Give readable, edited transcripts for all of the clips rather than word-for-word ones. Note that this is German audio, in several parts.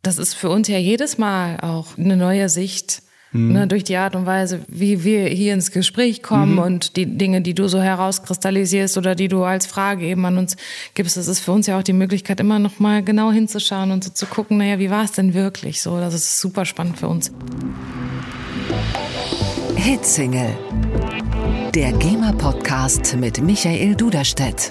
das ist für uns ja jedes Mal auch eine neue Sicht, ne, durch die Art und Weise, wie wir hier ins Gespräch kommen und die Dinge, die du so herauskristallisierst oder die du als Frage eben an uns gibst. Das ist für uns ja auch die Möglichkeit, immer noch mal genau hinzuschauen und so zu gucken, naja, wie war es denn wirklich so? Das ist super spannend für uns. Hitsingle, der GEMA-Podcast mit Michael Duderstedt.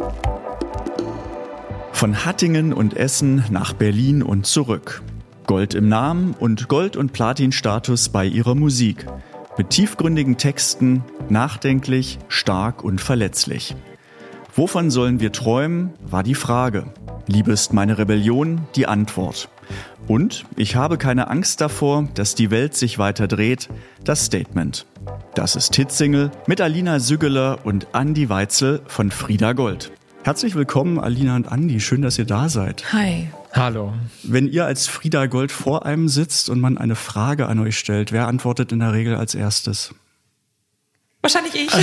Von Hattingen und Essen nach Berlin und zurück. Gold im Namen und Gold- und Platin-Status bei ihrer Musik. Mit tiefgründigen Texten, nachdenklich, stark und verletzlich. Wovon sollen wir träumen, war die Frage. Liebe ist meine Rebellion, die Antwort. Und ich habe keine Angst davor, dass die Welt sich weiter dreht, das Statement. Das ist Hitsingle mit Alina Süggeler und Andi Weitzel von Frieda Gold. Herzlich willkommen, Alina und Andi. Schön, dass ihr da seid. Hi. Hallo. Wenn ihr als Frieda Gold vor einem sitzt und man eine Frage an euch stellt, wer antwortet in der Regel als erstes? Wahrscheinlich ich.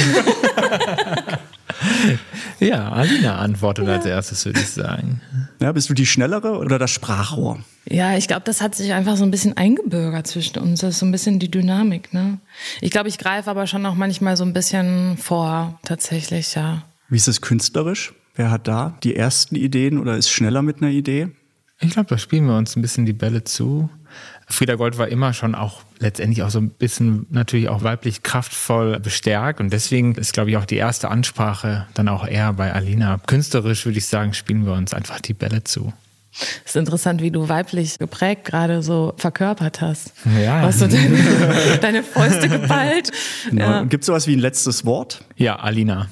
Ja, Alina antwortet als erstes, würde ich sagen. Ja, bist du die Schnellere oder das Sprachrohr? Ja, ich glaube, das hat sich einfach so ein bisschen eingebürgert zwischen uns. Das ist so ein bisschen die Dynamik, ne? Ich glaube, ich greife aber schon auch manchmal so ein bisschen vor, tatsächlich, ja. Wie ist es künstlerisch? Wer hat da die ersten Ideen oder ist schneller mit einer Idee? Ich glaube, da spielen wir uns ein bisschen die Bälle zu. Frieda Gold war immer schon auch letztendlich auch so ein bisschen natürlich auch weiblich kraftvoll bestärkt und deswegen ist, glaube ich, auch die erste Ansprache dann auch eher bei Alina. Künstlerisch würde ich sagen, spielen wir uns einfach die Bälle zu. Es ist interessant, wie du weiblich geprägt gerade so verkörpert hast. Ja. Hast du deine Fäuste geballt? Genau. Ja. Gibt es sowas wie ein letztes Wort? Ja, Alina.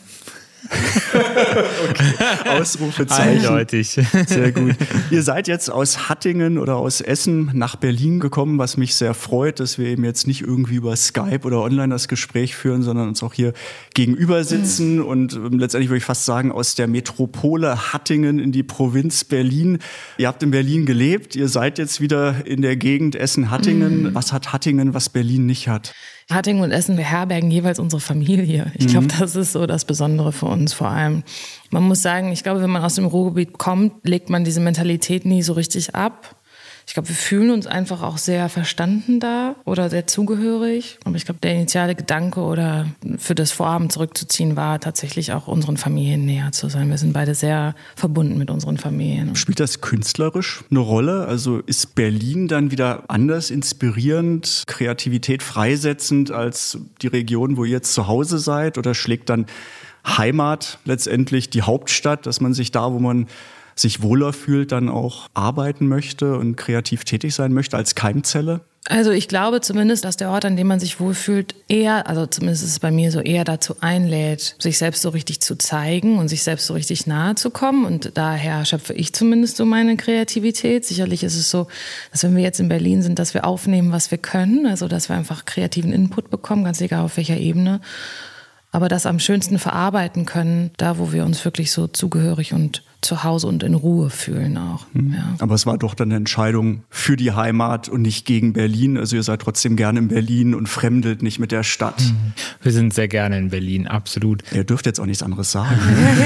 Okay. Ausrufezeichen. Eindeutig. Sehr gut. Ihr seid jetzt aus Hattingen oder aus Essen nach Berlin gekommen, was mich sehr freut, dass wir eben jetzt nicht irgendwie über Skype oder online das Gespräch führen, sondern uns auch hier gegenüber sitzen und letztendlich würde ich fast sagen, aus der Metropole Hattingen in die Provinz Berlin. Ihr habt in Berlin gelebt, ihr seid jetzt wieder in der Gegend Essen-Hattingen. Was hat Hattingen, was Berlin nicht hat? Hattingen und Essen beherbergen jeweils unsere Familie. Ich glaube, das ist so das Besondere für uns vor allem. Man muss sagen, ich glaube, wenn man aus dem Ruhrgebiet kommt, legt man diese Mentalität nie so richtig ab. Ich glaube, wir fühlen uns einfach auch sehr verstanden da oder sehr zugehörig. Aber ich glaube, der initiale Gedanke oder für das Vorhaben zurückzuziehen war tatsächlich auch unseren Familien näher zu sein. Wir sind beide sehr verbunden mit unseren Familien. Spielt das künstlerisch eine Rolle? Also ist Berlin dann wieder anders inspirierend, Kreativität freisetzend als die Region, wo ihr jetzt zu Hause seid? Oder schlägt dann Heimat letztendlich die Hauptstadt, dass man sich da, wo man sich wohler fühlt, dann auch arbeiten möchte und kreativ tätig sein möchte als Keimzelle? Also ich glaube zumindest, dass der Ort, an dem man sich wohlfühlt, eher, also zumindest ist es bei mir so, eher dazu einlädt, sich selbst so richtig zu zeigen und sich selbst so richtig nahe zu kommen. Und daher schöpfe ich zumindest so meine Kreativität. Sicherlich ist es so, dass wenn wir jetzt in Berlin sind, dass wir aufnehmen, was wir können. Also dass wir einfach kreativen Input bekommen, ganz egal auf welcher Ebene. Aber das am schönsten verarbeiten können, da wo wir uns wirklich so zugehörig und zu Hause und in Ruhe fühlen auch. Ja. Aber es war doch dann eine Entscheidung für die Heimat und nicht gegen Berlin. Also ihr seid trotzdem gerne in Berlin und fremdelt nicht mit der Stadt. Wir sind sehr gerne in Berlin, absolut. Ihr dürft jetzt auch nichts anderes sagen.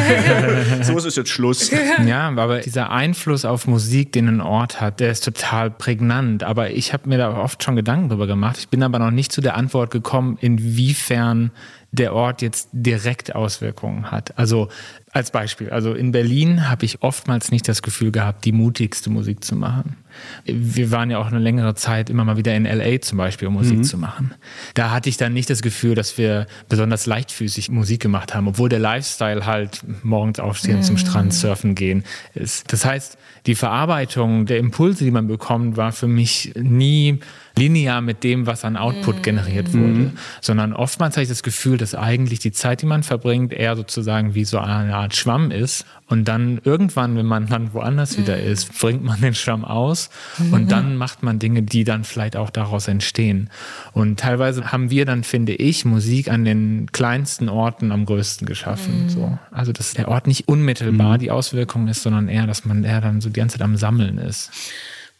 So ist es jetzt Schluss. Ja, aber dieser Einfluss auf Musik, den ein Ort hat, der ist total prägnant. Aber ich habe mir da oft schon Gedanken drüber gemacht. Ich bin aber noch nicht zu der Antwort gekommen, inwiefern der Ort jetzt direkt Auswirkungen hat. Also als Beispiel, also in Berlin habe ich oftmals nicht das Gefühl gehabt, die mutigste Musik zu machen. Wir waren ja auch eine längere Zeit immer mal wieder in L.A. zum Beispiel, um Musik zu machen. Da hatte ich dann nicht das Gefühl, dass wir besonders leichtfüßig Musik gemacht haben, obwohl der Lifestyle halt morgens aufstehen, zum Strand surfen gehen ist. Das heißt, die Verarbeitung der Impulse, die man bekommt, war für mich nie linear mit dem, was an Output generiert wurde, sondern oftmals habe ich das Gefühl, dass eigentlich die Zeit, die man verbringt, eher sozusagen wie so eine Art Schwamm ist und dann irgendwann, wenn man dann woanders wieder ist, bringt man den Schwamm aus und dann macht man Dinge, die dann vielleicht auch daraus entstehen. Und teilweise haben wir dann, finde ich, Musik an den kleinsten Orten am größten geschaffen. So. Also dass der Ort nicht unmittelbar die Auswirkung ist, sondern eher, dass man eher dann so die ganze Zeit am Sammeln ist.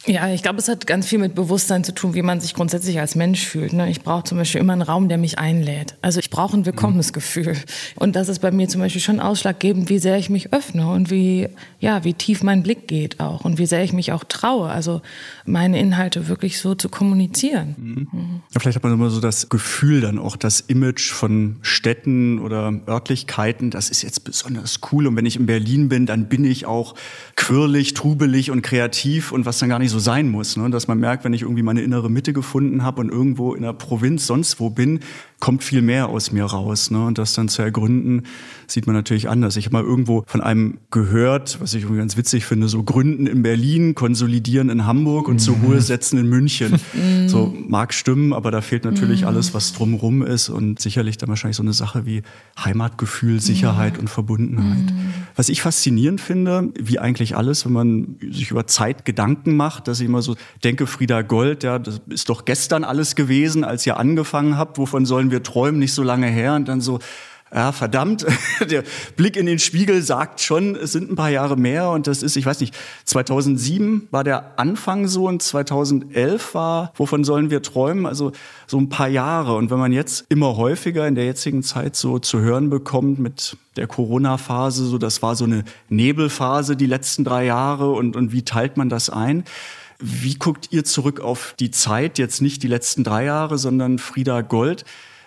Ja, ich glaube, es hat ganz viel mit Bewusstsein zu tun, wie man sich grundsätzlich als Mensch fühlt. Ich brauche zum Beispiel immer einen Raum, der mich einlädt. Also ich brauche ein Willkommensgefühl. Und das ist bei mir zum Beispiel schon ausschlaggebend, wie sehr ich mich öffne und wie tief mein Blick geht auch und wie sehr ich mich auch traue, also meine Inhalte wirklich so zu kommunizieren. Ja, vielleicht hat man immer so das Gefühl dann auch, das Image von Städten oder Örtlichkeiten, das ist jetzt besonders cool. Und wenn ich in Berlin bin, dann bin ich auch quirlig, trubelig und kreativ und was dann gar nicht so sein muss. Ne? Dass man merkt, wenn ich irgendwie meine innere Mitte gefunden habe und irgendwo in der Provinz sonst wo bin, kommt viel mehr aus mir raus. Ne? Und das dann zu ergründen, sieht man natürlich anders. Ich habe mal irgendwo von einem gehört, was ich irgendwie ganz witzig finde, so gründen in Berlin, konsolidieren in Hamburg und zur Ruhe setzen in München. So mag stimmen, aber da fehlt natürlich alles, was drumherum ist und sicherlich dann wahrscheinlich so eine Sache wie Heimatgefühl, Sicherheit und Verbundenheit. Was ich faszinierend finde, wie eigentlich alles, wenn man sich über Zeit Gedanken macht, dass ich immer so denke, Frieda Gold, ja, das ist doch gestern alles gewesen, als ihr angefangen habt, wovon sollen wir träumen, nicht so lange her und dann so, ja, verdammt, der Blick in den Spiegel sagt schon, es sind ein paar Jahre mehr und das ist, ich weiß nicht, 2007 war der Anfang so und 2011 war, wovon sollen wir träumen, also so ein paar Jahre. Und wenn man jetzt immer häufiger in der jetzigen Zeit so zu hören bekommt mit der Corona-Phase, so das war so eine Nebelphase die letzten 3 Jahre und wie teilt man das ein? Wie guckt ihr zurück auf die Zeit, jetzt nicht die letzten 3 Jahre, sondern Frieda Gold?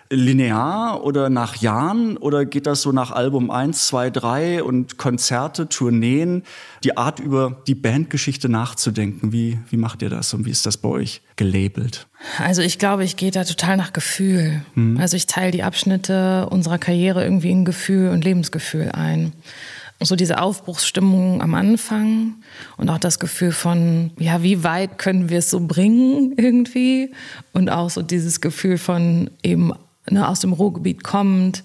Linear oder nach Jahren oder geht das so nach Album 1, 2, 3 und Konzerte, Tourneen, die Art über die Bandgeschichte nachzudenken? Wie macht ihr das und wie ist das bei euch gelabelt? Also ich glaube, ich gehe da total nach Gefühl. Also ich teile die Abschnitte unserer Karriere irgendwie in Gefühl und Lebensgefühl ein. So diese Aufbruchsstimmung am Anfang und auch das Gefühl von, ja, wie weit können wir es so bringen irgendwie? Und auch so dieses Gefühl von eben aus dem Ruhrgebiet kommend,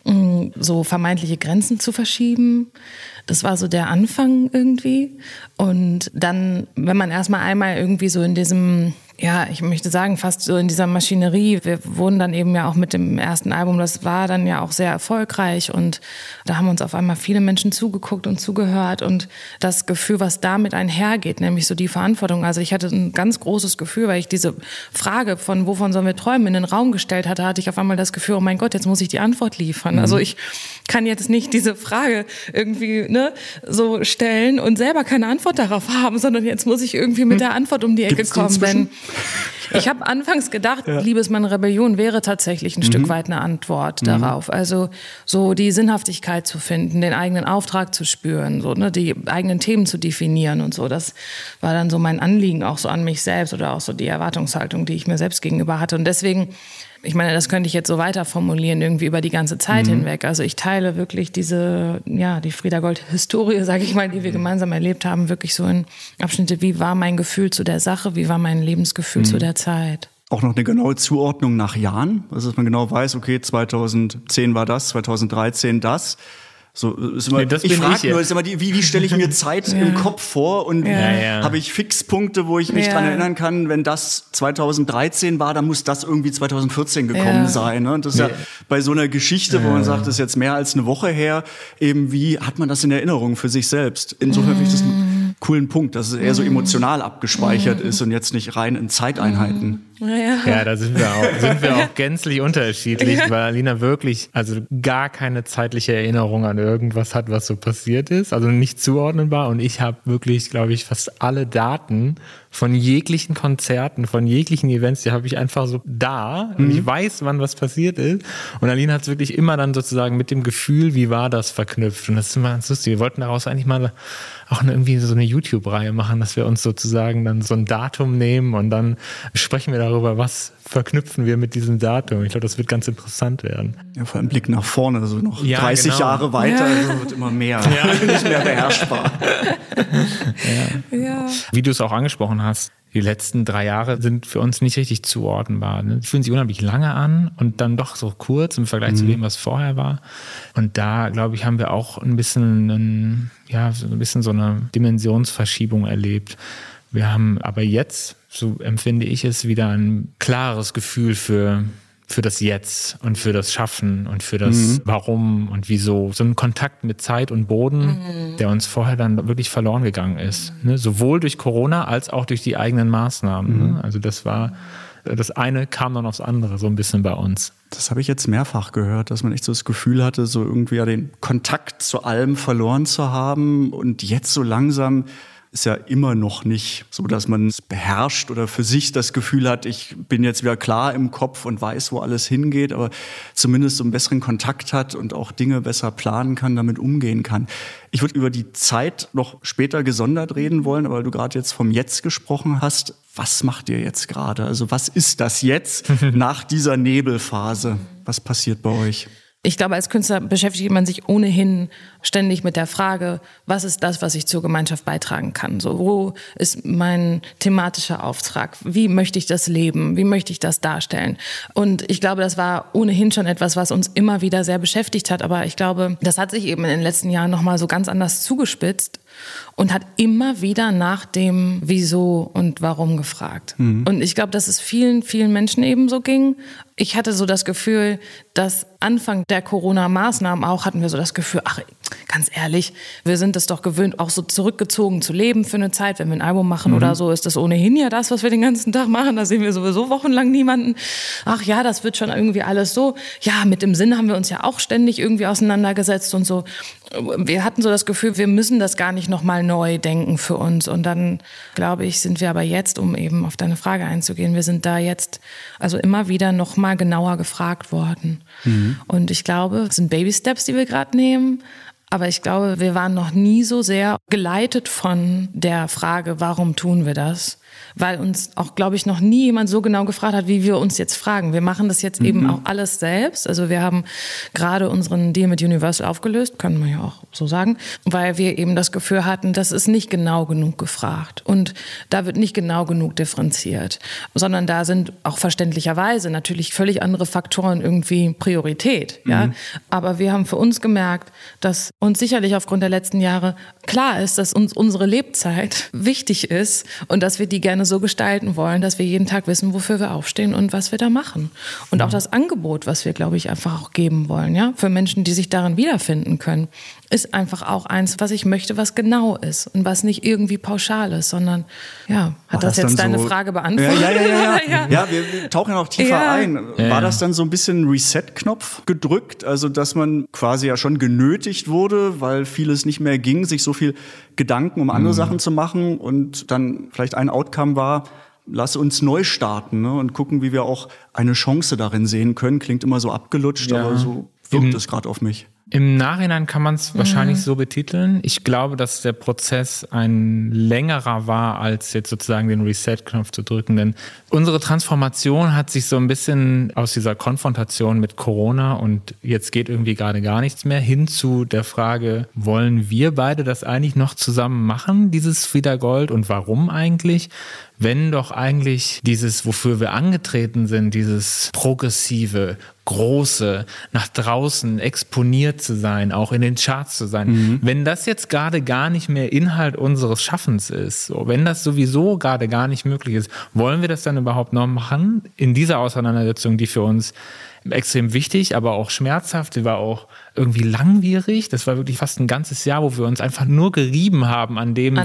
so vermeintliche Grenzen zu verschieben. Das war so der Anfang irgendwie. Und dann, wenn man erstmal einmal irgendwie so in diesem, ja, ich möchte sagen, fast so in dieser Maschinerie, wir wurden dann eben ja auch mit dem ersten Album, das war dann ja auch sehr erfolgreich und da haben uns auf einmal viele Menschen zugeguckt und zugehört und das Gefühl, was damit einhergeht, nämlich so die Verantwortung. Also ich hatte ein ganz großes Gefühl, weil ich diese Frage von wovon sollen wir träumen in den Raum gestellt hatte ich auf einmal das Gefühl, oh mein Gott, jetzt muss ich die Antwort liefern. Also ich kann jetzt nicht diese Frage irgendwie so stellen und selber keine Antwort darauf haben, sondern jetzt muss ich irgendwie mit der Antwort um die Ecke kommen. Denn ich habe anfangs gedacht, Liebesmann Rebellion wäre tatsächlich ein Stück weit eine Antwort darauf. Also so die Sinnhaftigkeit zu finden, den eigenen Auftrag zu spüren, so die eigenen Themen zu definieren und so. Das war dann so mein Anliegen auch so an mich selbst oder auch so die Erwartungshaltung, die ich mir selbst gegenüber hatte. Und deswegen, ich meine, das könnte ich jetzt so weiter formulieren, irgendwie über die ganze Zeit hinweg. Also ich teile wirklich die Frieda Gold-Historie, sage ich mal, die wir gemeinsam erlebt haben, wirklich so in Abschnitte, wie war mein Gefühl zu der Sache, wie war mein Lebensgefühl zu der Zeit. Auch noch eine genaue Zuordnung nach Jahren, also dass man genau weiß, okay, 2010 war das, 2013 das. So, ist immer, ich frage nur, ist immer wie stelle ich mir Zeit im Kopf vor und habe ich Fixpunkte, wo ich mich dran erinnern kann, wenn das 2013 war, dann muss das irgendwie 2014 gekommen sein. Ne? Und das ist ja bei so einer Geschichte, wo man sagt, das ist jetzt mehr als eine Woche her, eben wie hat man das in Erinnerung für sich selbst? Insofern finde ich das einen coolen Punkt, dass es eher so emotional abgespeichert ist und jetzt nicht rein in Zeiteinheiten. Ja, da sind wir auch gänzlich unterschiedlich, weil Alina wirklich also gar keine zeitliche Erinnerung an irgendwas hat, was so passiert ist, also nicht zuordnenbar und ich habe wirklich, glaube ich, fast alle Daten von jeglichen Konzerten, von jeglichen Events, die habe ich einfach so da und ich weiß, wann was passiert ist und Alina hat es wirklich immer dann sozusagen mit dem Gefühl, wie war das verknüpft und das ist immer ganz lustig. Wir wollten daraus eigentlich mal auch irgendwie so eine YouTube-Reihe machen, dass wir uns sozusagen dann so ein Datum nehmen und dann sprechen wir darüber, was verknüpfen wir mit diesem Datum. Ich glaube, das wird ganz interessant werden. Ja, vor allem Blick nach vorne, also noch 30 Jahre weiter, also wird immer mehr, nicht mehr beherrschbar. Wie du es auch angesprochen hast, die letzten 3 Jahre sind für uns nicht richtig zuordnenbar. Ne? Die fühlen sich unheimlich lange an und dann doch so kurz im Vergleich zu dem, was vorher war. Und da, glaube ich, haben wir auch ein bisschen so eine Dimensionsverschiebung erlebt. Wir haben aber jetzt, so empfinde ich es, wieder ein klares Gefühl für für das Jetzt und für das Schaffen und für das Warum und Wieso. So ein Kontakt mit Zeit und Boden, der uns vorher dann wirklich verloren gegangen ist. Ne? Sowohl durch Corona als auch durch die eigenen Maßnahmen. Ne? Also das eine kam dann aufs andere so ein bisschen bei uns. Das habe ich jetzt mehrfach gehört, dass man echt so das Gefühl hatte, so irgendwie ja den Kontakt zu allem verloren zu haben. Und jetzt so langsam ist ja immer noch nicht so, dass man es beherrscht oder für sich das Gefühl hat, ich bin jetzt wieder klar im Kopf und weiß, wo alles hingeht, aber zumindest so einen besseren Kontakt hat und auch Dinge besser planen kann, damit umgehen kann. Ich würde über die Zeit noch später gesondert reden wollen, aber weil du gerade jetzt vom Jetzt gesprochen hast, was macht ihr jetzt gerade? Also was ist das jetzt nach dieser Nebelphase? Was passiert bei euch? Ich glaube, als Künstler beschäftigt man sich ohnehin ständig mit der Frage, was ist das, was ich zur Gemeinschaft beitragen kann? So, wo ist mein thematischer Auftrag? Wie möchte ich das leben? Wie möchte ich das darstellen? Und ich glaube, das war ohnehin schon etwas, was uns immer wieder sehr beschäftigt hat. Aber ich glaube, das hat sich eben in den letzten Jahren nochmal so ganz anders zugespitzt und hat immer wieder nach dem Wieso und Warum gefragt. Und ich glaube, dass es vielen, vielen Menschen eben so ging. Ich hatte so das Gefühl, dass Anfang der Corona-Maßnahmen auch hatten wir so das Gefühl, ach, ganz ehrlich, wir sind es doch gewöhnt, auch so zurückgezogen zu leben für eine Zeit. Wenn wir ein Album machen oder so, ist das ohnehin ja das, was wir den ganzen Tag machen. Da sehen wir sowieso wochenlang niemanden. Ach ja, das wird schon irgendwie alles so. Ja, mit dem Sinn haben wir uns ja auch ständig irgendwie auseinandergesetzt und so. Wir hatten so das Gefühl, wir müssen das gar nicht nochmal neu denken für uns. Und dann, glaube ich, sind wir aber jetzt, um eben auf deine Frage einzugehen, wir sind da jetzt also immer wieder nochmal genauer gefragt worden. Und ich glaube, es sind Baby-Steps, die wir gerade nehmen. Aber ich glaube, wir waren noch nie so sehr geleitet von der Frage, warum tun wir das? Weil uns auch, glaube ich, noch nie jemand so genau gefragt hat, wie wir uns jetzt fragen. Wir machen das jetzt eben auch alles selbst. Also wir haben gerade unseren Deal mit Universal aufgelöst, können wir ja auch so sagen, weil wir eben das Gefühl hatten, das ist nicht genau genug gefragt. Und da wird nicht genau genug differenziert, sondern da sind auch verständlicherweise natürlich völlig andere Faktoren irgendwie Priorität. Ja? Aber wir haben für uns gemerkt, dass uns sicherlich aufgrund der letzten Jahre klar ist, dass uns unsere Lebzeit wichtig ist und dass wir die gerne so gestalten wollen, dass wir jeden Tag wissen, wofür wir aufstehen und was wir da machen. Und auch das Angebot, was wir, glaube ich, einfach auch geben wollen, ja, für Menschen, die sich darin wiederfinden können, ist einfach auch eins, was ich möchte, was genau ist und was nicht irgendwie pauschal ist, sondern, ja, hat das jetzt deine Frage beantwortet? Ja. Ja, wir tauchen ja noch tiefer ein. War das dann so ein bisschen Reset-Knopf gedrückt? Also, dass man quasi ja schon genötigt wurde, weil vieles nicht mehr ging, sich so viel Gedanken um andere Sachen zu machen und dann vielleicht ein Outcome war, lass uns neu starten, ne, und gucken, wie wir auch eine Chance darin sehen können. Klingt immer so abgelutscht, aber so wirkt es gerade auf mich. Im Nachhinein kann man es wahrscheinlich so betiteln. Ich glaube, dass der Prozess ein längerer war, als jetzt sozusagen den Reset-Knopf zu drücken. Denn unsere Transformation hat sich so ein bisschen aus dieser Konfrontation mit Corona und jetzt geht irgendwie gerade gar nichts mehr, hin zu der Frage, wollen wir beide das eigentlich noch zusammen machen, dieses Frieda Gold, und warum eigentlich? Wenn doch eigentlich dieses, wofür wir angetreten sind, dieses progressive, große, nach draußen exponiert zu sein, auch in den Charts zu sein, wenn das jetzt gerade gar nicht mehr Inhalt unseres Schaffens ist, so, wenn das sowieso gerade gar nicht möglich ist, wollen wir das dann überhaupt noch machen? In dieser Auseinandersetzung, die für uns extrem wichtig, aber auch schmerzhaft, die war auch irgendwie langwierig. Das war wirklich fast ein ganzes Jahr, wo wir uns einfach nur gerieben haben an dem,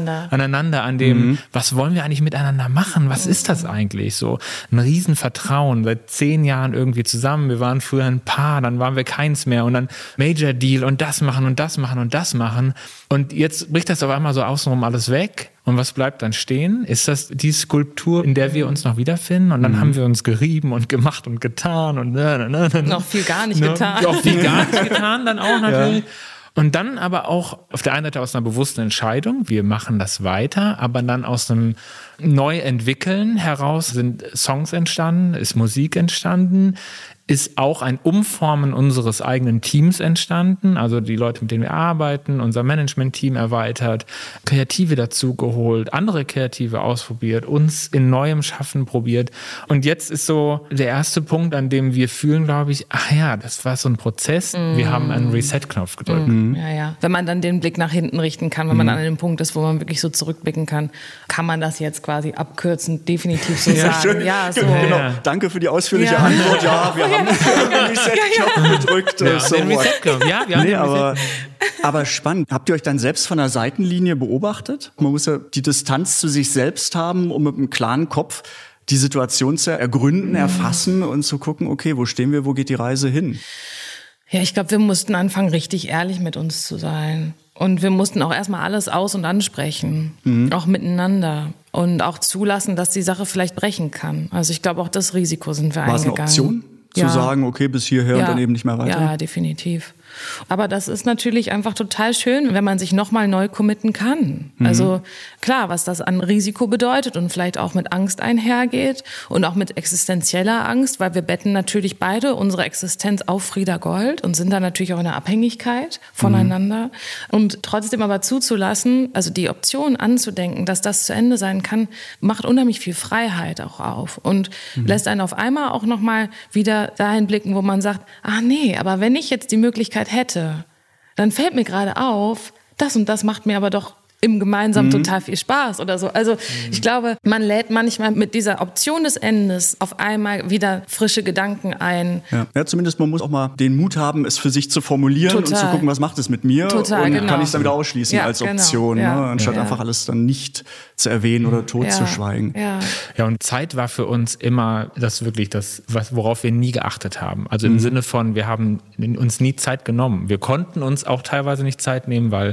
was wollen wir eigentlich miteinander machen? Was ist das eigentlich? So ein Riesenvertrauen, seit 10 Jahren irgendwie zusammen. Wir waren früher ein Paar, dann waren wir keins mehr und dann Major Deal und das machen und das machen und das machen. Und jetzt bricht das auf einmal so außenrum alles weg. Und was bleibt dann stehen? Ist das die Skulptur, in der wir uns noch wiederfinden? Und dann haben wir uns gerieben und gemacht und getan und noch viel gar nicht getan. Noch viel gar nicht getan, dann auch natürlich. Ja. Und dann aber auch auf der einen Seite aus einer bewussten Entscheidung, wir machen das weiter, aber dann aus einem Neuentwickeln heraus sind Songs entstanden, ist Musik entstanden, ist auch ein Umformen unseres eigenen Teams entstanden. Also die Leute, mit denen wir arbeiten, unser Management-Team erweitert, Kreative dazu geholt, andere Kreative ausprobiert, uns in neuem Schaffen probiert. Und jetzt ist so der erste Punkt, an dem wir fühlen, glaube ich, ach ja, das war so ein Prozess. Wir haben einen Reset-Knopf gedrückt. Ja. Wenn man dann den Blick nach hinten richten kann, wenn man an dem Punkt ist, wo man wirklich so zurückblicken kann man das jetzt quasi abkürzend definitiv so sagen. Schön. Ja, so. Genau. Danke für die ausführliche Antwort. Ja, wir haben den Reset-Knopf gedrückt. Den Reset-Knopf. Ja, wir haben aber spannend. Habt ihr euch dann selbst von der Seitenlinie beobachtet? Man muss ja die Distanz zu sich selbst haben, um mit einem klaren Kopf die Situation zu ergründen, erfassen und zu gucken, okay, wo stehen wir, wo geht die Reise hin? Ja, ich glaube, wir mussten anfangen, richtig ehrlich mit uns zu sein. Und wir mussten auch erstmal alles aus- und ansprechen, auch miteinander. Und auch zulassen, dass die Sache vielleicht brechen kann. Also ich glaube, auch das Risiko sind wir eingegangen. War es eine Option? Zu sagen, okay, bis hierher und dann eben nicht mehr weiter? Ja, definitiv. Aber das ist natürlich einfach total schön, wenn man sich nochmal neu committen kann. Also klar, was das an Risiko bedeutet und vielleicht auch mit Angst einhergeht und auch mit existenzieller Angst, weil wir betten natürlich beide unsere Existenz auf Frieda Gold und sind da natürlich auch in der Abhängigkeit voneinander. Und trotzdem aber zuzulassen, also die Option anzudenken, dass das zu Ende sein kann, macht unheimlich viel Freiheit auch auf und lässt einen auf einmal auch nochmal wieder dahin blicken, wo man sagt, ach nee, aber wenn ich jetzt die Möglichkeit hätte, dann fällt mir gerade auf, das und das macht mir aber doch im Gemeinsamen total viel Spaß oder so. Also ich glaube, man lädt manchmal mit dieser Option des Endes auf einmal wieder frische Gedanken ein. Ja, zumindest man muss auch mal den Mut haben, es für sich zu formulieren und zu gucken, was macht es mit mir und kann ich es dann wieder ausschließen als Option, ne? Anstatt einfach alles dann nicht zu erwähnen oder totzuschweigen. Ja, und Zeit war für uns immer das wirklich das, worauf wir nie geachtet haben. Also im Sinne von, wir haben uns nie Zeit genommen. Wir konnten uns auch teilweise nicht Zeit nehmen, weil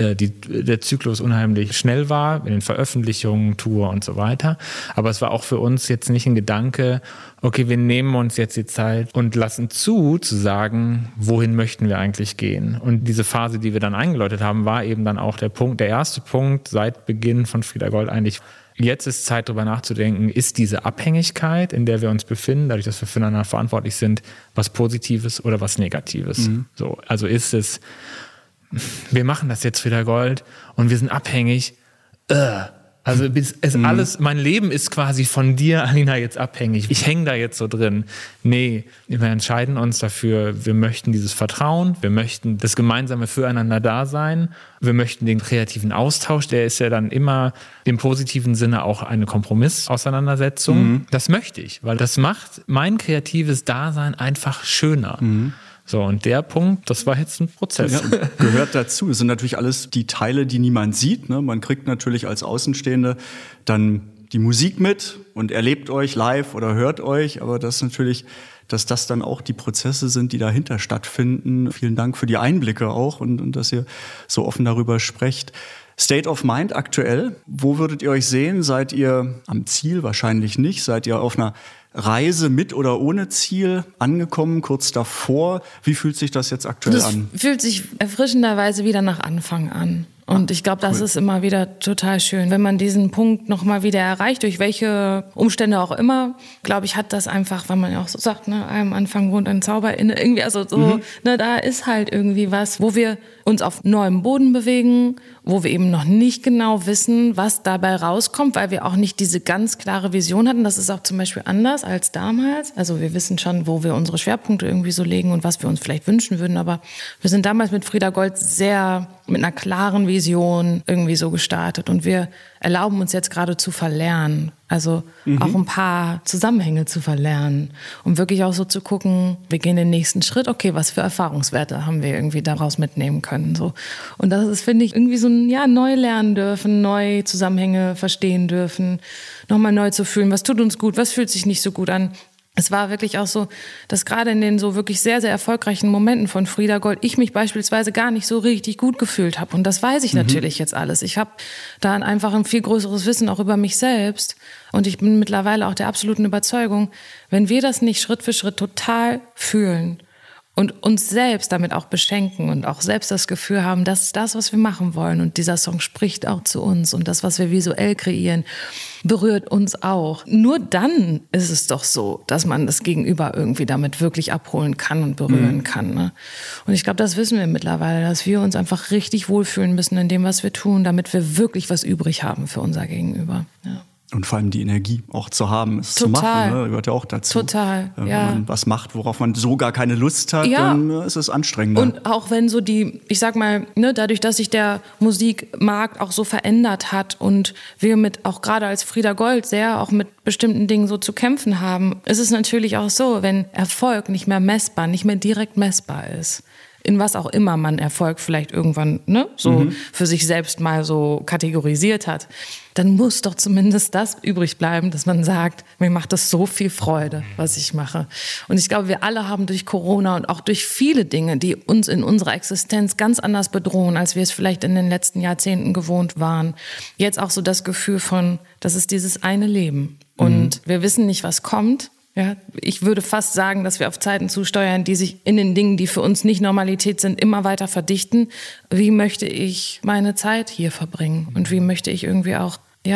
der Zyklus unheimlich schnell war, in den Veröffentlichungen, Tour und so weiter. Aber es war auch für uns jetzt nicht ein Gedanke, okay, wir nehmen uns jetzt die Zeit und lassen zu sagen, wohin möchten wir eigentlich gehen. Und diese Phase, die wir dann eingeläutet haben, war eben dann auch der erste Punkt seit Beginn von Frieda Gold eigentlich. Jetzt ist Zeit, darüber nachzudenken, ist diese Abhängigkeit, in der wir uns befinden, dadurch, dass wir füreinander verantwortlich sind, was Positives oder was Negatives? So, also ist es, wir machen das jetzt Frieda Gold und wir sind abhängig. Also alles, mein Leben ist quasi von dir, Alina, jetzt abhängig. Ich hänge da jetzt so drin. Nee, wir entscheiden uns dafür, wir möchten dieses Vertrauen, wir möchten das gemeinsame Füreinander-Dasein, wir möchten den kreativen Austausch, der ist ja dann immer im positiven Sinne auch eine Kompromissauseinandersetzung. Das möchte ich, weil das macht mein kreatives Dasein einfach schöner. So, und der Punkt, das war jetzt ein Prozess. Ja, gehört dazu. Es sind natürlich alles die Teile, die niemand sieht, ne? Man kriegt natürlich als Außenstehende dann die Musik mit und erlebt euch live oder hört euch. Aber das natürlich, dass das dann auch die Prozesse sind, die dahinter stattfinden. Vielen Dank für die Einblicke auch und dass ihr so offen darüber sprecht. State of Mind aktuell, wo würdet ihr euch sehen? Seid ihr am Ziel? Wahrscheinlich nicht. Seid ihr auf einer Reise mit oder ohne Ziel angekommen, kurz davor? Wie fühlt sich das jetzt aktuell an? Das fühlt sich erfrischenderweise wieder nach Anfang an. Und ich glaube, das ist immer wieder total schön. Wenn man diesen Punkt nochmal wieder erreicht, durch welche Umstände auch immer, glaube ich, hat das einfach, weil man ja auch so sagt, ne, am Anfang wohnt ein Zauber inne, irgendwie, also so, ne, da ist halt irgendwie was, wo wir uns auf neuem Boden bewegen, wo wir eben noch nicht genau wissen, was dabei rauskommt, weil wir auch nicht diese ganz klare Vision hatten. Das ist auch zum Beispiel anders als damals. Also wir wissen schon, wo wir unsere Schwerpunkte irgendwie so legen und was wir uns vielleicht wünschen würden. Aber wir sind damals mit Frieda Gold sehr mit einer klaren Vision irgendwie so gestartet. Und wir erlauben uns jetzt gerade zu verlernen. Also auch ein paar Zusammenhänge zu verlernen. Um wirklich auch so zu gucken, wir gehen den nächsten Schritt. Okay, was für Erfahrungswerte haben wir irgendwie daraus mitnehmen können? So. Und das ist, finde ich, irgendwie so ein, ja, neu lernen dürfen, neue Zusammenhänge verstehen dürfen, nochmal neu zu fühlen. Was tut uns gut? Was fühlt sich nicht so gut an? Es war wirklich auch so, dass gerade in den so wirklich sehr, sehr erfolgreichen Momenten von Frieda Gold ich mich beispielsweise gar nicht so richtig gut gefühlt habe. Und das weiß ich natürlich jetzt alles. Ich habe da einfach ein viel größeres Wissen auch über mich selbst. Und ich bin mittlerweile auch der absoluten Überzeugung, wenn wir das nicht Schritt für Schritt total fühlen und uns selbst damit auch beschenken und auch selbst das Gefühl haben, das ist das, was wir machen wollen und dieser Song spricht auch zu uns und das, was wir visuell kreieren, berührt uns auch. Nur dann ist es doch so, dass man das Gegenüber irgendwie damit wirklich abholen kann und berühren kann. Ne? Und ich glaube, das wissen wir mittlerweile, dass wir uns einfach richtig wohlfühlen müssen in dem, was wir tun, damit wir wirklich was übrig haben für unser Gegenüber. Ja. Und vor allem die Energie auch zu haben, es Total. zu machen, ne? Gehört ja auch dazu. Total, Wenn ja. man was macht, worauf man so gar keine Lust hat, dann ist es anstrengender. Und auch wenn so ich sag mal, ne, dadurch, dass sich der Musikmarkt auch so verändert hat und wir auch gerade als Frieda Gold sehr auch mit bestimmten Dingen so zu kämpfen haben, ist es natürlich auch so, wenn Erfolg nicht mehr messbar, nicht mehr direkt messbar ist, in was auch immer man Erfolg vielleicht irgendwann für sich selbst mal so kategorisiert hat, dann muss doch zumindest das übrig bleiben, dass man sagt, mir macht das so viel Freude, was ich mache. Und ich glaube, wir alle haben durch Corona und auch durch viele Dinge, die uns in unserer Existenz ganz anders bedrohen, als wir es vielleicht in den letzten Jahrzehnten gewohnt waren, jetzt auch so das Gefühl von, das ist dieses eine Leben. Und wir wissen nicht, was kommt. Ja, ich würde fast sagen, dass wir auf Zeiten zusteuern, die sich in den Dingen, die für uns nicht Normalität sind, immer weiter verdichten. Wie möchte ich meine Zeit hier verbringen? Und wie möchte ich irgendwie auch,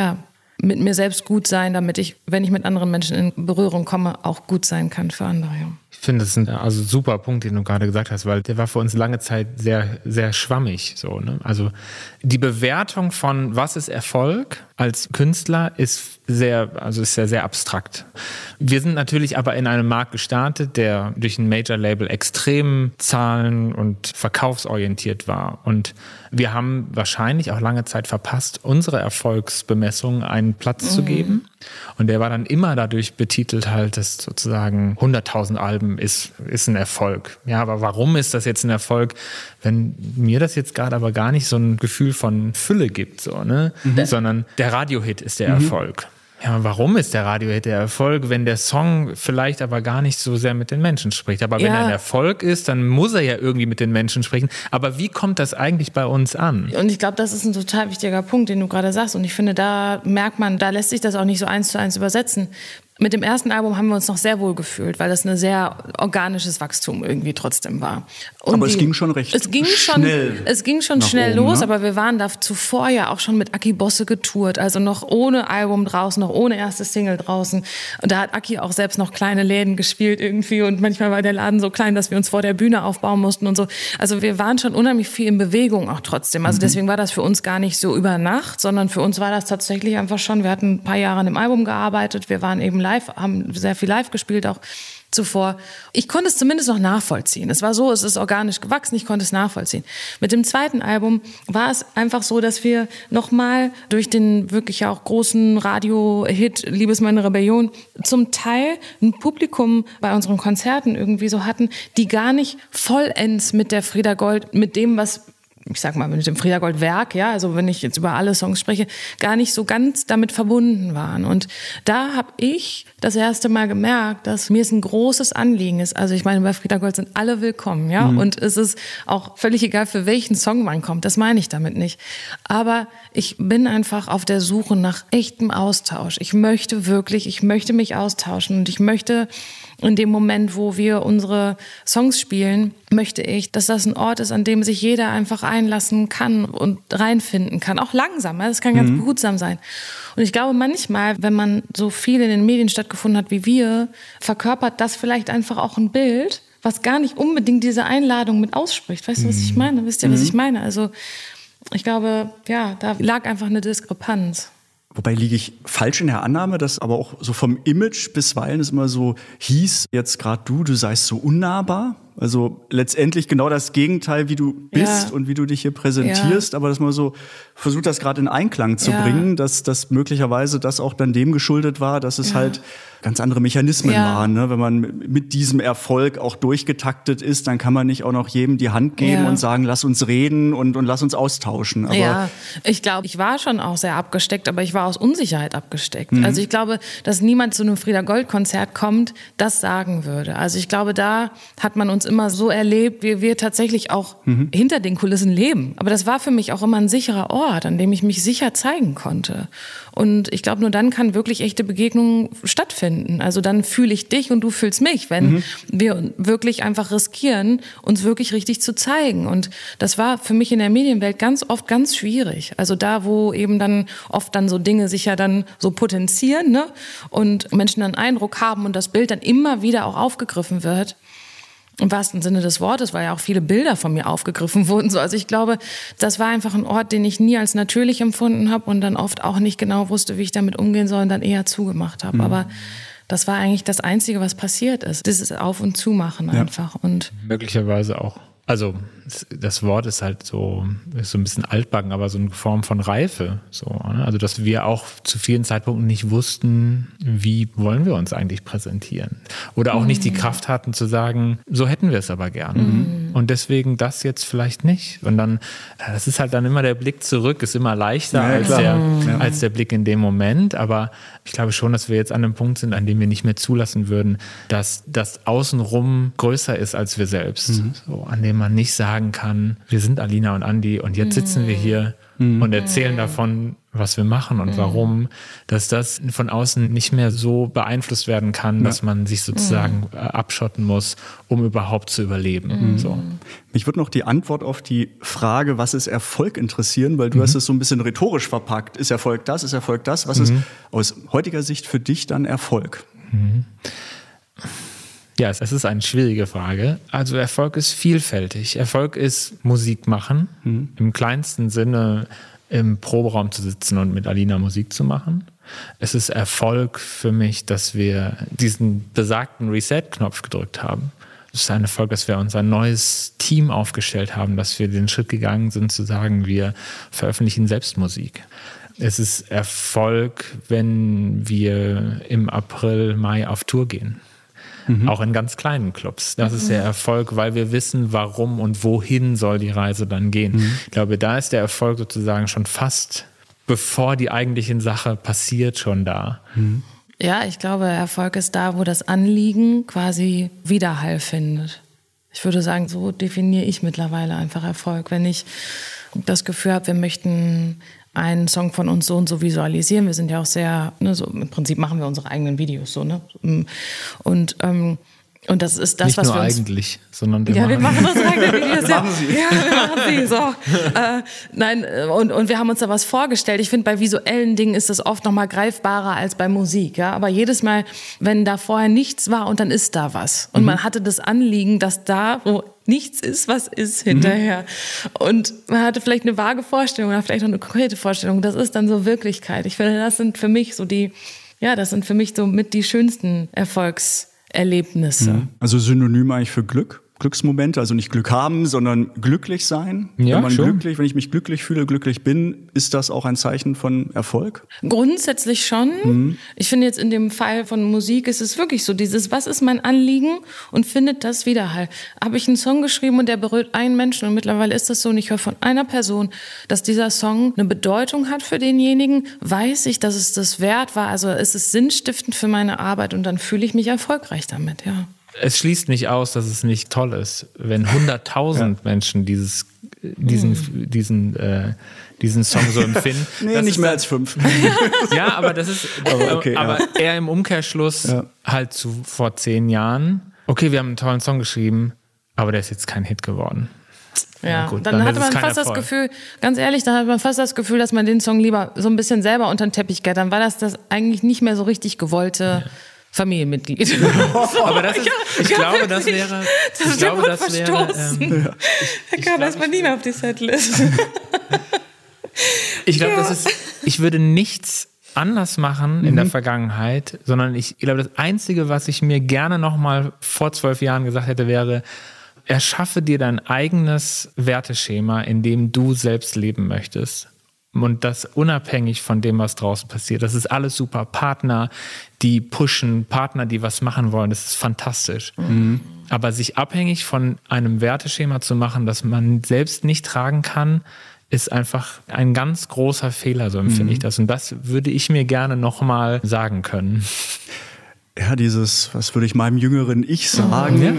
mit mir selbst gut sein, damit ich, wenn ich mit anderen Menschen in Berührung komme, auch gut sein kann für andere. Ja. Ich finde, das ist ein super Punkt, den du gerade gesagt hast, weil der war für uns lange Zeit sehr, sehr schwammig. So, ne? Also die Bewertung von was ist Erfolg als Künstler ist sehr, sehr abstrakt. Wir sind natürlich aber in einem Markt gestartet, der durch ein Major-Label extrem zahlen- und verkaufsorientiert war. Und wir haben wahrscheinlich auch lange Zeit verpasst, unsere Erfolgsbemessung einen Platz zu geben. Und der war dann immer dadurch betitelt halt, dass sozusagen 100.000 Alben ist ein Erfolg. Ja, aber warum ist das jetzt ein Erfolg, wenn mir das jetzt gerade aber gar nicht so ein Gefühl von Fülle gibt, so, ne? Sondern der Radiohit ist der Erfolg. Ja, warum ist der Radiohit der Erfolg, wenn der Song vielleicht aber gar nicht so sehr mit den Menschen spricht? Aber wenn er ein Erfolg ist, dann muss er ja irgendwie mit den Menschen sprechen. Aber wie kommt das eigentlich bei uns an? Und ich glaube, das ist ein total wichtiger Punkt, den du gerade sagst. Und ich finde, da merkt man, da lässt sich das auch nicht so 1:1 übersetzen. Mit dem ersten Album haben wir uns noch sehr wohl gefühlt, weil das ein sehr organisches Wachstum irgendwie trotzdem war. Und aber es ging schon recht schnell. Es ging schon schnell los, aber wir waren da zuvor ja auch schon mit Aki Bosse getourt, also noch ohne Album draußen, noch ohne erste Single draußen. Und da hat Aki auch selbst noch kleine Läden gespielt irgendwie und manchmal war der Laden so klein, dass wir uns vor der Bühne aufbauen mussten und so. Also wir waren schon unheimlich viel in Bewegung auch trotzdem. Also deswegen war das für uns gar nicht so über Nacht, sondern für uns war das tatsächlich einfach schon, wir hatten ein paar Jahre an dem Album gearbeitet, wir waren eben live, haben sehr viel live gespielt auch zuvor. Ich konnte es zumindest noch nachvollziehen. Es war so, es ist organisch gewachsen, ich konnte es nachvollziehen. Mit dem zweiten Album war es einfach so, dass wir nochmal durch den wirklich auch großen Radio-Hit Liebes meine Rebellion zum Teil ein Publikum bei unseren Konzerten irgendwie so hatten, die gar nicht vollends mit der Frieda Gold, mit dem, was ich sag mal, mit dem Frieda Gold Werk, ja, also wenn ich jetzt über alle Songs spreche, gar nicht so ganz damit verbunden waren. Und da habe ich das erste Mal gemerkt, dass mir es ein großes Anliegen ist. Also ich meine, bei Frieda Gold sind alle willkommen, ja, und es ist auch völlig egal, für welchen Song man kommt, das meine ich damit nicht. Aber ich bin einfach auf der Suche nach echtem Austausch. Ich möchte mich austauschen und ich möchte in dem Moment, wo wir unsere Songs spielen, möchte ich, dass das ein Ort ist, an dem sich jeder einfach einlassen kann und reinfinden kann. Auch langsam, das kann ganz behutsam sein. Und ich glaube, manchmal, wenn man so viel in den Medien stattgefunden hat wie wir, verkörpert das vielleicht einfach auch ein Bild, was gar nicht unbedingt diese Einladung mit ausspricht. Weißt du, was ich meine? Wisst ihr, was ich meine? Also ich glaube, ja, da lag einfach eine Diskrepanz. Wobei liege ich falsch in der Annahme, dass aber auch so vom Image bisweilen es immer so hieß, jetzt gerade du seist so unnahbar. Also letztendlich genau das Gegenteil, wie du bist und wie du dich hier präsentierst, aber dass man so versucht, das gerade in Einklang zu bringen, dass das möglicherweise das auch dann dem geschuldet war, dass es halt ganz andere Mechanismen waren. Ne? Wenn man mit diesem Erfolg auch durchgetaktet ist, dann kann man nicht auch noch jedem die Hand geben und sagen, lass uns reden und lass uns austauschen. Aber ich glaube, ich war schon auch sehr abgesteckt, aber ich war aus Unsicherheit abgesteckt. Also ich glaube, dass niemand zu einem Frieda Gold Konzert kommt, das sagen würde. Also ich glaube, da hat man uns uns immer so erlebt, wie wir tatsächlich auch hinter den Kulissen leben. Aber das war für mich auch immer ein sicherer Ort, an dem ich mich sicher zeigen konnte. Und ich glaube, nur dann kann wirklich echte Begegnung stattfinden. Also dann fühle ich dich und du fühlst mich, wenn wir wirklich einfach riskieren, uns wirklich richtig zu zeigen. Und das war für mich in der Medienwelt ganz oft ganz schwierig. Also da, wo eben dann oft dann so Dinge sich ja dann so potenzieren, ne? Und Menschen einen Eindruck haben und das Bild dann immer wieder auch aufgegriffen wird. Im wahrsten Sinne des Wortes, weil ja auch viele Bilder von mir aufgegriffen wurden. So. Also ich glaube, das war einfach ein Ort, den ich nie als natürlich empfunden habe und dann oft auch nicht genau wusste, wie ich damit umgehen soll und dann eher zugemacht habe. Aber das war eigentlich das Einzige, was passiert ist. Dieses Auf- und Zumachen einfach. Und möglicherweise auch. Also das Wort ist halt so ein bisschen altbacken, aber so eine Form von Reife. So, ne? Also dass wir auch zu vielen Zeitpunkten nicht wussten, wie wollen wir uns eigentlich präsentieren. Oder auch nicht die Kraft hatten zu sagen, so hätten wir es aber gerne. Und deswegen das jetzt vielleicht nicht. Und dann, das ist halt dann immer der Blick zurück, ist immer leichter als der Blick in dem Moment. Aber ich glaube schon, dass wir jetzt an einem Punkt sind, an dem wir nicht mehr zulassen würden, dass das Außenrum größer ist als wir selbst. So, an dem man nicht sagen kann, wir sind Alina und Andi und jetzt sitzen wir hier und erzählen davon, was wir machen und warum, dass das von außen nicht mehr so beeinflusst werden kann, dass man sich sozusagen abschotten muss, um überhaupt zu überleben. So. Mich würde noch die Antwort auf die Frage, was ist Erfolg, interessieren, weil du hast es so ein bisschen rhetorisch verpackt. Ist Erfolg das? Ist Erfolg das? Was ist aus heutiger Sicht für dich dann Erfolg? Ja, es ist eine schwierige Frage. Also Erfolg ist vielfältig. Erfolg ist Musik machen, im kleinsten Sinne im Proberaum zu sitzen und mit Alina Musik zu machen. Es ist Erfolg für mich, dass wir diesen besagten Reset-Knopf gedrückt haben. Es ist ein Erfolg, dass wir uns ein neues Team aufgestellt haben, dass wir den Schritt gegangen sind, zu sagen, wir veröffentlichen selbst Musik. Es ist Erfolg, wenn wir im April, Mai auf Tour gehen. Auch in ganz kleinen Clubs. Das ist der Erfolg, weil wir wissen, warum und wohin soll die Reise dann gehen. Ich glaube, da ist der Erfolg sozusagen schon fast, bevor die eigentliche Sache passiert, schon da. ja, ich glaube, Erfolg ist da, wo das Anliegen quasi Widerhall findet. Ich würde sagen, so definiere ich mittlerweile einfach Erfolg. Wenn ich das Gefühl habe, wir möchten einen Song von uns so und so visualisieren. Wir sind ja auch sehr, ne, so im Prinzip machen wir unsere eigenen Videos so, ne? Und das ist das, nicht was nur wir uns eigentlich, sondern wir machen unsere eigenen Videos. Machen Sie. Ja, wir machen sie so. Nein, und wir haben uns da was vorgestellt. Ich finde, bei visuellen Dingen ist das oft noch mal greifbarer als bei Musik. Ja? Aber jedes Mal, wenn da vorher nichts war und dann ist da was. Und man hatte das Anliegen, dass da, wo nichts ist, was ist hinterher. Und man hatte vielleicht eine vage Vorstellung oder vielleicht auch eine konkrete Vorstellung. Das ist dann so Wirklichkeit. Ich finde, das sind für mich so das sind für mich so mit die schönsten Erfolgserlebnisse. Also Synonym eigentlich für Glück? Glücksmomente, also nicht Glück haben, sondern glücklich sein. Ja, wenn ich mich glücklich fühle, glücklich bin, ist das auch ein Zeichen von Erfolg? Grundsätzlich schon. Ich finde jetzt in dem Fall von Musik ist es wirklich so dieses, was ist mein Anliegen und findet das Widerhall. Habe ich einen Song geschrieben und der berührt einen Menschen und mittlerweile ist das so und ich höre von einer Person, dass dieser Song eine Bedeutung hat für denjenigen, weiß ich, dass es das wert war, also es ist sinnstiftend für meine Arbeit und dann fühle ich mich erfolgreich damit, ja. Es schließt nicht aus, dass es nicht toll ist, wenn 100.000 Menschen diesen Song so empfinden. Nee, nicht mehr als 5. Ja, aber das ist aber eher im Umkehrschluss halt zu vor 10 Jahren. Okay, wir haben einen tollen Song geschrieben, aber der ist jetzt kein Hit geworden. Ja, gut, dann hatte man fast Erfolg. das Gefühl, ganz ehrlich, dann hat man fast das Gefühl, dass man den Song lieber so ein bisschen selber unter den Teppich geht. Dann war das eigentlich nicht mehr so richtig gewollte Familienmitglied. Aber das ist, ich glaube, das wäre. Ich glaube, dass man nie mehr auf die Setlist. Ich glaube, ich würde nichts anders machen in der Vergangenheit, sondern ich glaube, das Einzige, was ich mir gerne noch mal vor 12 Jahren gesagt hätte, wäre, erschaffe dir dein eigenes Werteschema, in dem du selbst leben möchtest. Und das unabhängig von dem, was draußen passiert. Das ist alles super. Partner, die pushen, Partner, die was machen wollen, das ist fantastisch. Aber sich abhängig von einem Werteschema zu machen, das man selbst nicht tragen kann, ist einfach ein ganz großer Fehler, so empfinde ich das. Und das würde ich mir gerne nochmal sagen können. Ja, was würde ich meinem jüngeren Ich sagen?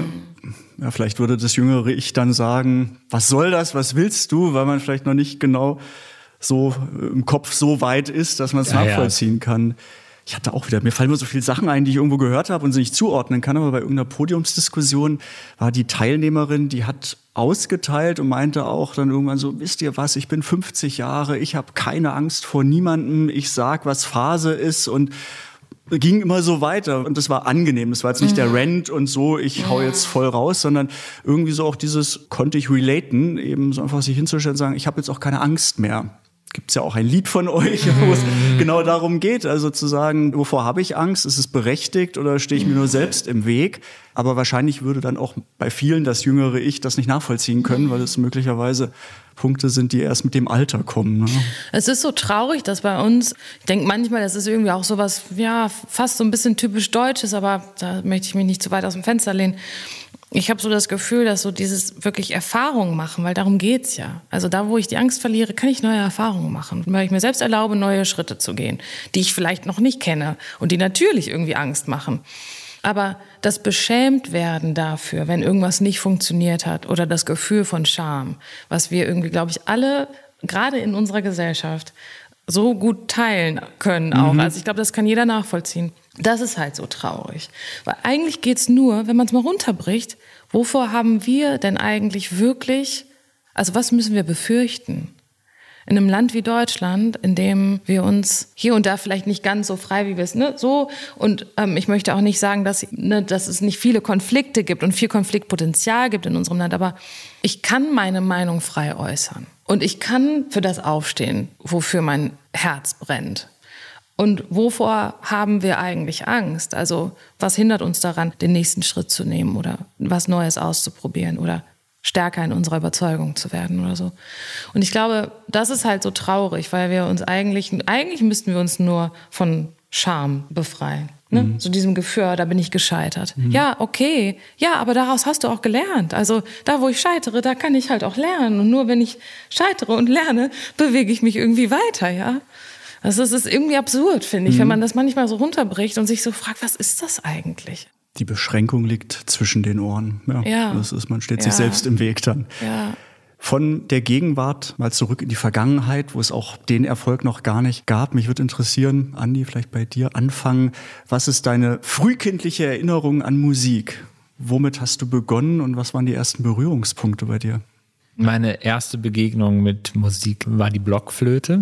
ja, vielleicht würde das jüngere Ich dann sagen, was soll das, was willst du, weil man vielleicht noch nicht genau so im Kopf so weit ist, dass man es nachvollziehen kann. Ich hatte auch wieder, mir fallen mir so viele Sachen ein, die ich irgendwo gehört habe und sie nicht zuordnen kann, aber bei irgendeiner Podiumsdiskussion war die Teilnehmerin, die hat ausgeteilt und meinte auch dann irgendwann so, wisst ihr was, ich bin 50 Jahre, ich habe keine Angst vor niemandem, ich sag, was Phase ist und ging immer so weiter und das war angenehm, das war jetzt nicht der Rant und so, ich hau jetzt voll raus, sondern irgendwie so auch dieses, konnte ich relaten, eben so einfach sich hinzustellen und sagen, ich habe jetzt auch keine Angst mehr. Gibt's ja auch ein Lied von euch, wo es genau darum geht, also zu sagen, wovor habe ich Angst, ist es berechtigt oder stehe ich mir nur selbst im Weg? Aber wahrscheinlich würde dann auch bei vielen das jüngere Ich das nicht nachvollziehen können, weil es möglicherweise Punkte sind, die erst mit dem Alter kommen. Ne? Es ist so traurig, dass bei uns, ich denke manchmal, das ist irgendwie auch sowas, ja, fast so ein bisschen typisch Deutsches, aber da möchte ich mich nicht zu weit aus dem Fenster lehnen. Ich habe so das Gefühl, dass so dieses wirklich Erfahrungen machen, weil darum geht's ja. Also da, wo ich die Angst verliere, kann ich neue Erfahrungen machen, weil ich mir selbst erlaube, neue Schritte zu gehen, die ich vielleicht noch nicht kenne und die natürlich irgendwie Angst machen. Aber das Beschämtwerden dafür, wenn irgendwas nicht funktioniert hat oder das Gefühl von Scham, was wir irgendwie, glaube ich, alle, gerade in unserer Gesellschaft, so gut teilen können auch. Also ich glaube, das kann jeder nachvollziehen. Das ist halt so traurig. Weil eigentlich geht's nur, wenn man es mal runterbricht, wovor haben wir denn eigentlich wirklich, also was müssen wir befürchten? In einem Land wie Deutschland, in dem wir uns hier und da vielleicht nicht ganz so frei, wie wir es, so, und ich möchte auch nicht sagen, dass es nicht viele Konflikte gibt und viel Konfliktpotenzial gibt in unserem Land, aber ich kann meine Meinung frei äußern. Und ich kann für das aufstehen, wofür mein Herz brennt. Und wovor haben wir eigentlich Angst? Also was hindert uns daran, den nächsten Schritt zu nehmen oder was Neues auszuprobieren oder stärker in unserer Überzeugung zu werden oder so. Und ich glaube, das ist halt so traurig, weil wir uns eigentlich müssten wir uns nur von Scham befreien. Ne? So diesem Gefühl, da bin ich gescheitert. Ja, okay. Ja, aber daraus hast du auch gelernt. Also da, wo ich scheitere, da kann ich halt auch lernen. Und nur wenn ich scheitere und lerne, bewege ich mich irgendwie weiter, ja. Also es ist irgendwie absurd, finde ich, wenn man das manchmal so runterbricht und sich so fragt, was ist das eigentlich? Die Beschränkung liegt zwischen den Ohren. Ja. Das ist, man steht sich selbst im Weg dann. Ja. Von der Gegenwart mal zurück in die Vergangenheit, wo es auch den Erfolg noch gar nicht gab. Mich würde interessieren, Andi, vielleicht bei dir anfangen. Was ist deine frühkindliche Erinnerung an Musik? Womit hast du begonnen und was waren die ersten Berührungspunkte bei dir? Meine erste Begegnung mit Musik war die Blockflöte.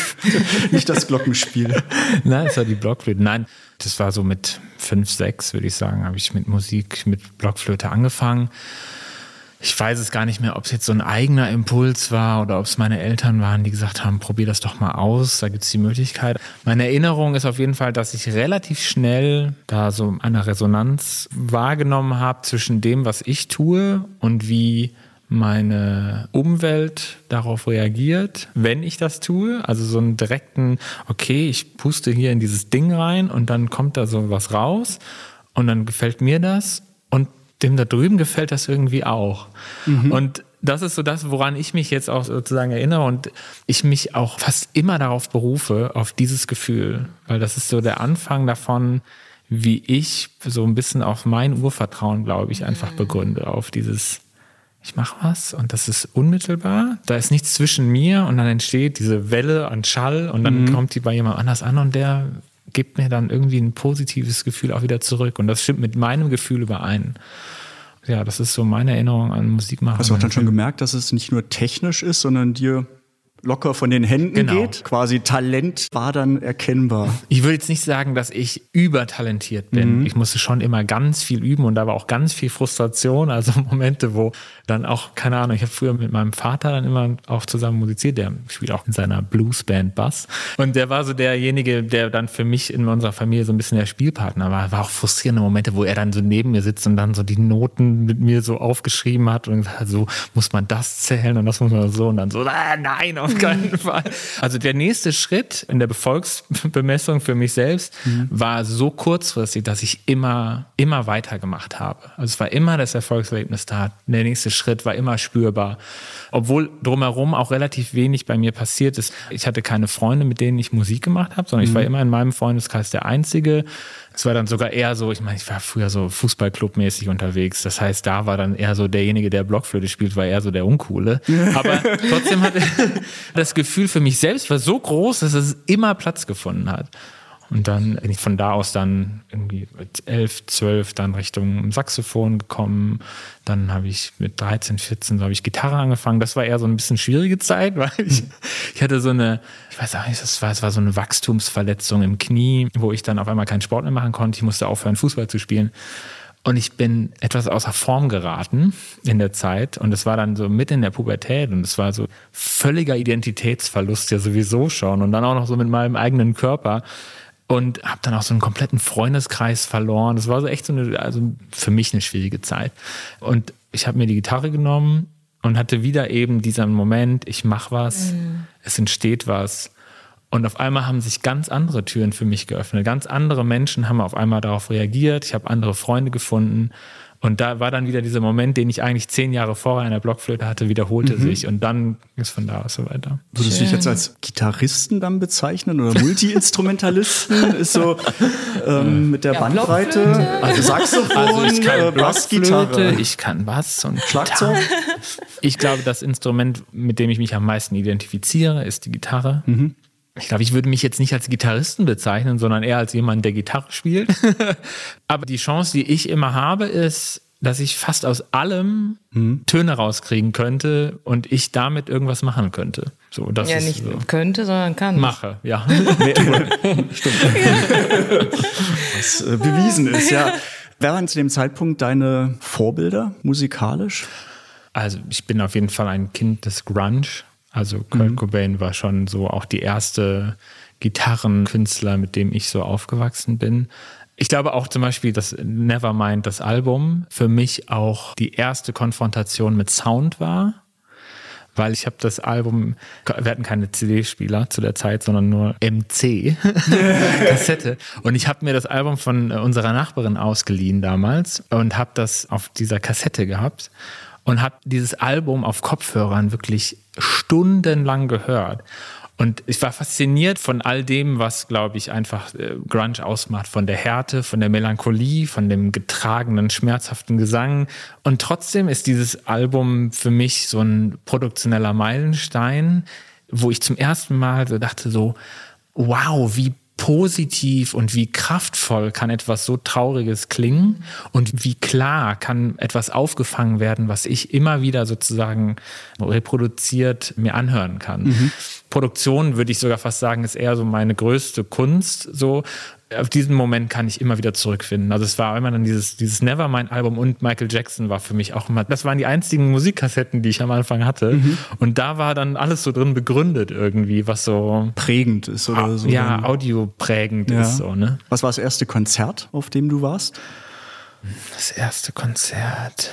Nicht das Glockenspiel. Nein, es war die Blockflöte. Nein, das war so mit 5, 6, würde ich sagen, habe ich mit Musik, mit Blockflöte angefangen. Ich weiß es gar nicht mehr, ob es jetzt so ein eigener Impuls war oder ob es meine Eltern waren, die gesagt haben, probier das doch mal aus, da gibt es die Möglichkeit. Meine Erinnerung ist auf jeden Fall, dass ich relativ schnell da so eine Resonanz wahrgenommen habe zwischen dem, was ich tue und wie meine Umwelt darauf reagiert, wenn ich das tue. Also so einen direkten, okay, ich puste hier in dieses Ding rein und dann kommt da so was raus und dann gefällt mir das und dem da drüben gefällt das irgendwie auch. Und das ist so das, woran ich mich jetzt auch sozusagen erinnere und ich mich auch fast immer darauf berufe, auf dieses Gefühl, weil das ist so der Anfang davon, wie ich so ein bisschen auf mein Urvertrauen, glaube ich, einfach begründe, auf dieses ich mache was und das ist unmittelbar. Da ist nichts zwischen mir und dann entsteht diese Welle an Schall und dann kommt die bei jemand anders an und der gibt mir dann irgendwie ein positives Gefühl auch wieder zurück. Und das stimmt mit meinem Gefühl überein. Ja, das ist so meine Erinnerung an Musik machen. Hast du auch dann schon gemerkt, dass es nicht nur technisch ist, sondern dir locker von den Händen geht? Quasi Talent war dann erkennbar. Ich würde jetzt nicht sagen, dass ich übertalentiert bin. Ich musste schon immer ganz viel üben und da war auch ganz viel Frustration. Also Momente, wo dann auch, keine Ahnung, ich habe früher mit meinem Vater dann immer auch zusammen musiziert. Der spielt auch in seiner Bluesband Bass. Und der war so derjenige, der dann für mich in unserer Familie so ein bisschen der Spielpartner war. War auch frustrierende Momente, wo er dann so neben mir sitzt und dann so die Noten mit mir so aufgeschrieben hat und gesagt, so muss man das zählen und das muss man so und dann so, nein, auf keinen Fall. Also der nächste Schritt in der Erfolgsbemessung für mich selbst war so kurzfristig, dass ich immer weitergemacht habe. Also es war immer das Erfolgserlebnis da. Der nächste Schritt war immer spürbar. Obwohl drumherum auch relativ wenig bei mir passiert ist. Ich hatte keine Freunde, mit denen ich Musik gemacht habe, sondern ich war immer in meinem Freundeskreis der Einzige. Es war dann sogar eher so, ich meine, ich war früher so Fußballclub-mäßig unterwegs. Das heißt, da war dann eher so derjenige, der Blockflöte spielt, war eher so der Uncoole. Aber trotzdem hatte das Gefühl für mich selbst war so groß, dass es immer Platz gefunden hat. Und dann bin ich von da aus dann irgendwie mit 11, 12 dann Richtung Saxophon gekommen. Dann habe ich mit 13, 14 so habe ich Gitarre angefangen. Das war eher so ein bisschen schwierige Zeit, weil ich hatte so eine, ich weiß auch nicht, es war so eine Wachstumsverletzung im Knie, wo ich dann auf einmal keinen Sport mehr machen konnte. Ich musste aufhören, Fußball zu spielen. Und ich bin etwas außer Form geraten in der Zeit. Und es war dann so mit in der Pubertät. Und es war so völliger Identitätsverlust ja sowieso schon. Und dann auch noch so mit meinem eigenen Körper. Und habe dann auch so einen kompletten Freundeskreis verloren. Das war so echt so eine, also für mich eine schwierige Zeit. Und ich habe mir die Gitarre genommen und hatte wieder eben diesen Moment, ich mache was, es entsteht was. Und auf einmal haben sich ganz andere Türen für mich geöffnet. Ganz andere Menschen haben auf einmal darauf reagiert. Ich habe andere Freunde gefunden. Und da war dann wieder dieser Moment, den ich eigentlich 10 Jahre vorher in der Blockflöte hatte, wiederholte sich. Und dann ist von da aus so weiter. Würdest du dich jetzt als Gitarristen dann bezeichnen oder Multi-Instrumentalisten? Ist so mit der Bandbreite? Also Saxophon, also ich kann Bassgitarre. Ich kann Bass und Schlagzeug. Ich glaube, das Instrument, mit dem ich mich am meisten identifiziere, ist die Gitarre. Ich glaube, ich würde mich jetzt nicht als Gitarristen bezeichnen, sondern eher als jemand, der Gitarre spielt. Aber die Chance, die ich immer habe, ist, dass ich fast aus allem Töne rauskriegen könnte und ich damit irgendwas machen könnte. So, das Ja, ist nicht so. könnte, sondern kann. Mache, ja. Stimmt. Was bewiesen ist, ja. Wer waren zu dem Zeitpunkt deine Vorbilder musikalisch? Also ich bin auf jeden Fall ein Kind des Grunge. Also Kurt Cobain war schon so auch die erste Gitarrenkünstler, mit dem ich so aufgewachsen bin. Ich glaube auch zum Beispiel, dass Nevermind, das Album, für mich auch die erste Konfrontation mit Sound war. Weil ich habe das Album, wir hatten keine CD-Spieler zu der Zeit, sondern nur MC, Kassette. Und ich habe mir das Album von unserer Nachbarin ausgeliehen damals und habe das auf dieser Kassette gehabt. Und habe dieses Album auf Kopfhörern wirklich stundenlang gehört. Und ich war fasziniert von all dem, was, glaube ich, einfach Grunge ausmacht. Von der Härte, von der Melancholie, von dem getragenen, schmerzhaften Gesang. Und trotzdem ist dieses Album für mich so ein produktioneller Meilenstein, wo ich zum ersten Mal so dachte so, wow, wie positiv und wie kraftvoll kann etwas so Trauriges klingen und wie klar kann etwas aufgefangen werden, was ich immer wieder sozusagen reproduziert mir anhören kann. Produktion, würde ich sogar fast sagen, ist eher so meine größte Kunst. So, auf diesen Moment kann ich immer wieder zurückfinden. Also es war immer dann dieses Nevermind-Album und Michael Jackson war für mich auch immer, das waren die einzigen Musikkassetten, die ich am Anfang hatte. Und da war dann alles so drin begründet irgendwie, was so prägend ist oder so. Ja, audioprägend ist so, ne? Was war das erste Konzert, auf dem du warst? Das erste Konzert.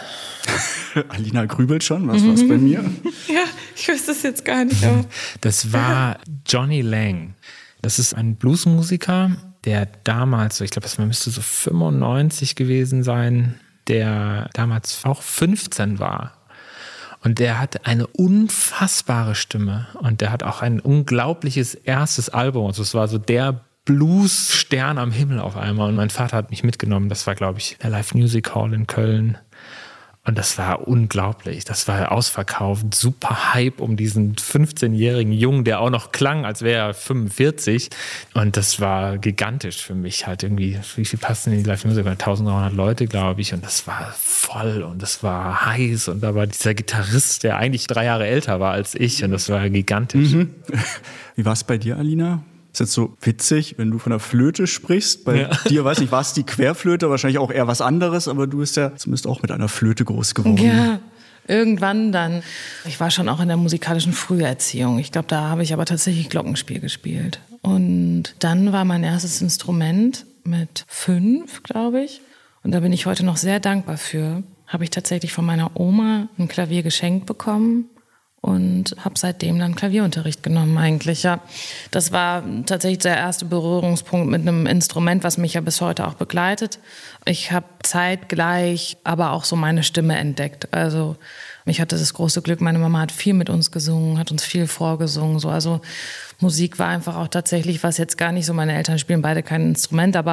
Alina grübelt schon, was war es bei mir? Ja, ich wüsste es jetzt gar nicht. Aber Das war Johnny Lang. Das ist ein Bluesmusiker, der damals, ich glaube, das müsste so 95 gewesen sein, der damals auch 15 war. Und der hat eine unfassbare Stimme. Und der hat auch ein unglaubliches erstes Album. Also es war so der Blues-Stern am Himmel auf einmal. Und mein Vater hat mich mitgenommen. Das war, glaube ich, der Live Music Hall in Köln. Und das war unglaublich. Das war ausverkauft. Super Hype um diesen 15-jährigen Jungen, der auch noch klang, als wäre er 45. Und das war gigantisch für mich. Halt irgendwie, wie viel passen in die Live Music? 1300 Leute, glaube ich. Und das war voll und das war heiß. Und da war dieser Gitarrist, der eigentlich 3 Jahre älter war als ich. Und das war gigantisch. Wie war es bei dir, Alina? Ist jetzt so witzig, wenn du von der Flöte sprichst. Bei dir, weiß nicht, war es die Querflöte, wahrscheinlich auch eher was anderes, aber du bist ja zumindest auch mit einer Flöte groß geworden. ja, irgendwann dann. Ich war schon auch in der musikalischen Früherziehung. Ich glaube, da habe ich aber tatsächlich Glockenspiel gespielt. Und dann war mein erstes Instrument mit 5, glaube ich. Und da bin ich heute noch sehr dankbar für. Habe ich tatsächlich von meiner Oma ein Klavier geschenkt bekommen. Und habe seitdem dann Klavierunterricht genommen eigentlich, ja. Das war tatsächlich der erste Berührungspunkt mit einem Instrument, was mich ja bis heute auch begleitet. Ich habe zeitgleich aber auch so meine Stimme entdeckt. Also ich hatte das große Glück, meine Mama hat viel mit uns gesungen, hat uns viel vorgesungen. So. Also Musik war einfach auch tatsächlich, was jetzt gar nicht so, meine Eltern spielen beide kein Instrument, aber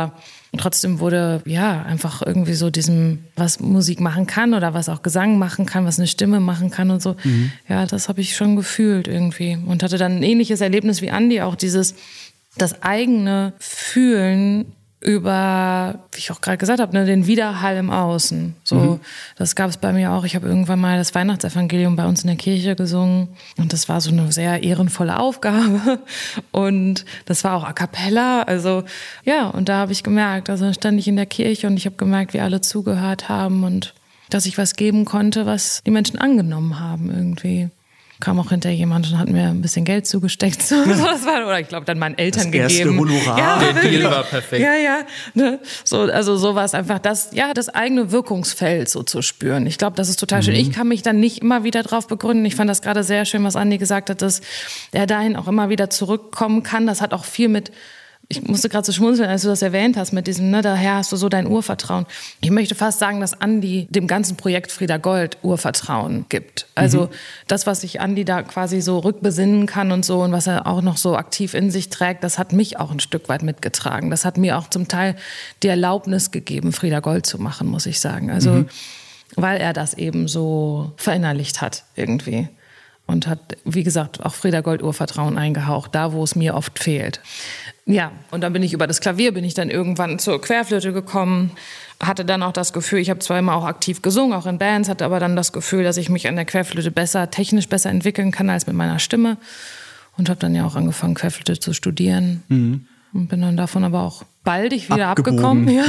Und trotzdem wurde einfach irgendwie so diesem, was Musik machen kann oder was auch Gesang machen kann, was eine Stimme machen kann und so. Ja, das habe ich schon gefühlt irgendwie und hatte dann ein ähnliches Erlebnis wie Andi, auch das eigene Fühlen über, wie ich auch gerade gesagt habe, den Widerhall im Außen. So, das gab es bei mir auch. Ich habe irgendwann mal das Weihnachtsevangelium bei uns in der Kirche gesungen und das war so eine sehr ehrenvolle Aufgabe und das war auch a cappella. Also und da habe ich gemerkt, also dann stand ich in der Kirche und ich habe gemerkt, wie alle zugehört haben und dass ich was geben konnte, was die Menschen angenommen haben irgendwie. Kam auch hinterher jemand und hat mir ein bisschen Geld zugesteckt. So, das war, oder ich glaube, dann meinen Eltern gegeben. Das erste Honorar. Ja, der Deal war perfekt. Ja. Ne? So, also so war es einfach, das eigene Wirkungsfeld so zu spüren. Ich glaube, das ist total schön. Ich kann mich dann nicht immer wieder drauf begründen. Ich fand das gerade sehr schön, was Andi gesagt hat, dass er dahin auch immer wieder zurückkommen kann. Das hat auch viel mit... Ich musste gerade so schmunzeln, als du das erwähnt hast mit diesem, daher hast du so dein Urvertrauen. Ich möchte fast sagen, dass Andi dem ganzen Projekt Frieda Gold Urvertrauen gibt. Also das, was sich Andi da quasi so rückbesinnen kann und so und was er auch noch so aktiv in sich trägt, das hat mich auch ein Stück weit mitgetragen. Das hat mir auch zum Teil die Erlaubnis gegeben, Frieda Gold zu machen, muss ich sagen. Also weil er das eben so verinnerlicht hat irgendwie. Und hat, wie gesagt, auch Frieda Gold Urvertrauen eingehaucht, da wo es mir oft fehlt. Ja, und dann bin ich über das Klavier, bin ich dann irgendwann zur Querflöte gekommen, hatte dann auch das Gefühl, ich habe zwar immer auch aktiv gesungen, auch in Bands, hatte aber dann das Gefühl, dass ich mich an der Querflöte technisch besser entwickeln kann als mit meiner Stimme. Und habe dann ja auch angefangen, Querflöte zu studieren. Und bin dann davon aber auch baldig wieder abgekommen. Ja.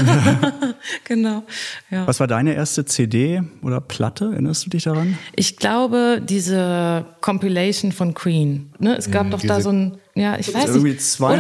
Genau. Ja. Was war deine erste CD oder Platte? Erinnerst du dich daran? Ich glaube, diese Compilation von Queen. Ne? Es gab doch da so ein, ich weiß nicht. Irgendwie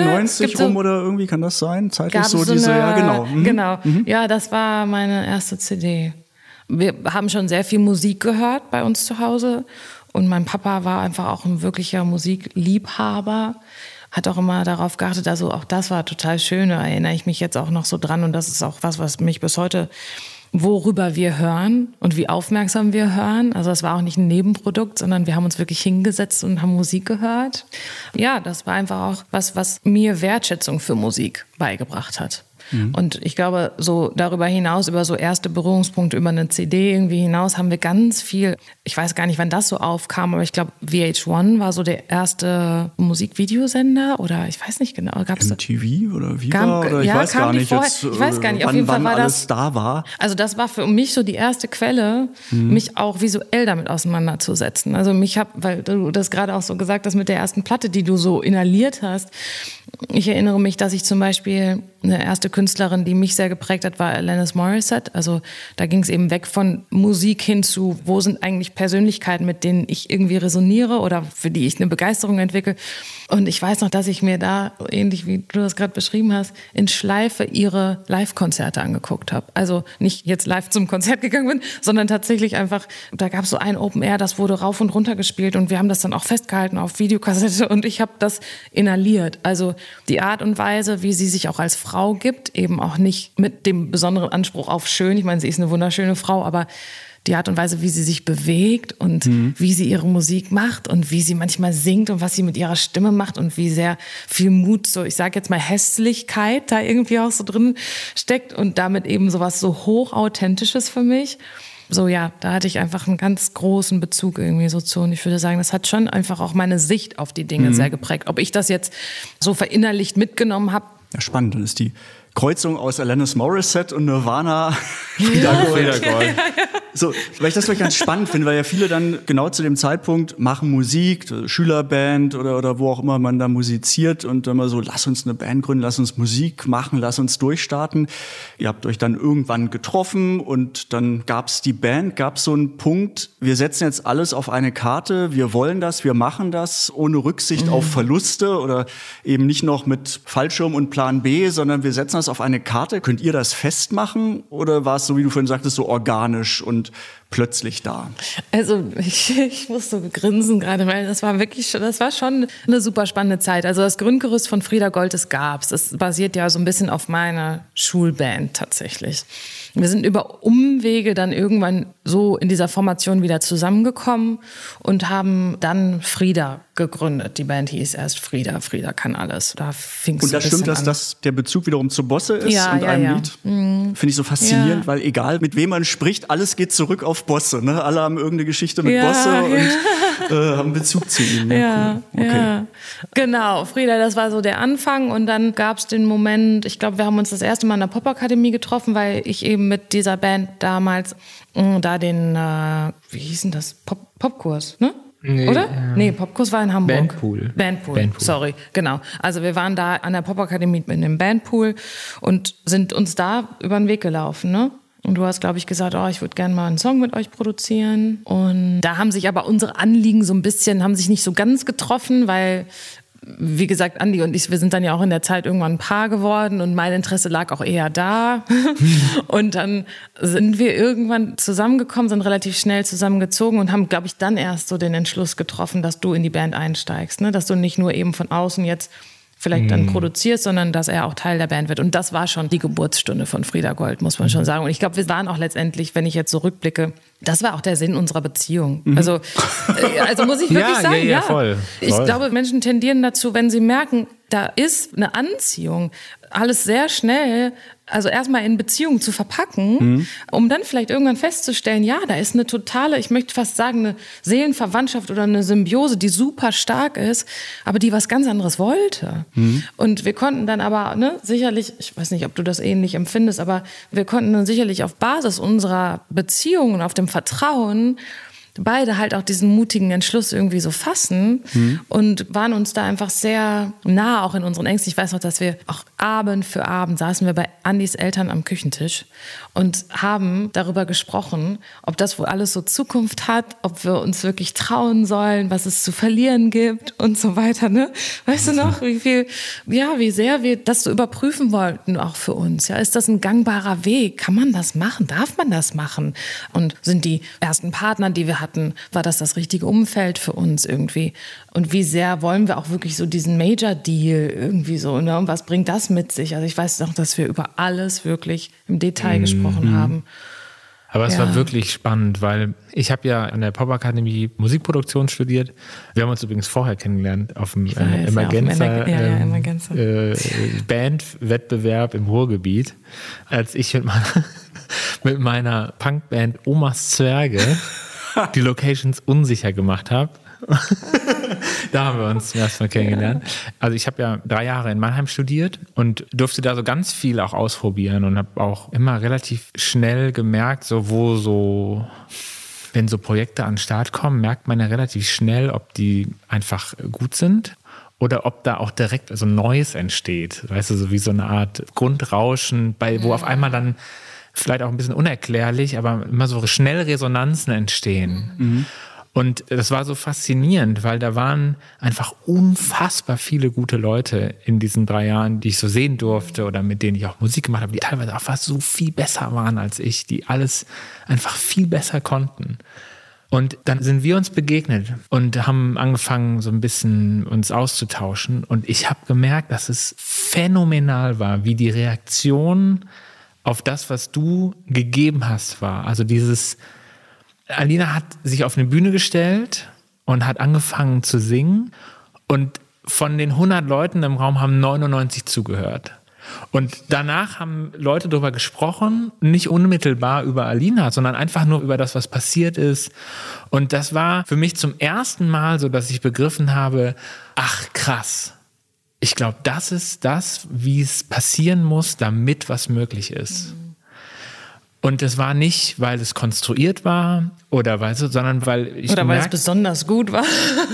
92 rum oder irgendwie kann das sein? Zeitlich so diese, genau. Genau. Ja, das war meine erste CD. Wir haben schon sehr viel Musik gehört bei uns zu Hause. Und mein Papa war einfach auch ein wirklicher Musikliebhaber. Hat auch immer darauf geachtet, also auch das war total schön, da erinnere ich mich jetzt auch noch so dran und das ist auch was mich bis heute, worüber wir hören und wie aufmerksam wir hören. Also es war auch nicht ein Nebenprodukt, sondern wir haben uns wirklich hingesetzt und haben Musik gehört. Ja, das war einfach auch was mir Wertschätzung für Musik beigebracht hat. Und ich glaube, so darüber hinaus, über so erste Berührungspunkte, über eine CD irgendwie hinaus, haben wir ganz viel, ich weiß gar nicht, wann das so aufkam, aber ich glaube, VH1 war so der erste Musikvideosender oder ich weiß nicht genau. Gab's MTV oder Viva oder ich weiß gar nicht. Ich weiß gar nicht, auf jeden Fall war das da war. Also das war für mich so die erste Quelle, mich auch visuell damit auseinanderzusetzen. Also weil du das gerade auch so gesagt hast mit der ersten Platte, die du so inhaliert hast. Ich erinnere mich, dass ich zum Beispiel eine erste Künstlerin, die mich sehr geprägt hat, war Alanis Morissette. Also da ging es eben weg von Musik hin zu, wo sind eigentlich Persönlichkeiten, mit denen ich irgendwie resoniere oder für die ich eine Begeisterung entwickle. Und ich weiß noch, dass ich mir da, ähnlich wie du das gerade beschrieben hast, in Schleife ihre Live-Konzerte angeguckt habe. Also nicht jetzt live zum Konzert gegangen bin, sondern tatsächlich einfach, da gab es so ein Open Air, das wurde rauf und runter gespielt und wir haben das dann auch festgehalten auf Videokassette und ich habe das inhaliert. Also die Art und Weise, wie sie sich auch als Frau gibt, eben auch nicht mit dem besonderen Anspruch auf schön. Ich meine, sie ist eine wunderschöne Frau, aber die Art und Weise, wie sie sich bewegt und wie sie ihre Musik macht und wie sie manchmal singt und was sie mit ihrer Stimme macht und wie sehr viel Mut, so ich sage jetzt mal Hässlichkeit da irgendwie auch so drin steckt und damit eben sowas so hochauthentisches für mich. So ja, da hatte ich einfach einen ganz großen Bezug irgendwie so zu und ich würde sagen, das hat schon einfach auch meine Sicht auf die Dinge sehr geprägt. Ob ich das jetzt so verinnerlicht mitgenommen habe. Ja, spannend. Dann ist die Kreuzung aus Alanis Morissette und Nirvana Frieda Gold. So, weil ich das wirklich ganz spannend finde, weil ja viele dann genau zu dem Zeitpunkt machen Musik, Schülerband oder wo auch immer man da musiziert und dann mal so, lass uns eine Band gründen, lass uns Musik machen, lass uns durchstarten. Ihr habt euch dann irgendwann getroffen und dann gab's die Band, gab's so einen Punkt, wir setzen jetzt alles auf eine Karte, wir wollen das, wir machen das, ohne Rücksicht auf Verluste oder eben nicht noch mit Fallschirm und Plan B, sondern wir setzen das auf eine Karte. Könnt ihr das festmachen oder war es so, wie du vorhin sagtest, so organisch und plötzlich da? Also ich muss so grinsen gerade, weil das war schon eine super spannende Zeit. Also das Grundgerüst von Frida Gold, das gab's. Das basiert ja so ein bisschen auf meiner Schulband tatsächlich. Wir sind über Umwege dann irgendwann so in dieser Formation wieder zusammengekommen und haben dann Frida gegründet. Die Band hieß erst Frida kann alles. Da fing's und da stimmt, dass das der Bezug wiederum zu Bosse ist und einem Lied? Finde ich so faszinierend, weil egal mit wem man spricht, alles geht zurück auf Bosse. Ne? Alle haben irgendeine Geschichte mit Bosse und haben Bezug zu ihm. Ja, cool. Okay. Ja, genau. Frida, das war so der Anfang und dann gab es den Moment, ich glaube, wir haben uns das erste Mal in der Popakademie getroffen, weil ich eben mit dieser Band damals da den, wie hieß denn das, Popkurs, ne? Nee, oder? Nee, Popkurs war in Hamburg. Bandpool, sorry, genau. Also wir waren da an der Popakademie in dem Bandpool und sind uns da über den Weg gelaufen, ne? Und du hast, glaube ich, gesagt, ich würde gerne mal einen Song mit euch produzieren. Und da haben sich aber unsere Anliegen haben sich nicht so ganz getroffen, weil, wie gesagt, Andi und ich, wir sind dann ja auch in der Zeit irgendwann ein Paar geworden und mein Interesse lag auch eher da. Und dann sind wir irgendwann zusammengekommen, sind relativ schnell zusammengezogen und haben, glaube ich, dann erst so den Entschluss getroffen, dass du in die Band einsteigst, ne? Dass du nicht nur eben von außen jetzt vielleicht dann produzierst, sondern dass er auch Teil der Band wird. Und das war schon die Geburtsstunde von Frida Gold, muss man schon sagen. Und ich glaube, wir waren auch letztendlich, wenn ich jetzt so rückblicke, das war auch der Sinn unserer Beziehung. Also muss ich wirklich sagen, ja. Voll. Ich glaube, Menschen tendieren dazu, wenn sie merken, da ist eine Anziehung, alles sehr schnell, also erstmal in Beziehung zu verpacken, um dann vielleicht irgendwann festzustellen, ja, da ist eine totale, ich möchte fast sagen, eine Seelenverwandtschaft oder eine Symbiose, die super stark ist, aber die was ganz anderes wollte. Und wir konnten dann aber, sicherlich, ich weiß nicht, ob du das ähnlich empfindest, aber wir konnten dann sicherlich auf Basis unserer Beziehung und auf dem Vertrauen beide halt auch diesen mutigen Entschluss irgendwie so fassen und waren uns da einfach sehr nah, auch in unseren Ängsten. Ich weiß noch, dass wir auch Abend für Abend saßen wir bei Andis Eltern am Küchentisch und haben darüber gesprochen, ob das wohl alles so Zukunft hat, ob wir uns wirklich trauen sollen, was es zu verlieren gibt und so weiter, ne? Weißt du noch, wie sehr wir das so überprüfen wollten, auch für uns. Ja, ist das ein gangbarer Weg? Kann man das machen? Darf man das machen? Und sind die ersten Partner, die wir hatten, war das richtige Umfeld für uns irgendwie? Und wie sehr wollen wir auch wirklich so diesen Major-Deal irgendwie so, ne? Und was bringt das mit sich? Also ich weiß noch, dass wir über alles wirklich im Detail gesprochen haben. Aber es war wirklich spannend, weil ich habe ja an der Popakademie Musikproduktion studiert. Wir haben uns übrigens vorher kennengelernt auf dem Emergenza Bandwettbewerb im Ruhrgebiet, als ich mit meiner Punkband Omas Zwerge die Locations unsicher gemacht habe. Da haben wir uns zum ersten Mal kennengelernt. Also ich habe ja 3 Jahre in Mannheim studiert und durfte da so ganz viel auch ausprobieren und habe auch immer relativ schnell gemerkt, wenn so Projekte an den Start kommen, merkt man ja relativ schnell, ob die einfach gut sind oder ob da auch direkt so Neues entsteht. Weißt du, so wie so eine Art Grundrauschen, wo auf einmal dann vielleicht auch ein bisschen unerklärlich, aber immer so schnell Resonanzen entstehen. Und das war so faszinierend, weil da waren einfach unfassbar viele gute Leute in diesen 3 Jahren, die ich so sehen durfte oder mit denen ich auch Musik gemacht habe, die teilweise auch fast so viel besser waren als ich, die alles einfach viel besser konnten. Und dann sind wir uns begegnet und haben angefangen, so ein bisschen uns auszutauschen. Und ich habe gemerkt, dass es phänomenal war, wie die Reaktion auf das, was du gegeben hast, war. Also Alina hat sich auf eine Bühne gestellt und hat angefangen zu singen und von den 100 Leuten im Raum haben 99 zugehört. Und danach haben Leute darüber gesprochen, nicht unmittelbar über Alina, sondern einfach nur über das, was passiert ist. Und das war für mich zum ersten Mal so, dass ich begriffen habe, ach krass, ich glaube, das ist das, wie es passieren muss, damit was möglich ist. Und das war nicht, weil es konstruiert war sondern weil ich es besonders gut war.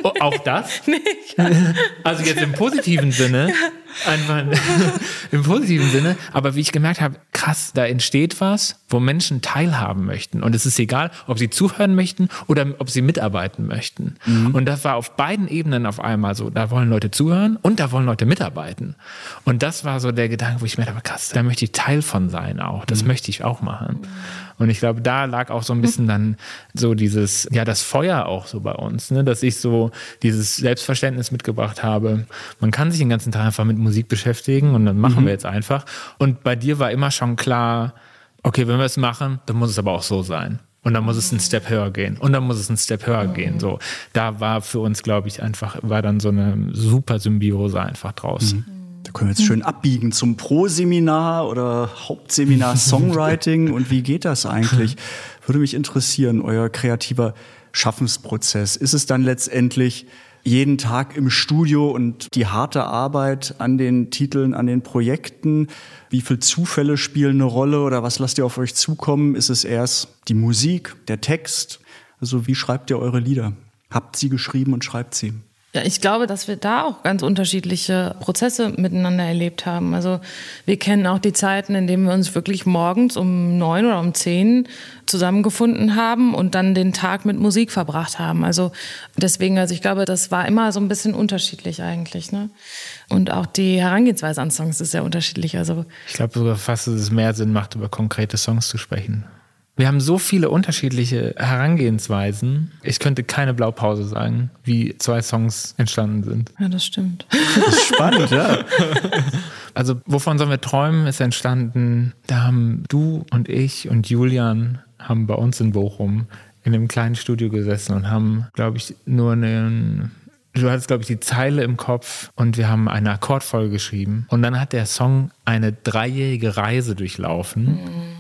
Oh, auch das? Nicht. Also jetzt im positiven Sinne. Einfach im positiven Sinne. Aber wie ich gemerkt habe, krass, da entsteht was, wo Menschen teilhaben möchten. Und es ist egal, ob sie zuhören möchten oder ob sie mitarbeiten möchten. Und das war auf beiden Ebenen auf einmal so. Da wollen Leute zuhören und da wollen Leute mitarbeiten. Und das war so der Gedanke, wo ich mir dachte, krass, da möchte ich Teil von sein auch. Das möchte ich auch machen. Und ich glaube, da lag auch so ein bisschen dann so dieses, ja, das Feuer auch so bei uns, ne? Dass ich so dieses Selbstverständnis mitgebracht habe. Man kann sich den ganzen Tag einfach mit Musik beschäftigen und dann machen wir jetzt einfach. Und bei dir war immer schon klar, okay, wenn wir es machen, dann muss es aber auch so sein. Und dann muss es einen Step höher gehen. Und dann muss es einen Step höher gehen. So, da war für uns, glaube ich, einfach, war dann so eine super Symbiose einfach draus. Da können wir jetzt schön abbiegen zum Pro-Seminar oder Hauptseminar Songwriting. Und wie geht das eigentlich? Würde mich interessieren, euer kreativer Schaffensprozess. Ist es dann letztendlich jeden Tag im Studio und die harte Arbeit an den Titeln, an den Projekten? Wie viele Zufälle spielen eine Rolle oder was lasst ihr auf euch zukommen? Ist es erst die Musik, der Text? Also wie schreibt ihr eure Lieder? Habt sie geschrieben und schreibt sie? Ja, ich glaube, dass wir da auch ganz unterschiedliche Prozesse miteinander erlebt haben. Also wir kennen auch die Zeiten, in denen wir uns wirklich morgens um 9 oder um 10 zusammengefunden haben und dann den Tag mit Musik verbracht haben. Also deswegen, also ich glaube, das war immer so ein bisschen unterschiedlich eigentlich, ne? Und auch die Herangehensweise an Songs ist sehr unterschiedlich. Also ich glaube sogar fast, dass es mehr Sinn macht, über konkrete Songs zu sprechen. Wir haben so viele unterschiedliche Herangehensweisen. Ich könnte keine Blaupause sagen, wie 2 Songs entstanden sind. ja, das stimmt. Das ist spannend, ja. Also wovon sollen wir träumen, ist entstanden. Da haben du und ich und Julian haben bei uns in Bochum in einem kleinen Studio gesessen und haben, glaube ich, du hattest, glaube ich, die Zeile im Kopf und wir haben eine Akkordfolge geschrieben. Und dann hat der Song eine 3-jährige Reise durchlaufen.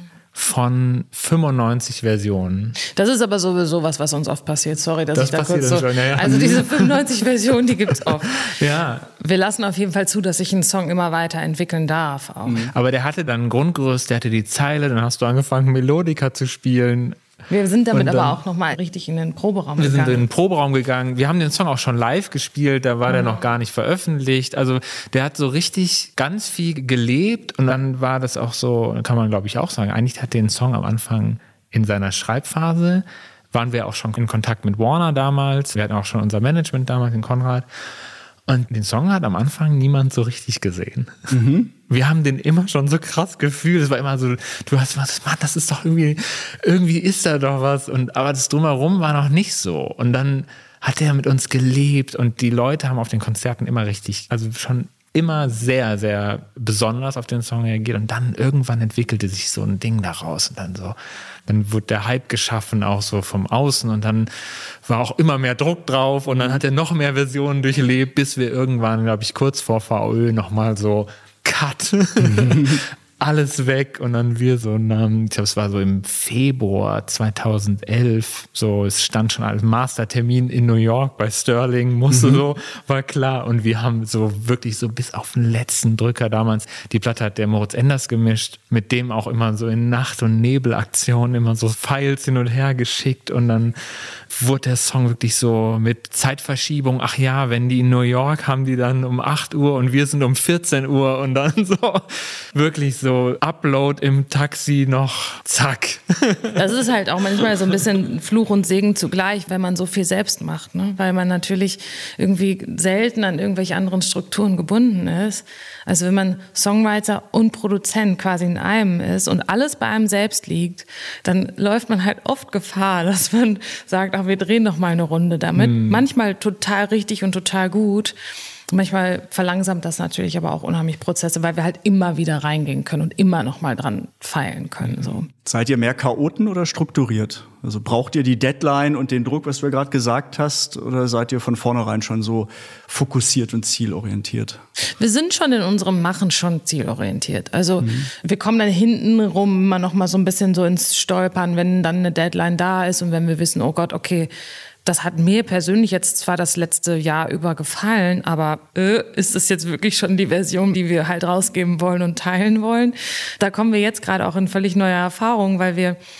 Von 95 Versionen. Das ist aber sowieso was uns oft passiert. Sorry, dass das ich da kurz so... Schon, ja. Also diese 95 Versionen, die gibt's oft. Ja. Wir lassen auf jeden Fall zu, dass sich ein Song immer weiterentwickeln darf. Auch. Aber der hatte dann ein Grundgerüst, der hatte die Zeile, dann hast du angefangen, Melodika zu spielen. Wir sind damit aber auch nochmal richtig in den Proberaum gegangen. Wir sind in den Proberaum gegangen. Wir haben den Song auch schon live gespielt, da war der noch gar nicht veröffentlicht. Also der hat so richtig ganz viel gelebt und dann war das auch so, kann man glaube ich auch sagen, eigentlich hat den Song am Anfang in seiner Schreibphase, waren wir auch schon in Kontakt mit Warner damals. Wir hatten auch schon unser Management damals in Konrad. Und den Song hat am Anfang niemand so richtig gesehen. Wir haben den immer schon so krass gefühlt. Es war immer so, du hast was, Mann, das ist doch irgendwie ist da doch was. Aber das Drumherum war noch nicht so. Und dann hat er mit uns gelebt und die Leute haben auf den Konzerten immer richtig, also schon immer sehr, sehr besonders auf den Song reagiert. Und dann irgendwann entwickelte sich so ein Ding daraus. Und dann wurde der Hype geschaffen, auch so vom Außen. Und dann war auch immer mehr Druck drauf. Und dann hat er noch mehr Versionen durchlebt, bis wir irgendwann, glaube ich, kurz vor VÖ nochmal so Cut. Alles weg und dann wir so, ich glaube, es war so im Februar 2011, so, es stand schon als Mastertermin in New York bei Sterling, war klar und wir haben so wirklich so bis auf den letzten Drücker damals, die Platte hat der Moritz Enders gemischt, mit dem auch immer so in Nacht- und Nebelaktionen immer so Files hin und her geschickt und dann wurde der Song wirklich so mit Zeitverschiebung, ach ja, wenn die in New York haben die dann um 8 Uhr und wir sind um 14 Uhr und dann so wirklich so Upload im Taxi noch, zack. Das ist halt auch manchmal so ein bisschen Fluch und Segen zugleich, wenn man so viel selbst macht, ne? Weil man natürlich irgendwie selten an irgendwelche anderen Strukturen gebunden ist. Also wenn man Songwriter und Produzent quasi in einem ist und alles bei einem selbst liegt, dann läuft man halt oft Gefahr, dass man sagt, ach, wir drehen noch mal eine Runde damit. Manchmal total richtig und total gut. Manchmal verlangsamt das natürlich aber auch unheimlich Prozesse, weil wir halt immer wieder reingehen können und immer noch mal dran feilen können. So. Seid ihr mehr Chaoten oder strukturiert? Also braucht ihr die Deadline und den Druck, was du ja gerade gesagt hast, oder seid ihr von vornherein schon so fokussiert und zielorientiert? Wir sind schon in unserem Machen schon zielorientiert. Also wir kommen dann hinten rum immer noch mal so ein bisschen so ins Stolpern, wenn dann eine Deadline da ist und wenn wir wissen, oh Gott, okay, das hat mir persönlich jetzt zwar das letzte Jahr über gefallen, aber ist das jetzt wirklich schon die Version, die wir halt rausgeben wollen und teilen wollen? Da kommen wir jetzt gerade auch in völlig neue Erfahrungen, weil wir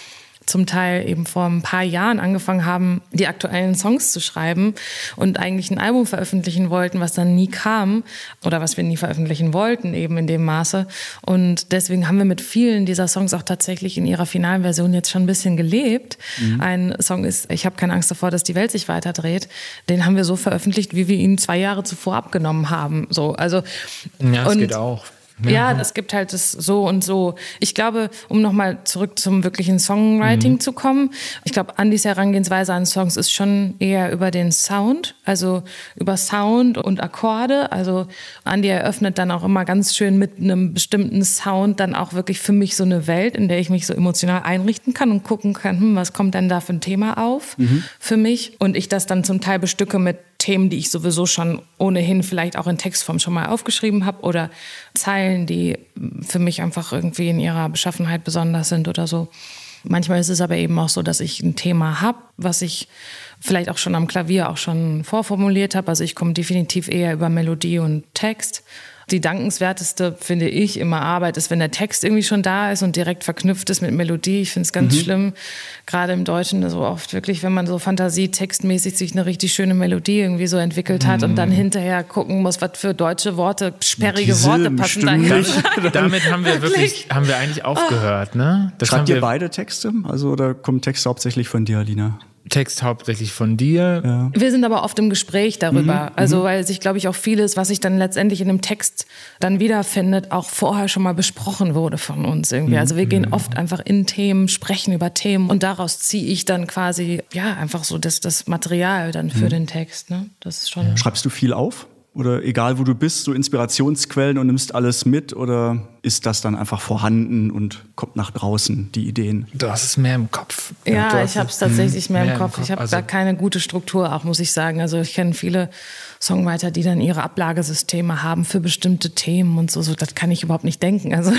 zum Teil eben vor ein paar Jahren angefangen haben, die aktuellen Songs zu schreiben und eigentlich ein Album veröffentlichen wollten, was dann nie kam oder was wir nie veröffentlichen wollten, eben in dem Maße. Und deswegen haben wir mit vielen dieser Songs auch tatsächlich in ihrer finalen Version jetzt schon ein bisschen gelebt. Ein Song ist Ich habe keine Angst davor, dass die Welt sich weiterdreht. Den haben wir so veröffentlicht, wie wir ihn 2 Jahre zuvor abgenommen haben. So, also, ja, das geht auch. Ja, das gibt halt das so und so. Ich glaube, um nochmal zurück zum wirklichen Songwriting zu kommen, ich glaube, Andys Herangehensweise an Songs ist schon eher über den Sound, also über Sound und Akkorde. Also Andy eröffnet dann auch immer ganz schön mit einem bestimmten Sound dann auch wirklich für mich so eine Welt, in der ich mich so emotional einrichten kann und gucken kann, was kommt denn da für ein Thema auf für mich. Und ich das dann zum Teil bestücke mit Themen, die ich sowieso schon ohnehin vielleicht auch in Textform schon mal aufgeschrieben habe oder Zeilen, die für mich einfach irgendwie in ihrer Beschaffenheit besonders sind oder so. Manchmal ist es aber eben auch so, dass ich ein Thema habe, was ich vielleicht auch schon am Klavier auch schon vorformuliert habe. Also ich komme definitiv eher über Melodie und Text. Die dankenswerteste, finde ich, immer Arbeit ist, wenn der Text irgendwie schon da ist und direkt verknüpft ist mit Melodie. Ich finde es ganz schlimm, gerade im Deutschen so oft wirklich, wenn man so fantasietextmäßig sich eine richtig schöne Melodie irgendwie so entwickelt hat und dann hinterher gucken muss, was für deutsche Worte, sperrige Worte passen dahin. Damit haben wir eigentlich aufgehört, ne? Schreibt ihr beide Texte? Also, oder kommt Text hauptsächlich von dir, Alina? Text hauptsächlich von dir. Ja. Wir sind aber oft im Gespräch darüber. Also weil sich, glaube ich, auch vieles, was sich dann letztendlich in dem Text dann wiederfindet, auch vorher schon mal besprochen wurde von uns irgendwie. Also wir gehen oft einfach in Themen, sprechen über Themen und daraus ziehe ich dann quasi, ja, einfach so das Material dann für den Text. Ne? Das ist schon. Schreibst du viel auf? Oder egal, wo du bist, so Inspirationsquellen und nimmst alles mit? Oder ist das dann einfach vorhanden und kommt nach draußen, die Ideen? Du hast es mehr im Kopf. Ja, ich habe es tatsächlich mehr im Kopf. Ich habe also da keine gute Struktur auch, muss ich sagen. Also ich kenne viele Songwriter, die dann ihre Ablagesysteme haben für bestimmte Themen und so. Das kann ich überhaupt nicht denken. Also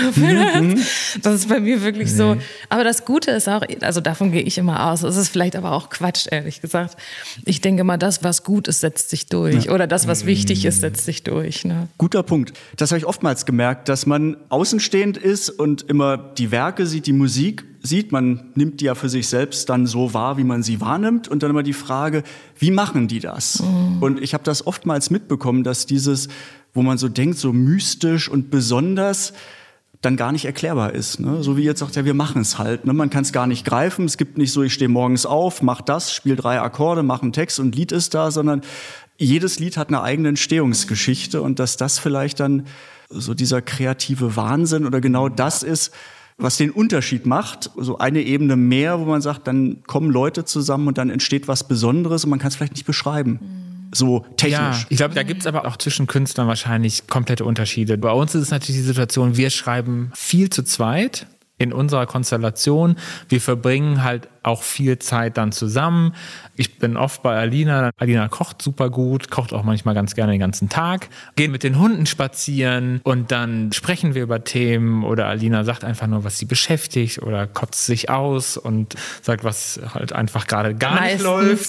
das ist bei mir wirklich so. Aber das Gute ist auch, also davon gehe ich immer aus. Es ist vielleicht aber auch Quatsch, ehrlich gesagt. Ich denke immer, das, was gut ist, setzt sich durch. Ja. Oder das, was wichtig ist, setzt sich durch. Ne? Guter Punkt. Das habe ich oftmals gemerkt, dass man außenstehend ist und immer die Werke sieht, die Musik sieht. Man nimmt die ja für sich selbst dann so wahr, wie man sie wahrnimmt. Und dann immer die Frage, wie machen die das? Und ich habe das oftmals mitbekommen, dass dieses, wo man so denkt, so mystisch und besonders, dann gar nicht erklärbar ist. Ne? So wie jetzt sagt er, wir machen es halt. Ne? Man kann es gar nicht greifen. Es gibt nicht so, ich stehe morgens auf, mach das, spiel 3 Akkorde, mach einen Text und Lied ist da, sondern jedes Lied hat eine eigene Entstehungsgeschichte und dass das vielleicht dann so dieser kreative Wahnsinn oder genau das ist, was den Unterschied macht. So eine Ebene mehr, wo man sagt, dann kommen Leute zusammen und dann entsteht was Besonderes und man kann es vielleicht nicht beschreiben. So technisch. Ja, ich glaube, da gibt es aber auch zwischen Künstlern wahrscheinlich komplette Unterschiede. Bei uns ist es natürlich die Situation, wir schreiben viel zu zweit in unserer Konstellation. Wir verbringen halt auch viel Zeit dann zusammen. Ich bin oft bei Alina. Alina kocht super gut, kocht auch manchmal ganz gerne den ganzen Tag. Gehen mit den Hunden spazieren und dann sprechen wir über Themen oder Alina sagt einfach nur, was sie beschäftigt oder kotzt sich aus und sagt, was halt einfach gerade gar nicht läuft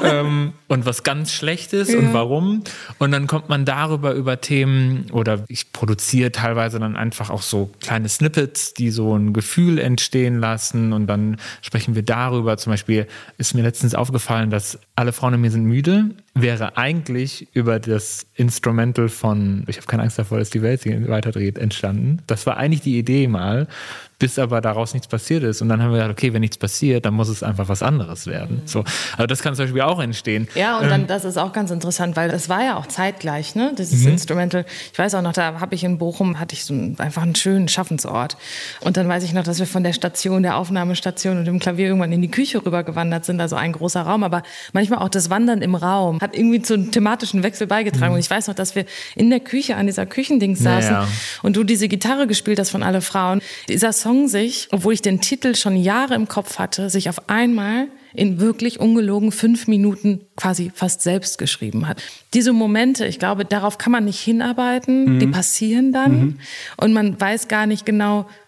und was ganz schlecht ist und warum. Und dann kommt man darüber über Themen oder ich produziere teilweise dann einfach auch so kleine Snippets, die so ein Gefühl entstehen lassen und dann sprechen wir darüber. Zum Beispiel ist mir letztens aufgefallen, dass Alle Frauen in mir sind müde wäre eigentlich über das Instrumental von Ich habe keine Angst davor, dass die Welt sich weiterdreht entstanden. Das war eigentlich die Idee mal, bis aber daraus nichts passiert ist. Und dann haben wir gesagt, okay, wenn nichts passiert, dann muss es einfach was anderes werden. So, also das kann zum Beispiel auch entstehen. Ja, und dann, das ist auch ganz interessant, weil das war ja auch zeitgleich, ne, dieses Instrumental. Ich weiß auch noch, da habe ich in Bochum, hatte ich so einfach einen schönen Schaffensort. Und dann weiß ich noch, dass wir von der Station, der Aufnahmestation und dem Klavier irgendwann in die Küche rübergewandert sind, also ein großer Raum. Aber manchmal auch das Wandern im Raum hat irgendwie zu einem thematischen Wechsel beigetragen. Und ich weiß noch, dass wir in der Küche an dieser Küchendings saßen und du diese Gitarre gespielt hast von Alle Frauen. Dieser Song sich, obwohl ich den Titel schon Jahre im Kopf hatte, sich auf einmal in wirklich ungelogen 5 Minuten quasi fast selbst geschrieben hat. Diese Momente, ich glaube, darauf kann man nicht hinarbeiten, die passieren dann und man weiß gar nicht genau,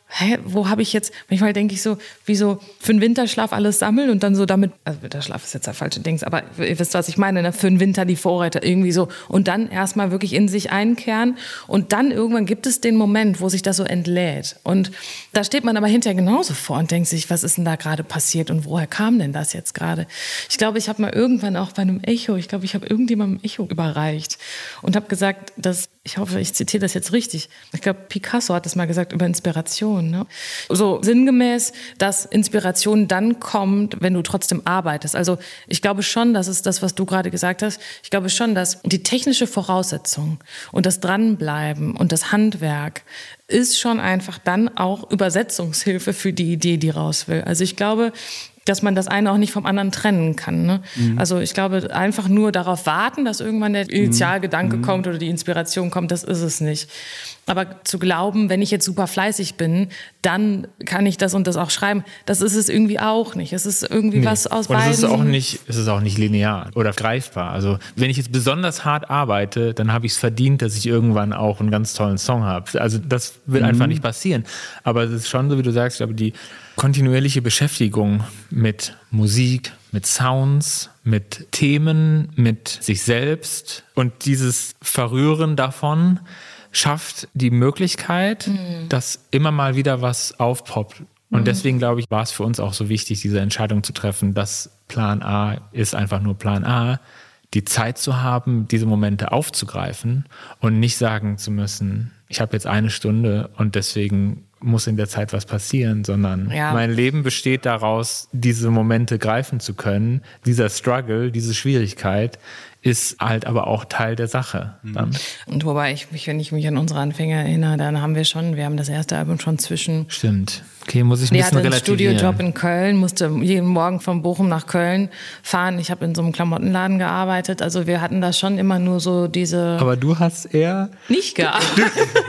wo habe ich jetzt, manchmal denke ich so, wie so für einen Winterschlaf alles sammeln und dann so damit, also Winterschlaf ist jetzt der falsche Dings, aber ihr wisst, was ich meine, ne? Für den Winter die Vorräte irgendwie so und dann erstmal wirklich in sich einkehren und dann irgendwann gibt es den Moment, wo sich das so entlädt und da steht man aber hinterher genauso vor und denkt sich, was ist denn da gerade passiert und woher kam denn das jetzt gerade? Ich glaube, ich habe mal irgendwann auch bei einem Echo, ich habe irgendjemandem Echo überreicht und habe gesagt, dass, ich hoffe, ich zitiere das jetzt richtig, ich glaube, Picasso hat das mal gesagt über Inspiration. Ne? So sinngemäß, dass Inspiration dann kommt, wenn du trotzdem arbeitest. Also ich glaube schon, das ist das, was du gerade gesagt hast, ich glaube schon, dass die technische Voraussetzung und das Dranbleiben und das Handwerk ist schon einfach dann auch Übersetzungshilfe für die Idee, die raus will. Also ich glaube, dass man das eine auch nicht vom anderen trennen kann. Ne? Also ich glaube, einfach nur darauf warten, dass irgendwann der Initialgedanke kommt oder die Inspiration kommt, das ist es nicht. Aber zu glauben, wenn ich jetzt super fleißig bin, dann kann ich das und das auch schreiben, das ist es irgendwie auch nicht. Es ist irgendwie was aus beiden. Und es ist auch nicht linear oder greifbar. Also wenn ich jetzt besonders hart arbeite, dann habe ich es verdient, dass ich irgendwann auch einen ganz tollen Song habe. Also das wird einfach nicht passieren. Aber es ist schon so, wie du sagst, ich glaube, die kontinuierliche Beschäftigung mit Musik, mit Sounds, mit Themen, mit sich selbst und dieses Verrühren davon schafft die Möglichkeit, dass immer mal wieder was aufpoppt. Und deswegen, glaube ich, war es für uns auch so wichtig, diese Entscheidung zu treffen, dass Plan A ist einfach nur Plan A, die Zeit zu haben, diese Momente aufzugreifen und nicht sagen zu müssen, ich habe jetzt 1 Stunde und deswegen muss in der Zeit was passieren, sondern mein Leben besteht daraus, diese Momente greifen zu können. Dieser Struggle, diese Schwierigkeit ist halt aber auch Teil der Sache. Dann. Und wobei, wenn ich mich an unsere Anfänge erinnere, dann haben wir haben das erste Album schon zwischen... Stimmt. Okay, muss ich ein bisschen relativieren. Ich hatte einen Studiojob in Köln, musste jeden Morgen von Bochum nach Köln fahren. Ich habe in so einem Klamottenladen gearbeitet. Also wir hatten da schon immer nur so diese... Aber du hast eher... Nicht gearbeitet.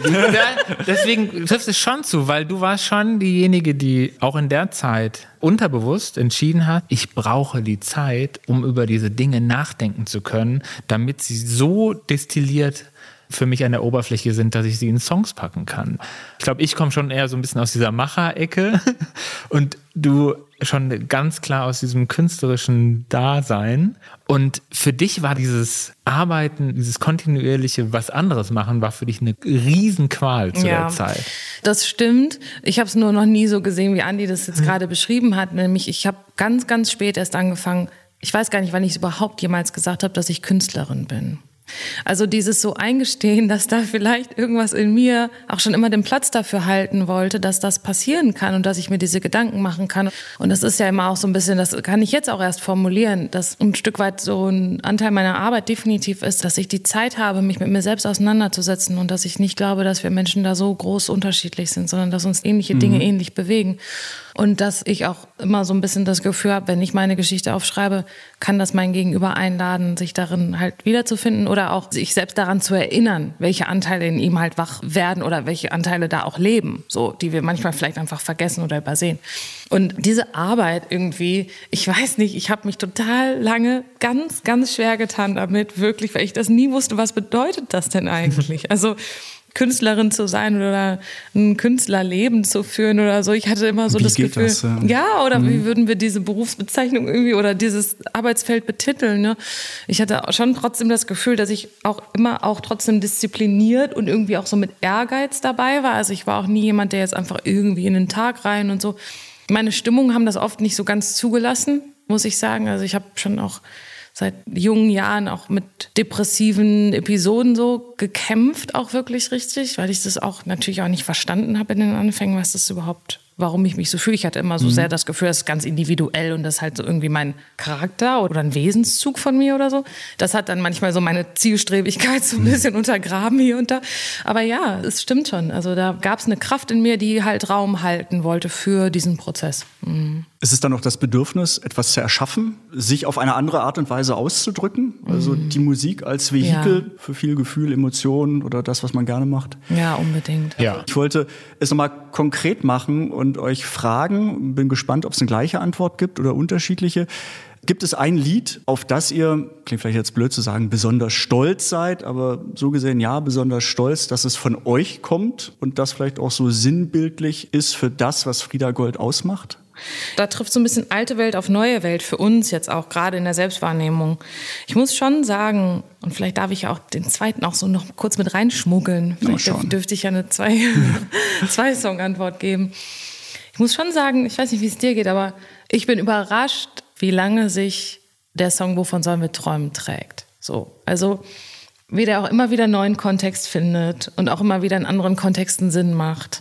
Deswegen trifft es schon zu, weil du warst schon diejenige, die auch in der Zeit unterbewusst entschieden hat, ich brauche die Zeit, um über diese Dinge nachdenken zu können, damit sie so destilliert für mich an der Oberfläche sind, dass ich sie in Songs packen kann. Ich glaube, ich komme schon eher so ein bisschen aus dieser Macher-Ecke und du schon ganz klar aus diesem künstlerischen Dasein. Und für dich war dieses Arbeiten, dieses kontinuierliche was anderes machen, war für dich eine Riesenqual zu der Zeit. Das stimmt. Ich habe es nur noch nie so gesehen, wie Andi das jetzt gerade beschrieben hat. Nämlich, ich habe ganz, ganz spät erst angefangen, ich weiß gar nicht, wann ich es überhaupt jemals gesagt habe, dass ich Künstlerin bin. Also dieses so eingestehen, dass da vielleicht irgendwas in mir auch schon immer den Platz dafür halten wollte, dass das passieren kann und dass ich mir diese Gedanken machen kann. Und das ist ja immer auch so ein bisschen, das kann ich jetzt auch erst formulieren, dass ein Stück weit so ein Anteil meiner Arbeit definitiv ist, dass ich die Zeit habe, mich mit mir selbst auseinanderzusetzen und dass ich nicht glaube, dass wir Menschen da so groß unterschiedlich sind, sondern dass uns ähnliche Dinge ähnlich bewegen. Und dass ich auch immer so ein bisschen das Gefühl habe, wenn ich meine Geschichte aufschreibe, kann das mein Gegenüber einladen, sich darin halt wiederzufinden oder auch sich selbst daran zu erinnern, welche Anteile in ihm halt wach werden oder welche Anteile da auch leben, so, die wir manchmal vielleicht einfach vergessen oder übersehen. Und diese Arbeit irgendwie, ich weiß nicht, ich habe mich total lange ganz, ganz schwer getan damit, wirklich, weil ich das nie wusste, was bedeutet das denn eigentlich? Also Künstlerin zu sein oder ein Künstlerleben zu führen oder so. Ich hatte immer so das Gefühl, wie würden wir diese Berufsbezeichnung irgendwie oder dieses Arbeitsfeld betiteln? Ne? Ich hatte schon trotzdem das Gefühl, dass ich auch immer auch trotzdem diszipliniert und irgendwie auch so mit Ehrgeiz dabei war. Also ich war auch nie jemand, der jetzt einfach irgendwie in den Tag rein und so. Meine Stimmungen haben das oft nicht so ganz zugelassen, muss ich sagen. Also ich habe schon auch seit jungen Jahren auch mit depressiven Episoden so gekämpft, auch wirklich richtig, weil ich das auch natürlich auch nicht verstanden habe in den Anfängen, was das überhaupt, warum ich mich so fühle. Ich hatte immer so sehr das Gefühl, das ist ganz individuell und das ist halt so irgendwie mein Charakter oder ein Wesenszug von mir oder so. Das hat dann manchmal so meine Zielstrebigkeit so ein bisschen untergraben hier und da. Aber ja, es stimmt schon. Also da gab es eine Kraft in mir, die halt Raum halten wollte für diesen Prozess. Ist es dann noch das Bedürfnis, etwas zu erschaffen, sich auf eine andere Art und Weise auszudrücken? Also die Musik als Vehikel für viel Gefühl, Emotionen oder das, was man gerne macht? Ja, unbedingt. Ja. Ich wollte es nochmal konkret machen und euch fragen, bin gespannt, ob es eine gleiche Antwort gibt oder unterschiedliche. Gibt es ein Lied, auf das ihr, klingt vielleicht jetzt blöd zu sagen, besonders stolz seid, aber so gesehen ja, besonders stolz, dass es von euch kommt und das vielleicht auch so sinnbildlich ist für das, was Frida Gold ausmacht? Da trifft so ein bisschen alte Welt auf neue Welt für uns jetzt auch, gerade in der Selbstwahrnehmung. Ich muss schon sagen, und vielleicht darf ich ja auch den zweiten auch so noch kurz mit reinschmuggeln. Vielleicht dürfte ich ja eine Zwei-Song-Antwort geben. Ich muss schon sagen, ich weiß nicht, wie es dir geht, aber ich bin überrascht, wie lange sich der Song Wovon sollen wir träumen trägt. So, also wie der auch immer wieder neuen Kontext findet und auch immer wieder in anderen Kontexten Sinn macht.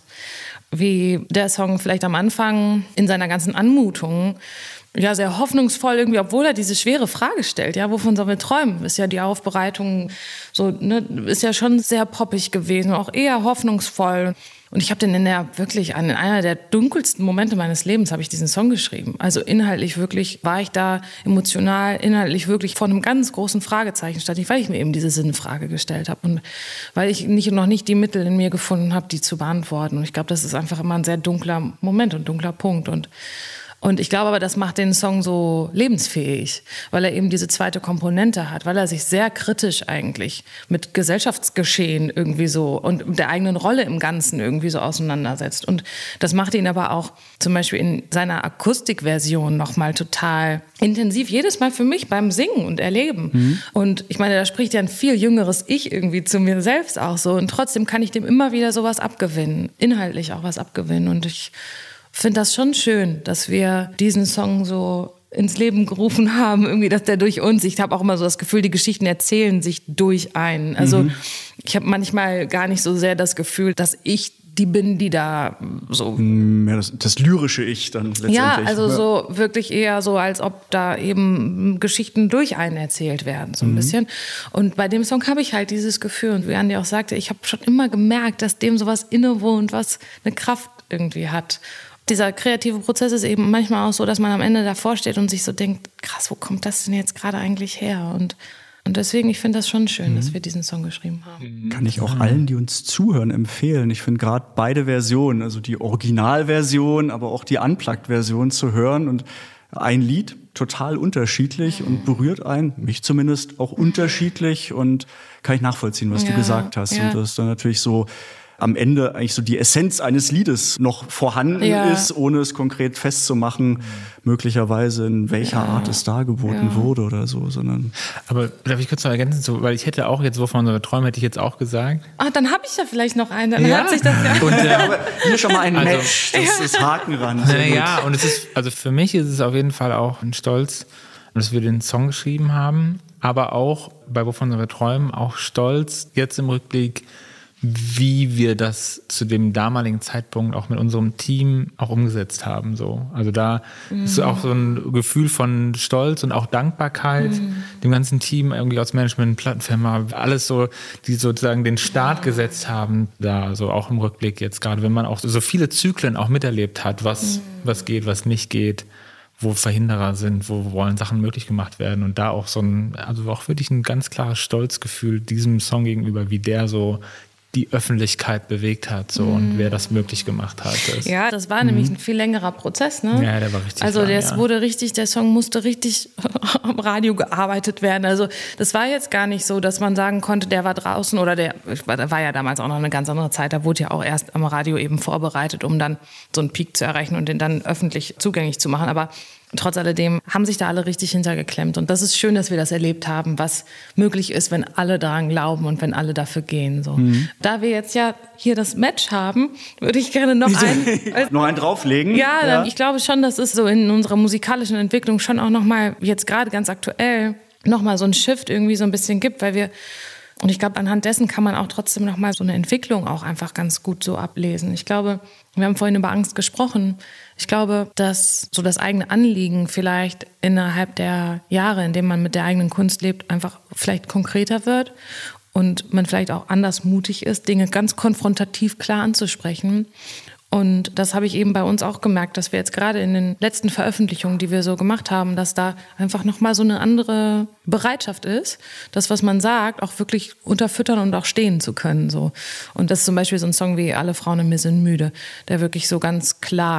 Wie der Song vielleicht am Anfang in seiner ganzen Anmutung ja sehr hoffnungsvoll irgendwie, obwohl er diese schwere Frage stellt, ja, wovon sollen wir träumen? Ist ja die Aufbereitung so, ne, ist ja schon sehr poppig gewesen, auch eher hoffnungsvoll. Und ich habe den in einer der dunkelsten Momente meines Lebens habe ich diesen Song geschrieben. Also inhaltlich wirklich war ich da emotional, inhaltlich wirklich vor einem ganz großen Fragezeichen stand, weil ich mir eben diese Sinnfrage gestellt habe und weil ich noch nicht die Mittel in mir gefunden habe, die zu beantworten. Und ich glaube, das ist einfach immer ein sehr dunkler Moment und dunkler Punkt. Und ich glaube aber, das macht den Song so lebensfähig, weil er eben diese zweite Komponente hat, weil er sich sehr kritisch eigentlich mit Gesellschaftsgeschehen irgendwie so und mit der eigenen Rolle im Ganzen irgendwie so auseinandersetzt. Und das macht ihn aber auch zum Beispiel in seiner Akustikversion nochmal total intensiv, jedes Mal für mich beim Singen und Erleben. Mhm. Und ich meine, da spricht ja ein viel jüngeres Ich irgendwie zu mir selbst auch so. Und trotzdem kann ich dem immer wieder sowas abgewinnen, inhaltlich auch was abgewinnen. Und ich finde das schon schön, dass wir diesen Song so ins Leben gerufen haben, irgendwie, dass der durch uns, ich habe auch immer so das Gefühl, die Geschichten erzählen sich durch einen. Also ich habe manchmal gar nicht so sehr das Gefühl, dass ich die bin, die da so... Ja, das lyrische Ich dann letztendlich. Ja, also so wirklich eher so, als ob da eben Geschichten durch einen erzählt werden, so ein bisschen. Und bei dem Song habe ich halt dieses Gefühl, und wie Andi auch sagte, ich habe schon immer gemerkt, dass dem sowas innewohnt, was eine Kraft irgendwie hat. Dieser kreative Prozess ist eben manchmal auch so, dass man am Ende davor steht und sich so denkt, krass, wo kommt das denn jetzt gerade eigentlich her? Und deswegen, ich finde das schon schön, dass wir diesen Song geschrieben haben. Kann ich auch allen, die uns zuhören, empfehlen. Ich finde gerade beide Versionen, also die Originalversion, aber auch die Unplugged-Version zu hören. Und ein Lied total unterschiedlich und berührt einen, mich zumindest, auch unterschiedlich. Und kann ich nachvollziehen, was du gesagt hast. Ja. Und das ist dann natürlich so am Ende eigentlich so die Essenz eines Liedes noch vorhanden ist, ohne es konkret festzumachen, möglicherweise in welcher Art es dargeboten wurde oder so, sondern... Aber darf ich kurz noch ergänzen, so, weil ich hätte auch jetzt, wovon wir träumen, hätte ich jetzt auch gesagt. Ah, dann habe ich ja vielleicht noch einen, dann hat sich das ja... Und, aber hier schon mal ein Match, das ist Haken ran. Ja, und es ist, also für mich ist es auf jeden Fall auch ein Stolz, dass wir den Song geschrieben haben, aber auch bei Wovon wir träumen, auch stolz, jetzt im Rückblick, wie wir das zu dem damaligen Zeitpunkt auch mit unserem Team auch umgesetzt haben. So. Also da ist auch so ein Gefühl von Stolz und auch Dankbarkeit dem ganzen Team, irgendwie aus Management, Plattenfirma, alles so, die sozusagen den Start gesetzt haben, da so auch im Rückblick jetzt gerade, wenn man auch so viele Zyklen auch miterlebt hat, was geht, was nicht geht, wo Verhinderer sind, wo wollen Sachen möglich gemacht werden und da auch so also auch wirklich ein ganz klares Stolzgefühl diesem Song gegenüber, wie der so die Öffentlichkeit bewegt hat so und wer das möglich gemacht hat. Ja, das war nämlich ein viel längerer Prozess, ne? Ja, der war richtig Also lang, der Song musste richtig am Radio gearbeitet werden. Also das war jetzt gar nicht so, dass man sagen konnte, der war draußen oder der war ja damals auch noch eine ganz andere Zeit, da wurde ja auch erst am Radio eben vorbereitet, um dann so einen Peak zu erreichen und den dann öffentlich zugänglich zu machen. Aber trotz alledem haben sich da alle richtig hintergeklemmt. Und das ist schön, dass wir das erlebt haben, was möglich ist, wenn alle daran glauben und wenn alle dafür gehen. So. Da wir jetzt ja hier das Match haben, würde ich gerne noch einen drauflegen. Ja, ich glaube schon, dass es so in unserer musikalischen Entwicklung schon auch nochmal, jetzt gerade ganz aktuell, nochmal so ein Shift irgendwie so ein bisschen gibt, weil wir... Und ich glaube, anhand dessen kann man auch trotzdem nochmal so eine Entwicklung auch einfach ganz gut so ablesen. Ich glaube, wir haben vorhin über Angst gesprochen. Ich glaube, dass so das eigene Anliegen vielleicht innerhalb der Jahre, in denen man mit der eigenen Kunst lebt, einfach vielleicht konkreter wird und man vielleicht auch anders mutig ist, Dinge ganz konfrontativ klar anzusprechen. Und das habe ich eben bei uns auch gemerkt, dass wir jetzt gerade in den letzten Veröffentlichungen, die wir so gemacht haben, dass da einfach nochmal so eine andere Bereitschaft ist, das, was man sagt, auch wirklich unterfüttern und auch stehen zu können. So. Und das ist zum Beispiel so ein Song wie Alle Frauen in mir sind müde, der wirklich so ganz klar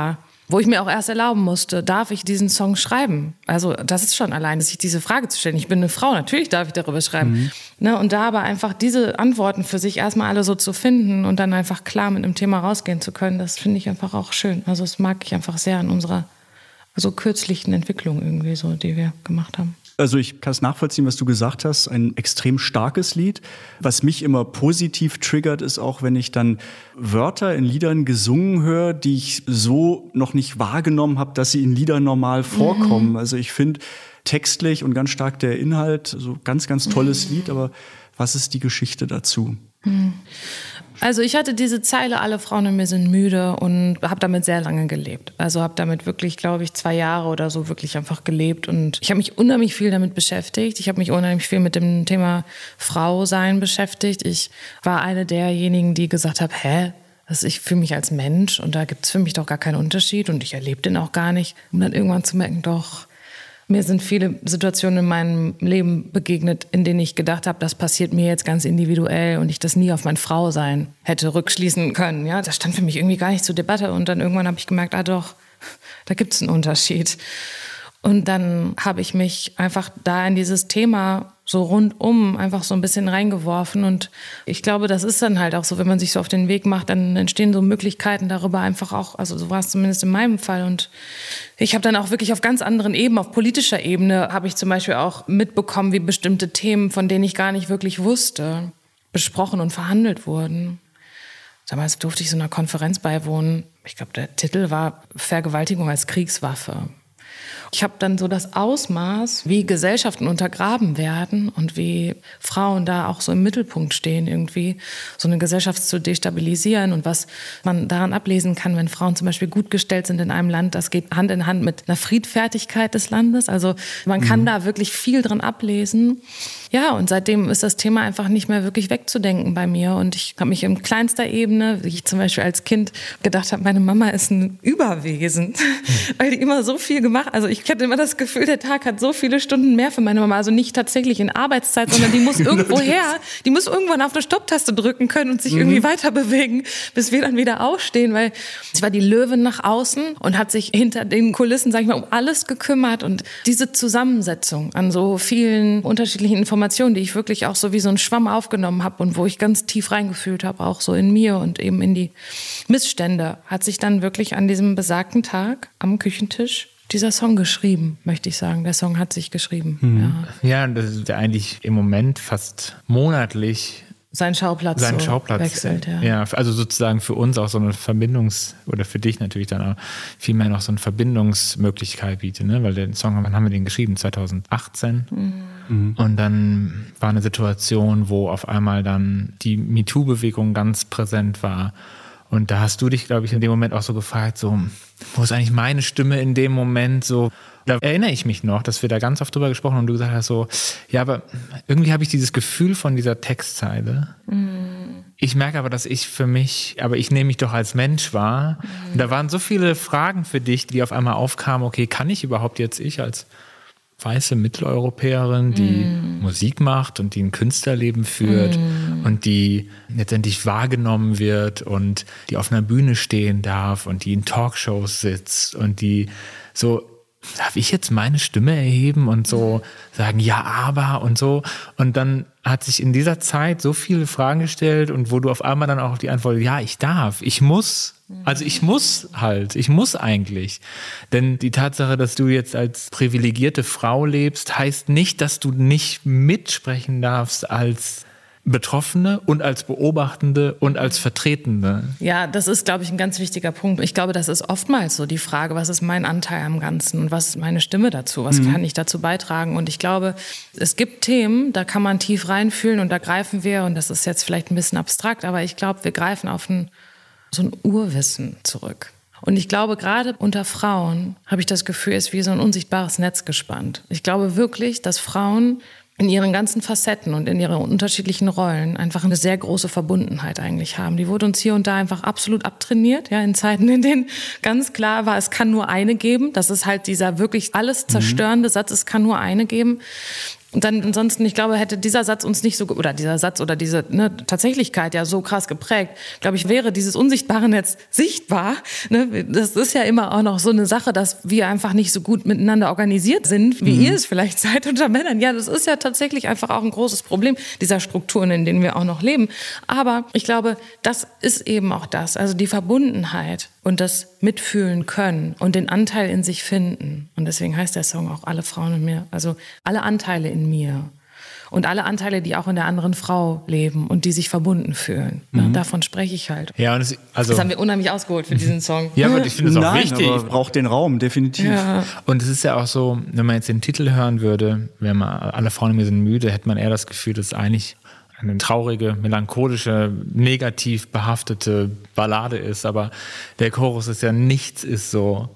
wo ich mir auch erst erlauben musste, darf ich diesen Song schreiben? Also das ist schon allein, sich diese Frage zu stellen. Ich bin eine Frau, natürlich darf ich darüber schreiben. Ne? Und da aber einfach diese Antworten für sich erstmal alle so zu finden und dann einfach klar mit einem Thema rausgehen zu können, das finde ich einfach auch schön. Also das mag ich einfach sehr an unserer so kürzlichen Entwicklung irgendwie so, die wir gemacht haben. Also ich kann es nachvollziehen, was du gesagt hast. Ein extrem starkes Lied. Was mich immer positiv triggert, ist auch, wenn ich dann Wörter in Liedern gesungen höre, die ich so noch nicht wahrgenommen habe, dass sie in Liedern normal vorkommen. Also ich finde textlich und ganz stark der Inhalt, so ganz, ganz tolles Lied. Aber was ist die Geschichte dazu? Also ich hatte diese Zeile, alle Frauen in mir sind müde, und habe damit sehr lange gelebt. Also habe damit wirklich, glaube ich, 2 Jahre oder so wirklich einfach gelebt. Und ich habe mich unheimlich viel damit beschäftigt. Ich habe mich unheimlich viel mit dem Thema Frau-Sein beschäftigt. Ich war eine derjenigen, die gesagt hat, also ich fühle mich als Mensch und da gibt es für mich doch gar keinen Unterschied und ich erlebe den auch gar nicht. Um dann irgendwann zu merken, doch, mir sind viele Situationen in meinem Leben begegnet, in denen ich gedacht habe, das passiert mir jetzt ganz individuell und ich das nie auf mein Frausein hätte rückschließen können. Ja, das stand für mich irgendwie gar nicht zur Debatte. Und dann irgendwann habe ich gemerkt, doch, da gibt es einen Unterschied. Und dann habe ich mich einfach da in dieses Thema so rundum einfach so ein bisschen reingeworfen. Und ich glaube, das ist dann halt auch so, wenn man sich so auf den Weg macht, dann entstehen so Möglichkeiten darüber einfach auch, also so war es zumindest in meinem Fall. Und ich habe dann auch wirklich auf ganz anderen Ebenen, auf politischer Ebene, habe ich zum Beispiel auch mitbekommen, wie bestimmte Themen, von denen ich gar nicht wirklich wusste, besprochen und verhandelt wurden. Damals durfte ich so einer Konferenz beiwohnen. Ich glaube, der Titel war Vergewaltigung als Kriegswaffe. Ich habe dann so das Ausmaß, wie Gesellschaften untergraben werden und wie Frauen da auch so im Mittelpunkt stehen, irgendwie so eine Gesellschaft zu destabilisieren und was man daran ablesen kann, wenn Frauen zum Beispiel gut gestellt sind in einem Land, das geht Hand in Hand mit einer Friedfertigkeit des Landes. Also man kann da wirklich viel dran ablesen. Ja, und seitdem ist das Thema einfach nicht mehr wirklich wegzudenken bei mir. Und ich habe mich in kleinster Ebene, wie ich zum Beispiel als Kind gedacht habe, meine Mama ist ein Überwesen, weil die immer so viel gemacht hat. Also ich hatte immer das Gefühl, der Tag hat so viele Stunden mehr für meine Mama. Also nicht tatsächlich in Arbeitszeit, sondern die muss irgendwo her. Die muss irgendwann auf eine Stopptaste drücken können und sich irgendwie weiter bewegen, bis wir dann wieder aufstehen. Weil sie war die Löwin nach außen und hat sich hinter den Kulissen, sag ich mal, um alles gekümmert. Und diese Zusammensetzung an so vielen unterschiedlichen Informationen, die ich wirklich auch so wie so ein Schwamm aufgenommen habe und wo ich ganz tief reingefühlt habe, auch so in mir und eben in die Missstände, hat sich dann wirklich an diesem besagten Tag am Küchentisch dieser Song geschrieben, möchte ich sagen. Der Song hat sich geschrieben. Ja, das ist ja eigentlich im Moment fast monatlich seinen Schauplatz wechselt. Ja, also sozusagen für uns auch so eine oder für dich natürlich dann auch vielmehr noch so eine Verbindungsmöglichkeit bietet, ne? Weil den Song, wann haben wir den geschrieben? 2018. Und dann war eine Situation, wo auf einmal dann die MeToo-Bewegung ganz präsent war. Und da hast du dich, glaube ich, in dem Moment auch so gefragt, so, wo ist eigentlich meine Stimme in dem Moment so? Da erinnere ich mich noch, dass wir da ganz oft drüber gesprochen haben und du gesagt hast so, ja, aber irgendwie habe ich dieses Gefühl von dieser Textzeile. Ich merke aber, dass ich nehme mich doch als Mensch wahr. Und da waren so viele Fragen für dich, die auf einmal aufkamen, okay, kann ich überhaupt jetzt als weiße Mitteleuropäerin, die Musik macht und die ein Künstlerleben führt und die letztendlich wahrgenommen wird und die auf einer Bühne stehen darf und die in Talkshows sitzt und die so, darf ich jetzt meine Stimme erheben und so sagen, ja, aber und so. Und dann hat sich in dieser Zeit so viele Fragen gestellt und wo du auf einmal dann auch die Antwort, ja, ich darf, ich muss. Also ich muss eigentlich. Denn die Tatsache, dass du jetzt als privilegierte Frau lebst, heißt nicht, dass du nicht mitsprechen darfst als Betroffene und als Beobachtende und als Vertretende. Ja, das ist, glaube ich, ein ganz wichtiger Punkt. Ich glaube, das ist oftmals so die Frage, was ist mein Anteil am Ganzen und was ist meine Stimme dazu, was kann ich dazu beitragen? Und ich glaube, es gibt Themen, da kann man tief reinfühlen und da greifen wir, und das ist jetzt vielleicht ein bisschen abstrakt, aber ich glaube, wir greifen auf so ein Urwissen zurück. Und ich glaube, gerade unter Frauen habe ich das Gefühl, ist wie so ein unsichtbares Netz gespannt. Ich glaube wirklich, dass Frauen in ihren ganzen Facetten und in ihren unterschiedlichen Rollen einfach eine sehr große Verbundenheit eigentlich haben. Die wurde uns hier und da einfach absolut abtrainiert, ja, in Zeiten, in denen ganz klar war, es kann nur eine geben. Das ist halt dieser wirklich alles zerstörende Satz, es kann nur eine geben. Und dann ansonsten, ich glaube, hätte dieser Satz uns nicht so, oder dieser Satz oder diese Tatsächlichkeit ja so krass geprägt, glaube ich, wäre dieses unsichtbare Netz sichtbar. Ne? Das ist ja immer auch noch so eine Sache, dass wir einfach nicht so gut miteinander organisiert sind, wie ihr es vielleicht seid unter Männern. Ja, das ist ja tatsächlich einfach auch ein großes Problem dieser Strukturen, in denen wir auch noch leben. Aber ich glaube, das ist eben auch das, also die Verbundenheit und das Mitfühlen können und den Anteil in sich finden. Und deswegen heißt der Song auch Alle Frauen in mir, also alle Anteile in mir. Und alle Anteile, die auch in der anderen Frau leben und die sich verbunden fühlen. Mhm. Davon spreche ich halt. Ja, und das haben wir unheimlich ausgeholt für diesen Song. Ja, aber ich finde es auch wichtig. Aber braucht den Raum, definitiv. Ja. Und es ist ja auch so, wenn man jetzt den Titel hören würde, wenn man Alle Frauen in mir sind müde, hätte man eher das Gefühl, dass es eigentlich eine traurige, melancholische, negativ behaftete Ballade ist. Aber der Chorus ist ja, nichts ist so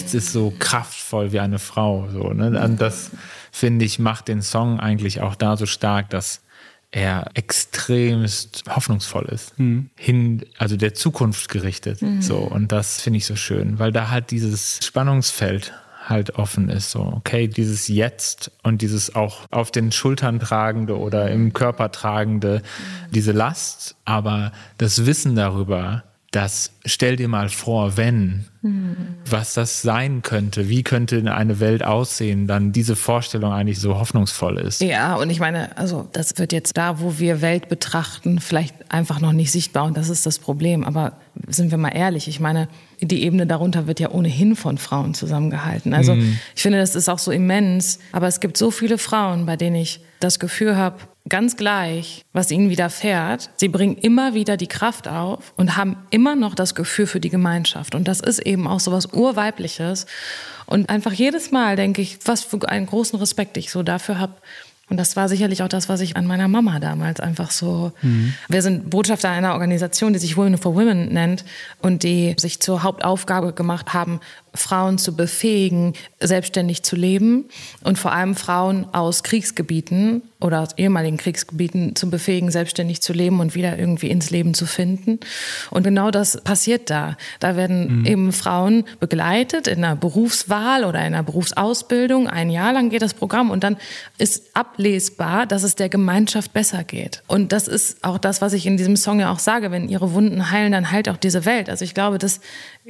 kraftvoll wie eine Frau. So, ne? Und das, finde ich, macht den Song eigentlich auch da so stark, dass er extremst hoffnungsvoll ist. Also der Zukunft gerichtet. So. Und das finde ich so schön, weil da halt dieses Spannungsfeld halt offen ist. So, okay, dieses Jetzt und dieses auch auf den Schultern tragende oder im Körper tragende, diese Last, aber das Wissen darüber, das stell dir mal vor, wenn, was das sein könnte, wie könnte eine Welt aussehen, dann diese Vorstellung eigentlich so hoffnungsvoll ist. Ja, und ich meine, also das wird jetzt da, wo wir Welt betrachten, vielleicht einfach noch nicht sichtbar und das ist das Problem. Aber sind wir mal ehrlich, ich meine, die Ebene darunter wird ja ohnehin von Frauen zusammengehalten. Also ich finde, das ist auch so immens. Aber es gibt so viele Frauen, bei denen ich das Gefühl habe, ganz gleich, was ihnen widerfährt, sie bringen immer wieder die Kraft auf und haben immer noch das Gefühl für die Gemeinschaft. Und das ist eben auch so was Urweibliches. Und einfach jedes Mal denke ich, was für einen großen Respekt ich so dafür habe. Und das war sicherlich auch das, was ich an meiner Mama damals einfach so... Wir sind Botschafter einer Organisation, die sich Women for Women nennt und die sich zur Hauptaufgabe gemacht haben, Frauen zu befähigen, selbstständig zu leben und vor allem Frauen aus Kriegsgebieten oder aus ehemaligen Kriegsgebieten zu befähigen, selbstständig zu leben und wieder irgendwie ins Leben zu finden. Und genau das passiert da. Da werden eben Frauen begleitet in einer Berufswahl oder in einer Berufsausbildung. Ein Jahr lang geht das Programm und dann ist ablesbar, dass es der Gemeinschaft besser geht. Und das ist auch das, was ich in diesem Song ja auch sage. Wenn ihre Wunden heilen, dann heilt auch diese Welt. Also ich glaube, das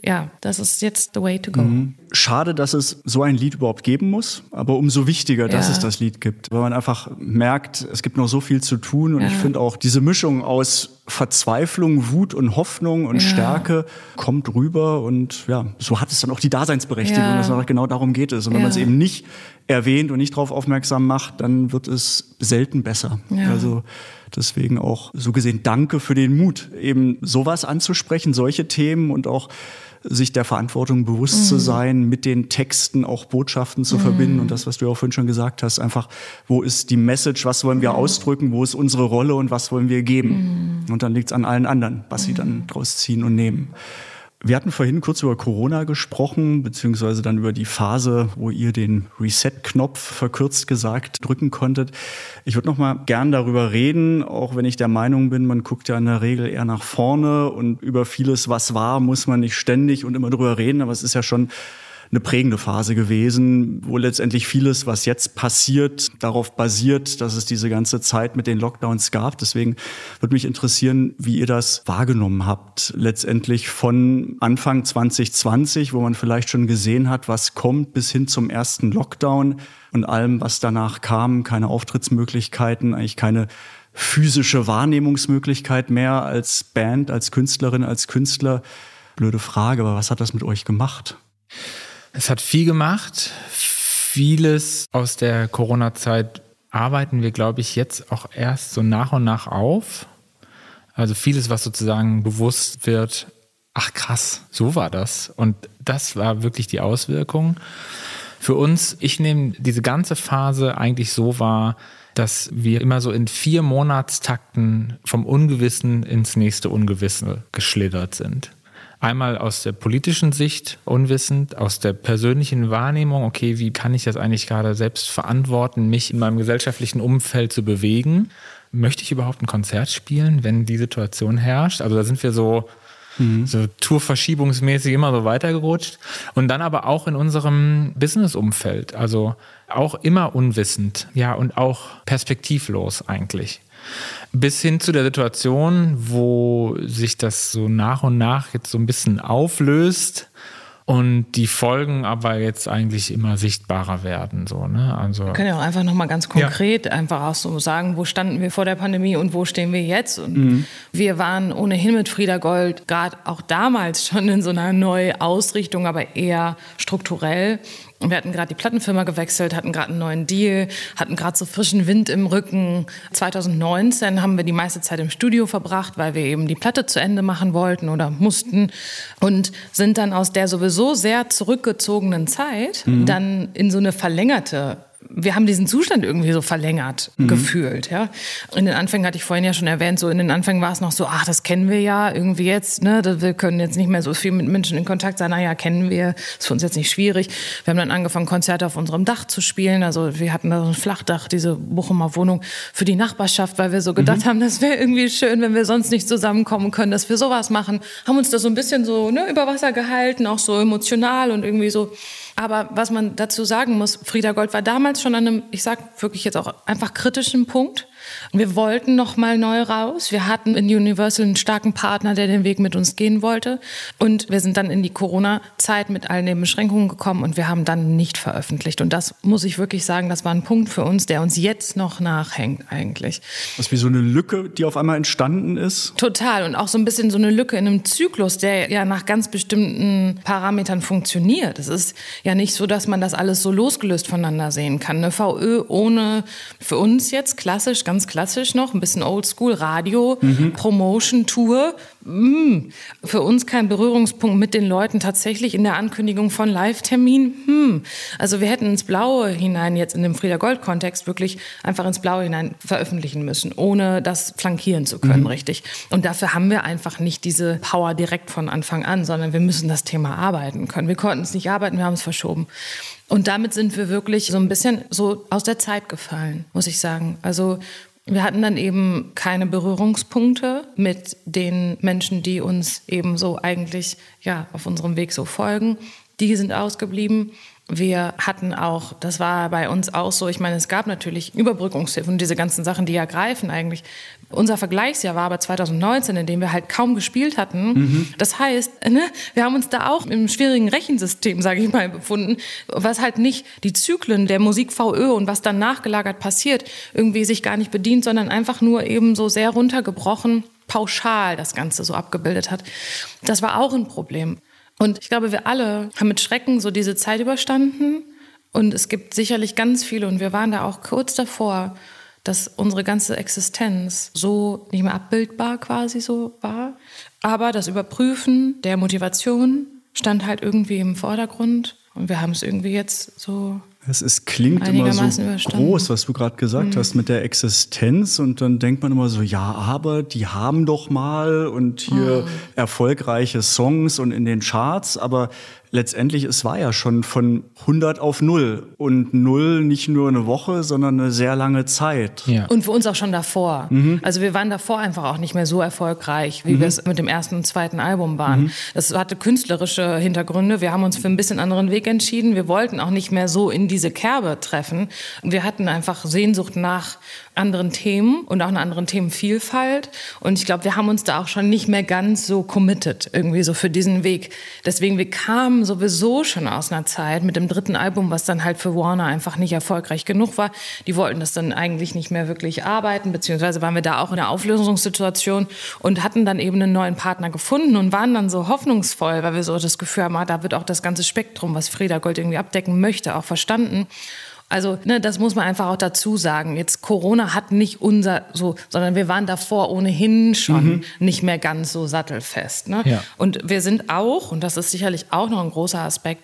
ist jetzt the way to go. Schade, dass es so ein Lied überhaupt geben muss, aber umso wichtiger, dass es das Lied gibt. Weil man einfach merkt, es gibt noch so viel zu tun und ich finde auch diese Mischung aus Verzweiflung, Wut und Hoffnung und Stärke kommt rüber und so hat es dann auch die Daseinsberechtigung, dass es genau darum geht es. Und wenn man es eben nicht erwähnt und nicht darauf aufmerksam macht, dann wird es selten besser. Ja. Also deswegen auch so gesehen danke für den Mut, eben sowas anzusprechen, solche Themen und auch sich der Verantwortung bewusst zu sein, mit den Texten auch Botschaften zu verbinden und das, was du auch vorhin schon gesagt hast, einfach, wo ist die Message, was wollen wir ausdrücken, wo ist unsere Rolle und was wollen wir geben. Und dann liegt es an allen anderen, was sie dann draus ziehen und nehmen. Wir hatten vorhin kurz über Corona gesprochen, beziehungsweise dann über die Phase, wo ihr den Reset-Knopf verkürzt gesagt drücken konntet. Ich würde noch mal gern darüber reden, auch wenn ich der Meinung bin, man guckt ja in der Regel eher nach vorne und über vieles, was war, muss man nicht ständig und immer drüber reden, aber es ist ja schon eine prägende Phase gewesen, wo letztendlich vieles, was jetzt passiert, darauf basiert, dass es diese ganze Zeit mit den Lockdowns gab. Deswegen würde mich interessieren, wie ihr das wahrgenommen habt. Letztendlich von Anfang 2020, wo man vielleicht schon gesehen hat, was kommt, bis hin zum ersten Lockdown und allem, was danach kam. Keine Auftrittsmöglichkeiten, eigentlich keine physische Wahrnehmungsmöglichkeit mehr als Band, als Künstlerin, als Künstler. Blöde Frage, aber was hat das mit euch gemacht? Es hat viel gemacht. Vieles aus der Corona-Zeit arbeiten wir, glaube ich, jetzt auch erst so nach und nach auf. Also vieles, was sozusagen bewusst wird, ach krass, so war das. Und das war wirklich die Auswirkung. Für uns, ich nehme diese ganze Phase eigentlich so wahr, dass wir immer so in 4 Monatstakten vom Ungewissen ins nächste Ungewisse geschlittert sind. Einmal aus der politischen Sicht unwissend, aus der persönlichen Wahrnehmung, okay, wie kann ich das eigentlich gerade selbst verantworten, mich in meinem gesellschaftlichen Umfeld zu bewegen? Möchte ich überhaupt ein Konzert spielen, wenn die Situation herrscht? Also da sind wir so So tourverschiebungsmäßig immer so weitergerutscht. Und dann aber auch in unserem Business-Umfeld. Also auch immer unwissend, ja, und auch perspektivlos eigentlich. Bis hin zu der Situation, wo sich das so nach und nach jetzt so ein bisschen auflöst und die Folgen aber jetzt eigentlich immer sichtbarer werden. So, ne? Also, wir können ja auch einfach nochmal ganz konkret einfach auch so sagen, wo standen wir vor der Pandemie und wo stehen wir jetzt. Und wir waren ohnehin mit Frieda Gold gerade auch damals schon in so einer Neuausrichtung, aber eher strukturell. Wir hatten gerade die Plattenfirma gewechselt, hatten gerade einen neuen Deal, hatten gerade so frischen Wind im Rücken. 2019 haben wir die meiste Zeit im Studio verbracht, weil wir eben die Platte zu Ende machen wollten oder mussten und sind dann aus der sowieso sehr zurückgezogenen Zeit dann in so eine verlängerte. Wir haben diesen Zustand irgendwie so verlängert gefühlt, ja. In den Anfängen hatte ich vorhin ja schon erwähnt, so in den Anfängen war es noch so, ach, das kennen wir ja irgendwie jetzt, ne, wir können jetzt nicht mehr so viel mit Menschen in Kontakt sein, naja, kennen wir, ist für uns jetzt nicht schwierig. Wir haben dann angefangen, Konzerte auf unserem Dach zu spielen, also wir hatten da so ein Flachdach, diese Bochumer Wohnung für die Nachbarschaft, weil wir so gedacht haben, das wäre irgendwie schön, wenn wir sonst nicht zusammenkommen können, dass wir sowas machen, haben uns da so ein bisschen so, ne, über Wasser gehalten, auch so emotional und irgendwie so. Aber was man dazu sagen muss, Frieda Gold war damals schon an einem, ich sag wirklich jetzt auch einfach kritischen Punkt. Wir wollten noch mal neu raus. Wir hatten in Universal einen starken Partner, der den Weg mit uns gehen wollte. Und wir sind dann in die Corona-Zeit mit all den Beschränkungen gekommen und wir haben dann nicht veröffentlicht. Und das muss ich wirklich sagen, das war ein Punkt für uns, der uns jetzt noch nachhängt eigentlich. Das ist wie so eine Lücke, die auf einmal entstanden ist? Total. Und auch so ein bisschen so eine Lücke in einem Zyklus, der ja nach ganz bestimmten Parametern funktioniert. Es ist ja nicht so, dass man das alles so losgelöst voneinander sehen kann. Eine VÖ ohne, für uns jetzt klassisch, ganz klassisch noch, ein bisschen oldschool, Radio, Promotion, Tour. Für uns kein Berührungspunkt mit den Leuten tatsächlich in der Ankündigung von Live-Termin. Also wir hätten ins Blaue hinein jetzt in dem Frieda Gold-Kontext wirklich einfach ins Blaue hinein veröffentlichen müssen, ohne das flankieren zu können, richtig. Und dafür haben wir einfach nicht diese Power direkt von Anfang an, sondern wir müssen das Thema arbeiten können. Wir konnten es nicht arbeiten, wir haben es verschoben. Und damit sind wir wirklich so ein bisschen so aus der Zeit gefallen, muss ich sagen. Also wir hatten dann eben keine Berührungspunkte mit den Menschen, die uns eben so eigentlich ja auf unserem Weg so folgen. Die sind ausgeblieben. Wir hatten auch, das war bei uns auch so, ich meine, es gab natürlich Überbrückungshilfen und diese ganzen Sachen, die ja greifen eigentlich. Unser Vergleichsjahr war aber 2019, in dem wir halt kaum gespielt hatten. Das heißt, ne, wir haben uns da auch im schwierigen Rechensystem, sage ich mal, befunden, was halt nicht die Zyklen der Musik VÖ und was dann nachgelagert passiert, irgendwie sich gar nicht bedient, sondern einfach nur eben so sehr runtergebrochen, pauschal das Ganze so abgebildet hat. Das war auch ein Problem. Und ich glaube, wir alle haben mit Schrecken so diese Zeit überstanden. Und es gibt sicherlich ganz viele, und wir waren da auch kurz davor, dass unsere ganze Existenz so nicht mehr abbildbar quasi so war. Aber das Überprüfen der Motivation stand halt irgendwie im Vordergrund. Und wir haben es irgendwie jetzt so klingt immer so groß, was du gerade gesagt hast mit der Existenz. Und dann denkt man immer so, ja, aber die haben doch mal und hier erfolgreiche Songs und in den Charts. Aber letztendlich, es war ja schon von 100 auf 0. Und 0 nicht nur eine Woche, sondern eine sehr lange Zeit. Ja. Und für uns auch schon davor. Also wir waren davor einfach auch nicht mehr so erfolgreich, wie wir es mit dem ersten und zweiten Album waren. Das hatte künstlerische Hintergründe. Wir haben uns für ein bisschen anderen Weg entschieden. Wir wollten auch nicht mehr so in diese Kerbe treffen. Wir hatten einfach Sehnsucht nach anderen Themen und auch einer anderen Themenvielfalt. Und ich glaube, wir haben uns da auch schon nicht mehr ganz so committed irgendwie so für diesen Weg. Deswegen, wir kamen sowieso schon aus einer Zeit mit dem dritten Album, was dann halt für Warner einfach nicht erfolgreich genug war. Die wollten das dann eigentlich nicht mehr wirklich arbeiten, beziehungsweise waren wir da auch in einer Auflösungssituation und hatten dann eben einen neuen Partner gefunden und waren dann so hoffnungsvoll, weil wir so das Gefühl haben, da wird auch das ganze Spektrum, was Frieda Gold irgendwie abdecken möchte, auch verstanden. Also, ne, das muss man einfach auch dazu sagen. Jetzt Corona hat nicht unser so, sondern wir waren davor ohnehin schon nicht mehr ganz so sattelfest. Ne? Ja. Und wir sind auch, und das ist sicherlich auch noch ein großer Aspekt,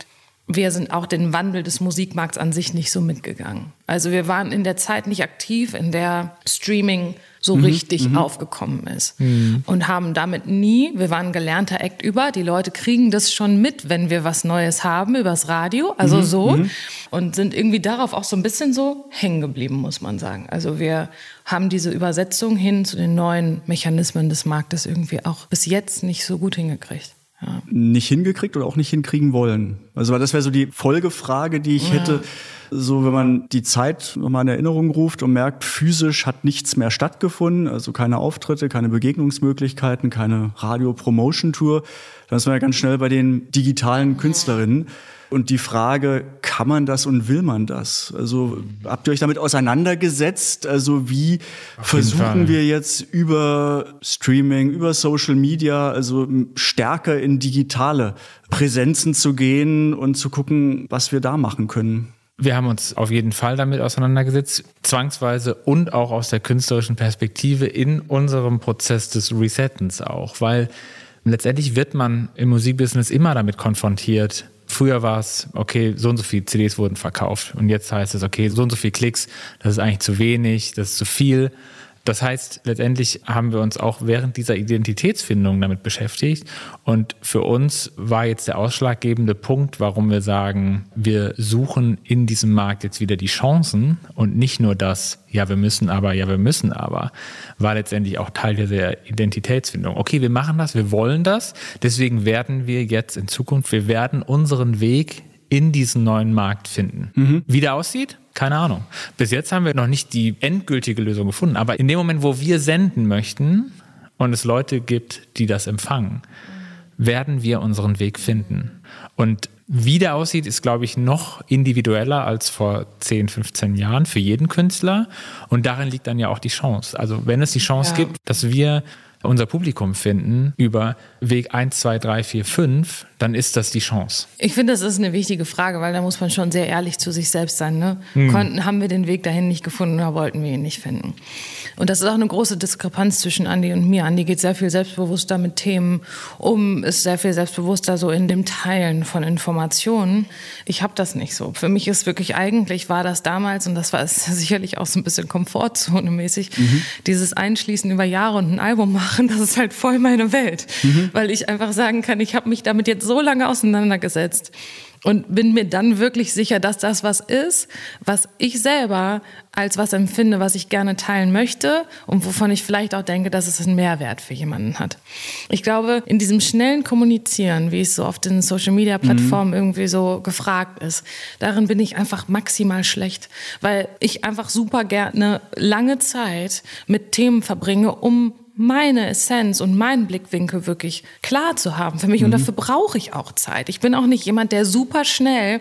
wir sind auch den Wandel des Musikmarkts an sich nicht so mitgegangen. Also wir waren in der Zeit nicht aktiv, in der Streaming so richtig aufgekommen ist. Und haben damit wir waren ein gelernter Act die Leute kriegen das schon mit, wenn wir was Neues haben, übers Radio, also und sind irgendwie darauf auch so ein bisschen so hängen geblieben, muss man sagen. Also wir haben diese Übersetzung hin zu den neuen Mechanismen des Marktes irgendwie auch bis jetzt nicht so gut hingekriegt. Ja. Nicht hingekriegt oder auch nicht hinkriegen wollen? Also das wäre so die Folgefrage, die ich hätte. So, wenn man die Zeit nochmal in Erinnerung ruft und merkt, physisch hat nichts mehr stattgefunden, also keine Auftritte, keine Begegnungsmöglichkeiten, keine Radio-Promotion-Tour, dann ist man ja ganz schnell bei den digitalen Künstlerinnen. Und die Frage, kann man das und will man das? Also habt ihr euch damit auseinandergesetzt? Also wie versuchen wir jetzt über Streaming, über Social Media, also stärker in digitale Präsenzen zu gehen und zu gucken, was wir da machen können? Wir haben uns auf jeden Fall damit auseinandergesetzt, zwangsweise und auch aus der künstlerischen Perspektive in unserem Prozess des Resettens auch, weil letztendlich wird man im Musikbusiness immer damit konfrontiert. Früher war es, okay, so und so viele CDs wurden verkauft und jetzt heißt es, okay, so und so viele Klicks, das ist eigentlich zu wenig, das ist zu viel. Das heißt, letztendlich haben wir uns auch während dieser Identitätsfindung damit beschäftigt und für uns war jetzt der ausschlaggebende Punkt, warum wir sagen, wir suchen in diesem Markt jetzt wieder die Chancen und nicht nur das, ja, wir müssen aber, war letztendlich auch Teil dieser Identitätsfindung. Okay, wir machen das, wir wollen das, deswegen werden wir jetzt in Zukunft, wir werden unseren Weg in diesen neuen Markt finden. Wie der aussieht? Keine Ahnung. Bis jetzt haben wir noch nicht die endgültige Lösung gefunden. Aber in dem Moment, wo wir senden möchten und es Leute gibt, die das empfangen, werden wir unseren Weg finden. Und wie der aussieht, ist, glaube ich, noch individueller als vor 10, 15 Jahren für jeden Künstler. Und darin liegt dann ja auch die Chance. Also wenn es die Chance gibt, dass wir unser Publikum finden über Weg 1, 2, 3, 4, 5, dann ist das die Chance. Ich finde, das ist eine wichtige Frage, weil da muss man schon sehr ehrlich zu sich selbst sein. Ne? Haben wir den Weg dahin nicht gefunden oder wollten wir ihn nicht finden? Und das ist auch eine große Diskrepanz zwischen Andi und mir. Andi geht sehr viel selbstbewusster mit Themen um, ist sehr viel selbstbewusster so in dem Teilen von Informationen. Ich habe das nicht so. Für mich ist wirklich, eigentlich war das damals, und das war es sicherlich auch so ein bisschen Komfortzone-mäßig, dieses Einschließen über Jahre und ein Album machen, das ist halt voll meine Welt. Weil ich einfach sagen kann, ich habe mich damit jetzt so lange auseinandergesetzt und bin mir dann wirklich sicher, dass das was ist, was ich selber als was empfinde, was ich gerne teilen möchte und wovon ich vielleicht auch denke, dass es einen Mehrwert für jemanden hat. Ich glaube, in diesem schnellen Kommunizieren, wie es so auf den Social-Media-Plattformen irgendwie so gefragt ist, darin bin ich einfach maximal schlecht, weil ich einfach super gerne lange Zeit mit Themen verbringe, um meine Essenz und meinen Blickwinkel wirklich klar zu haben für mich. Und dafür brauche ich auch Zeit. Ich bin auch nicht jemand, der super schnell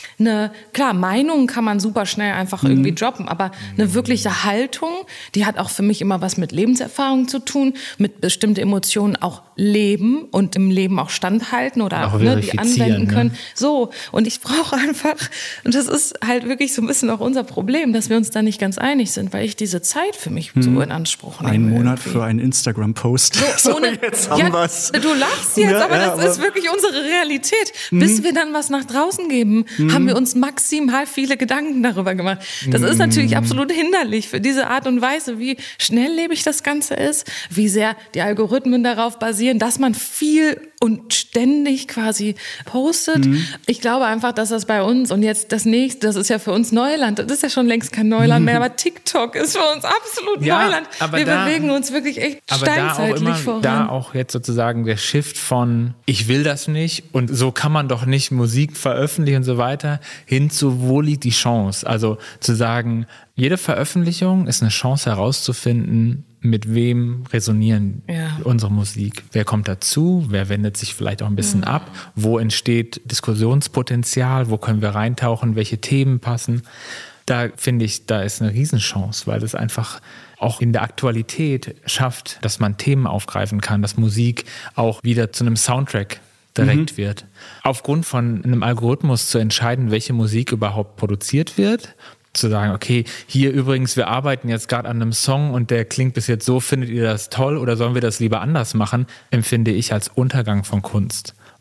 klar, Meinungen kann man super schnell einfach irgendwie droppen, aber eine wirkliche Haltung, die hat auch für mich immer was mit Lebenserfahrung zu tun, mit bestimmten Emotionen auch leben und im Leben auch standhalten oder auch die anwenden können. So, und ich brauche einfach, und das ist halt wirklich so ein bisschen auch unser Problem, dass wir uns da nicht ganz einig sind, weil ich diese Zeit für mich so in Anspruch nehme. Einen Monat für einen Instagram-Post. So, jetzt haben wir's. Du lachst jetzt, aber das ist wirklich unsere Realität. Bis wir dann was nach draußen geben, haben wir uns maximal viele Gedanken darüber gemacht. Das ist natürlich absolut hinderlich für diese Art und Weise, wie schnelllebig das Ganze ist, wie sehr die Algorithmen darauf basieren, dass man viel und ständig quasi postet. Ich glaube einfach, dass das bei uns und jetzt das nächste, das ist ja für uns Neuland, das ist ja schon längst kein Neuland mehr, aber TikTok ist für uns absolut Neuland. Wir bewegen uns wirklich echt steinzeitlich voran. Da auch jetzt sozusagen der Shift von ich will das nicht und so kann man doch nicht Musik veröffentlichen und so weiter, hin zu wo liegt die Chance? Also zu sagen, jede Veröffentlichung ist eine Chance herauszufinden, mit wem resonieren unsere Musik? Wer kommt dazu? Wer wendet sich vielleicht auch ein bisschen ab? Wo entsteht Diskussionspotenzial? Wo können wir reintauchen? Welche Themen passen? Da finde ich, da ist eine Riesenchance, weil es einfach auch in der Aktualität schafft, dass man Themen aufgreifen kann, dass Musik auch wieder zu einem Soundtrack direkt wird. Aufgrund von einem Algorithmus zu entscheiden, welche Musik überhaupt produziert wird, zu sagen, okay, hier übrigens, wir arbeiten jetzt gerade an einem Song und der klingt bis jetzt so, findet ihr das toll oder sollen wir das lieber anders machen, empfinde ich als Untergang von Kunst.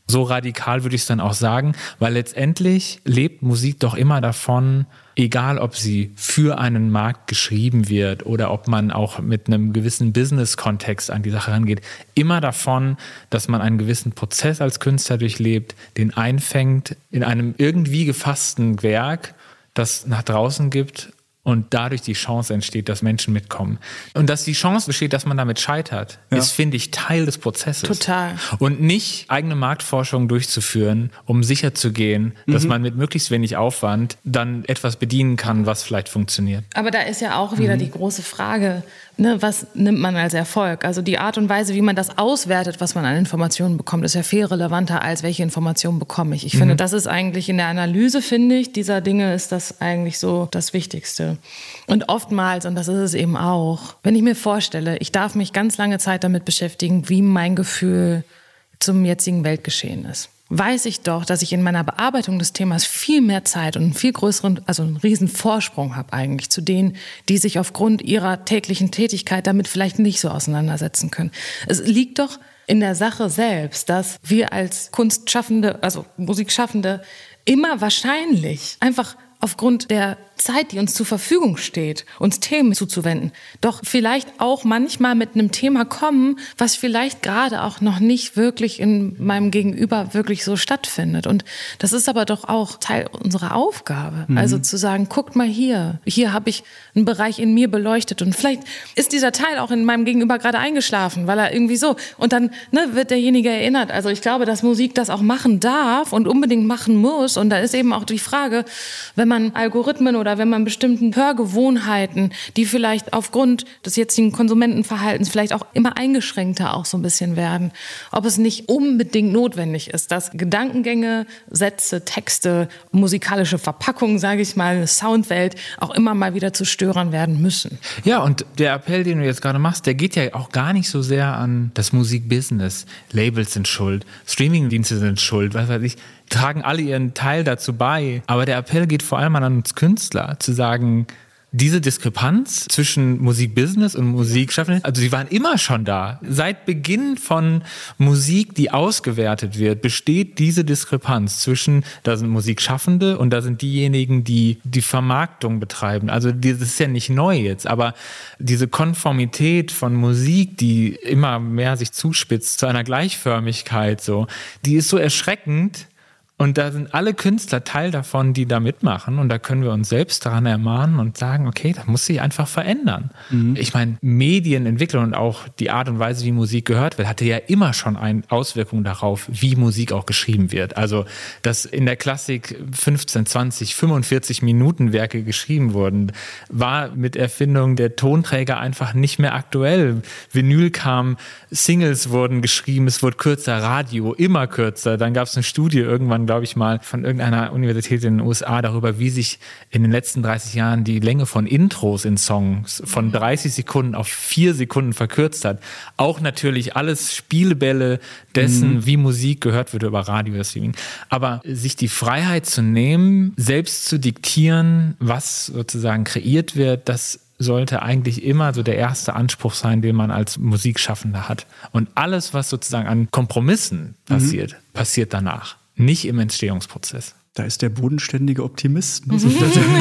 So radikal würde ich es dann auch sagen, weil letztendlich lebt Musik doch immer davon, egal ob sie für einen Markt geschrieben wird oder ob man auch mit einem gewissen Business-Kontext an die Sache rangeht, immer davon, dass man einen gewissen Prozess als Künstler durchlebt, den einfängt in einem irgendwie gefassten Werk, das nach draußen gibt und dadurch die Chance entsteht, dass Menschen mitkommen. Und dass die Chance besteht, dass man damit scheitert, ist, finde ich, Teil des Prozesses. Total. Und nicht eigene Marktforschung durchzuführen, um sicherzugehen, dass man mit möglichst wenig Aufwand dann etwas bedienen kann, was vielleicht funktioniert. Aber da ist ja auch wieder die große Frage, ne, was nimmt man als Erfolg? Also die Art und Weise, wie man das auswertet, was man an Informationen bekommt, ist ja viel relevanter, als welche Informationen bekomme ich. Ich finde, das ist eigentlich in der Analyse, finde ich, dieser Dinge ist das eigentlich so das Wichtigste. Und oftmals, und das ist es eben auch, wenn ich mir vorstelle, ich darf mich ganz lange Zeit damit beschäftigen, wie mein Gefühl zum jetzigen Weltgeschehen ist, weiß ich doch, dass ich in meiner Bearbeitung des Themas viel mehr Zeit und einen viel größeren, also einen riesen Vorsprung habe eigentlich zu denen, die sich aufgrund ihrer täglichen Tätigkeit damit vielleicht nicht so auseinandersetzen können. Es liegt doch in der Sache selbst, dass wir als Kunstschaffende, also Musikschaffende, immer wahrscheinlich einfach aufgrund der Zeit, die uns zur Verfügung steht, uns Themen zuzuwenden, doch vielleicht auch manchmal mit einem Thema kommen, was vielleicht gerade auch noch nicht wirklich in meinem Gegenüber wirklich so stattfindet. Und das ist aber doch auch Teil unserer Aufgabe. Also zu sagen, guckt mal hier habe ich einen Bereich in mir beleuchtet und vielleicht ist dieser Teil auch in meinem Gegenüber gerade eingeschlafen, weil er irgendwie so, und dann wird derjenige erinnert. Also ich glaube, dass Musik das auch machen darf und unbedingt machen muss. Und da ist eben auch die Frage, wenn man Algorithmen oder wenn man bestimmten Hörgewohnheiten, die vielleicht aufgrund des jetzigen Konsumentenverhaltens vielleicht auch immer eingeschränkter auch so ein bisschen werden, ob es nicht unbedingt notwendig ist, dass Gedankengänge, Sätze, Texte, musikalische Verpackungen, sage ich mal, eine Soundwelt auch immer mal wieder zu Störern werden müssen. Ja, und der Appell, den du jetzt gerade machst, der geht ja auch gar nicht so sehr an das Musikbusiness. Labels sind schuld, Streamingdienste sind schuld, was weiß ich, tragen alle ihren Teil dazu bei. Aber der Appell geht vor allem an uns Künstler, zu sagen, diese Diskrepanz zwischen Musikbusiness und Musikschaffenden, also sie waren immer schon da. Seit Beginn von Musik, die ausgewertet wird, besteht diese Diskrepanz zwischen, da sind Musikschaffende und da sind diejenigen, die die Vermarktung betreiben. Also das ist ja nicht neu jetzt, aber diese Konformität von Musik, die immer mehr sich zuspitzt zu einer Gleichförmigkeit, so, die ist so erschreckend. Und da sind alle Künstler Teil davon, die da mitmachen. Und da können wir uns selbst daran ermahnen und sagen, okay, das muss sich einfach verändern. Ich meine, Medienentwicklung und auch die Art und Weise, wie Musik gehört wird, hatte ja immer schon eine Auswirkung darauf, wie Musik auch geschrieben wird. Also, dass in der Klassik 15, 20, 45 Minuten Werke geschrieben wurden, war mit Erfindung der Tonträger einfach nicht mehr aktuell. Vinyl kam, Singles wurden geschrieben, es wurde kürzer, Radio immer kürzer. Dann gab es eine Studie irgendwann, glaube ich mal, von irgendeiner Universität in den USA darüber, wie sich in den letzten 30 Jahren die Länge von Intros in Songs von 30 Sekunden auf 4 Sekunden verkürzt hat. Auch natürlich alles Spielbälle dessen, wie Musik gehört wird über Radio-Streaming. Aber sich die Freiheit zu nehmen, selbst zu diktieren, was sozusagen kreiert wird, das sollte eigentlich immer so der erste Anspruch sein, den man als Musikschaffender hat. Und alles, was sozusagen an Kompromissen passiert, passiert danach. Nicht im Entstehungsprozess. Da ist der bodenständige Optimist. Muss ich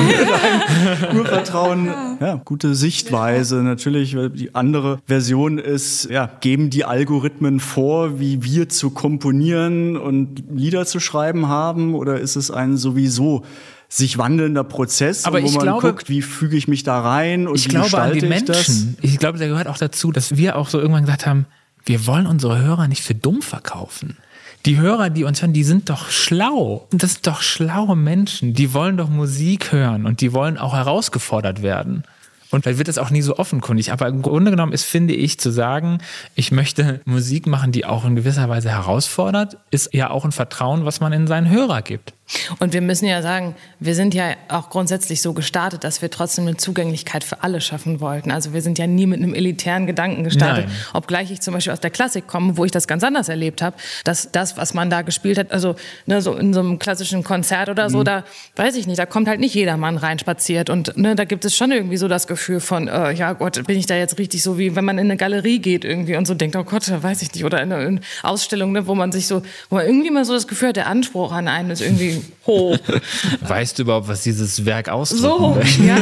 mit einem Urvertrauen. Ja, gute Sichtweise. Natürlich, die andere Version ist, ja, geben die Algorithmen vor, wie wir zu komponieren und Lieder zu schreiben haben? Oder ist es ein sowieso sich wandelnder Prozess, aber wo man guckt, wie füge ich mich da rein und wie gestalte ich das? Ich glaube, da gehört auch dazu, dass wir auch so irgendwann gesagt haben, wir wollen unsere Hörer nicht für dumm verkaufen. Die Hörer, die uns hören, die sind doch schlau. Das sind doch schlaue Menschen. Die wollen doch Musik hören und die wollen auch herausgefordert werden. Und vielleicht wird das auch nie so offenkundig. Aber im Grunde genommen ist, finde ich, zu sagen, ich möchte Musik machen, die auch in gewisser Weise herausfordert, ist ja auch ein Vertrauen, was man in seinen Hörer gibt. Und wir müssen ja sagen, wir sind ja auch grundsätzlich so gestartet, dass wir trotzdem eine Zugänglichkeit für alle schaffen wollten. Also wir sind ja nie mit einem elitären Gedanken gestartet. Nein. Obgleich ich zum Beispiel aus der Klassik komme, wo ich das ganz anders erlebt habe, dass das, was man da gespielt hat, also so in so einem klassischen Konzert oder so, da weiß ich nicht, da kommt halt nicht jedermann reinspaziert. Und da gibt es schon irgendwie so das Gefühl von, ja Gott, bin ich da jetzt richtig so, wie wenn man in eine Galerie geht irgendwie und so denkt, oh Gott, weiß ich nicht. Oder in eine Ausstellung, wo man irgendwie mal so das Gefühl hat, der Anspruch an einen ist irgendwie hoch. Weißt du überhaupt, was dieses Werk ausdrücken möchte? Ja.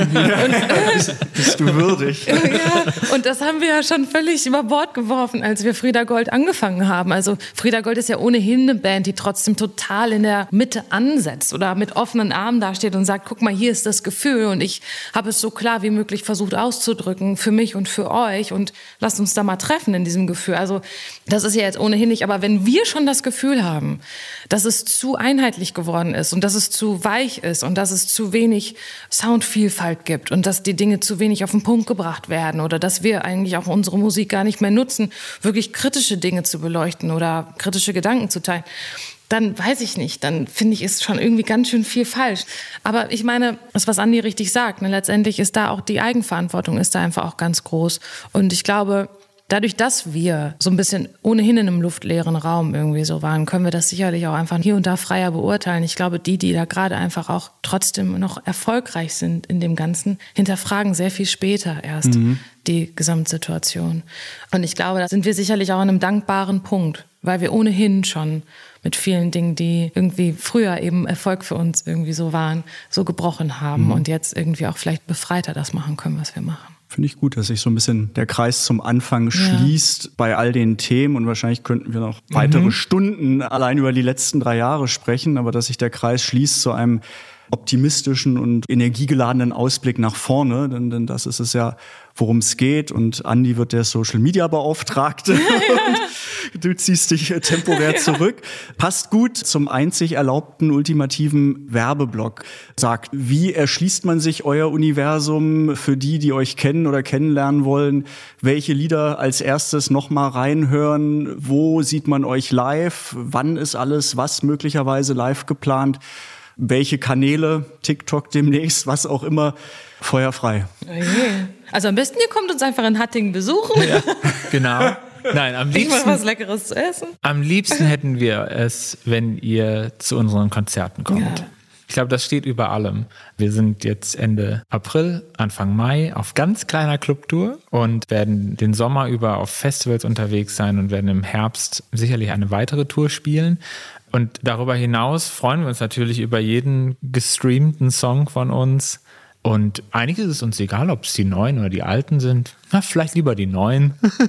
Bist du würdig? Ja, und das haben wir ja schon völlig über Bord geworfen, als wir Frieda Gold angefangen haben. Also Frieda Gold ist ja ohnehin eine Band, die trotzdem total in der Mitte ansetzt oder mit offenen Armen dasteht und sagt, guck mal, hier ist das Gefühl und ich habe es so klar wie möglich versucht auszudrücken für mich und für euch und lasst uns da mal treffen in diesem Gefühl. Also das ist ja jetzt ohnehin nicht, aber wenn wir schon das Gefühl haben, dass es zu einheitlich geworden ist und dass es zu weich ist und dass es zu wenig Soundvielfalt gibt und dass die Dinge zu wenig auf den Punkt gebracht werden oder dass wir eigentlich auch unsere Musik gar nicht mehr nutzen, wirklich kritische Dinge zu beleuchten oder kritische Gedanken zu teilen, dann weiß ich nicht, dann finde ich, ist schon irgendwie ganz schön viel falsch. Aber ich meine, das, was Andi richtig sagt, letztendlich ist da auch die Eigenverantwortung ist da einfach auch ganz groß. Und ich glaube, dadurch, dass wir so ein bisschen ohnehin in einem luftleeren Raum irgendwie so waren, können wir das sicherlich auch einfach hier und da freier beurteilen. Ich glaube, die da gerade einfach auch trotzdem noch erfolgreich sind in dem Ganzen, hinterfragen sehr viel später erst die Gesamtsituation. Und ich glaube, da sind wir sicherlich auch an einem dankbaren Punkt, weil wir ohnehin schon mit vielen Dingen, die irgendwie früher eben Erfolg für uns irgendwie so waren, so gebrochen haben und jetzt irgendwie auch vielleicht befreiter das machen können, was wir machen. Finde ich gut, dass sich so ein bisschen der Kreis zum Anfang schließt bei all den Themen und wahrscheinlich könnten wir noch weitere Stunden allein über die letzten 3 Jahre sprechen, aber dass sich der Kreis schließt zu einem optimistischen und energiegeladenen Ausblick nach vorne, denn das ist es ja, worum es geht. Und Andi wird der Social-Media-Beauftragte. Und du ziehst dich temporär zurück. Passt gut zum einzig erlaubten ultimativen Werbeblock. Sagt, wie erschließt man sich euer Universum für die euch kennen oder kennenlernen wollen? Welche Lieder als erstes nochmal reinhören? Wo sieht man euch live? Wann ist alles was möglicherweise live geplant? Welche Kanäle, TikTok demnächst, was auch immer, feuerfrei. Also am besten, ihr kommt uns einfach in Hattingen besuchen. Ja, genau. Nein, am liebsten was Leckeres zu essen. Am liebsten hätten wir es, wenn ihr zu unseren Konzerten kommt. Ja. Ich glaube, das steht über allem. Wir sind jetzt Ende April, Anfang Mai auf ganz kleiner Clubtour und werden den Sommer über auf Festivals unterwegs sein und werden im Herbst sicherlich eine weitere Tour spielen. Und darüber hinaus freuen wir uns natürlich über jeden gestreamten Song von uns. Und einiges ist uns egal, ob es die neuen oder die alten sind. Na, vielleicht lieber die neuen.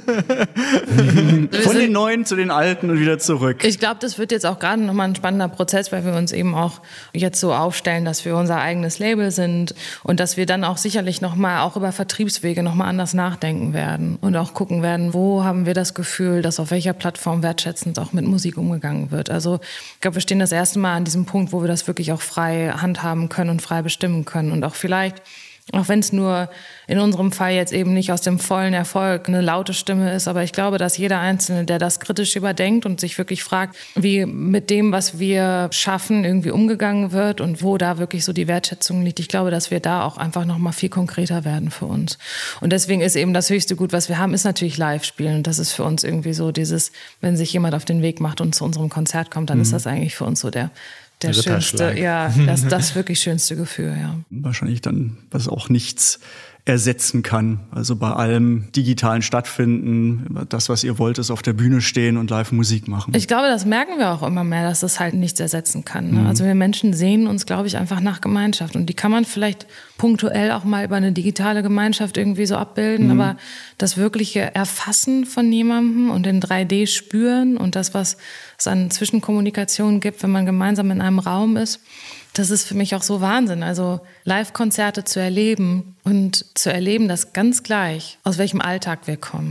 Von den neuen zu den alten und wieder zurück. Ich glaube, das wird jetzt auch gerade nochmal ein spannender Prozess, weil wir uns eben auch jetzt so aufstellen, dass wir unser eigenes Label sind und dass wir dann auch sicherlich nochmal auch über Vertriebswege nochmal anders nachdenken werden und auch gucken werden, wo haben wir das Gefühl, dass auf welcher Plattform wertschätzend auch mit Musik umgegangen wird. Also ich glaube, wir stehen das erste Mal an diesem Punkt, wo wir das wirklich auch frei handhaben können und frei bestimmen können und auch vielleicht, auch wenn es nur in unserem Fall jetzt eben nicht aus dem vollen Erfolg eine laute Stimme ist, aber ich glaube, dass jeder Einzelne, der das kritisch überdenkt und sich wirklich fragt, wie mit dem, was wir schaffen, irgendwie umgegangen wird und wo da wirklich so die Wertschätzung liegt, ich glaube, dass wir da auch einfach noch mal viel konkreter werden für uns. Und deswegen ist eben das höchste Gut, was wir haben, ist natürlich Live-Spielen. Und das ist für uns irgendwie so dieses, wenn sich jemand auf den Weg macht und zu unserem Konzert kommt, dann ist das eigentlich für uns so der schönste, ja, das wirklich schönste Gefühl, ja. Wahrscheinlich dann, was auch nichts ersetzen kann. Also bei allem digitalen Stattfinden, das, was ihr wollt, ist auf der Bühne stehen und live Musik machen. Ich glaube, das merken wir auch immer mehr, dass das halt nichts ersetzen kann. Ne? Also wir Menschen sehen uns, glaube ich, einfach nach Gemeinschaft. Und die kann man vielleicht punktuell auch mal über eine digitale Gemeinschaft irgendwie so abbilden. Aber das wirkliche Erfassen von jemandem und in 3D spüren und das, was es an Zwischenkommunikation gibt, wenn man gemeinsam in einem Raum ist, das ist für mich auch so Wahnsinn. Also Live-Konzerte zu erleben und zu erleben, dass ganz gleich, aus welchem Alltag wir kommen,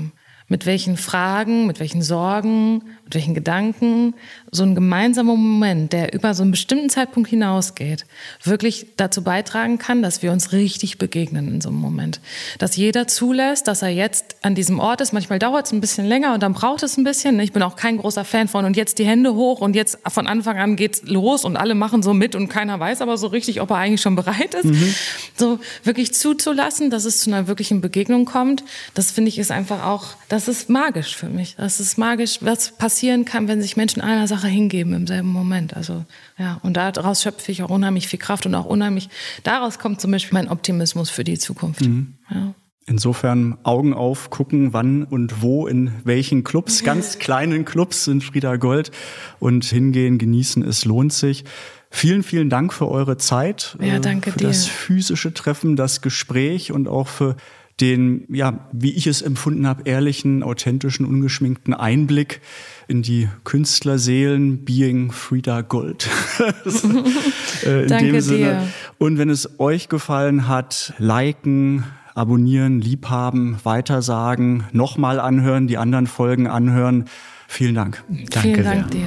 mit welchen Fragen, mit welchen Sorgen, mit welchen Gedanken so ein gemeinsamer Moment, der über so einen bestimmten Zeitpunkt hinausgeht, wirklich dazu beitragen kann, dass wir uns richtig begegnen in so einem Moment. Dass jeder zulässt, dass er jetzt an diesem Ort ist. Manchmal dauert es ein bisschen länger und dann braucht es ein bisschen. Ich bin auch kein großer Fan von und jetzt die Hände hoch und jetzt von Anfang an geht's los und alle machen so mit und keiner weiß aber so richtig, ob er eigentlich schon bereit ist. So wirklich zuzulassen, dass es zu einer wirklichen Begegnung kommt, das finde ich ist einfach auch, das ist magisch für mich. Das ist magisch, was passieren kann, wenn sich Menschen einer Sache hingeben im selben Moment. Also ja, und daraus schöpfe ich auch unheimlich viel Kraft und auch unheimlich, daraus kommt zum Beispiel mein Optimismus für die Zukunft. Ja. Insofern Augen auf, gucken, wann und wo, in welchen Clubs, ganz kleinen Clubs in Frieda Gold und hingehen, genießen, es lohnt sich. Vielen, vielen Dank für eure Zeit, ja, danke für dir. das physische Treffen, das Gespräch und auch für den, ja, wie ich es empfunden habe, ehrlichen, authentischen, ungeschminkten Einblick in die Künstlerseelen, Being Frieda Gold. In Danke dem Sinne. dir. Und wenn es euch gefallen hat, liken, abonnieren, liebhaben, weitersagen, nochmal anhören, die anderen Folgen anhören. Vielen Dank. Danke Vielen Dank sehr. dir.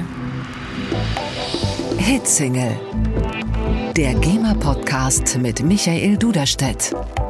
Hitsingle. Der GEMA-Podcast mit Michael Duderstedt.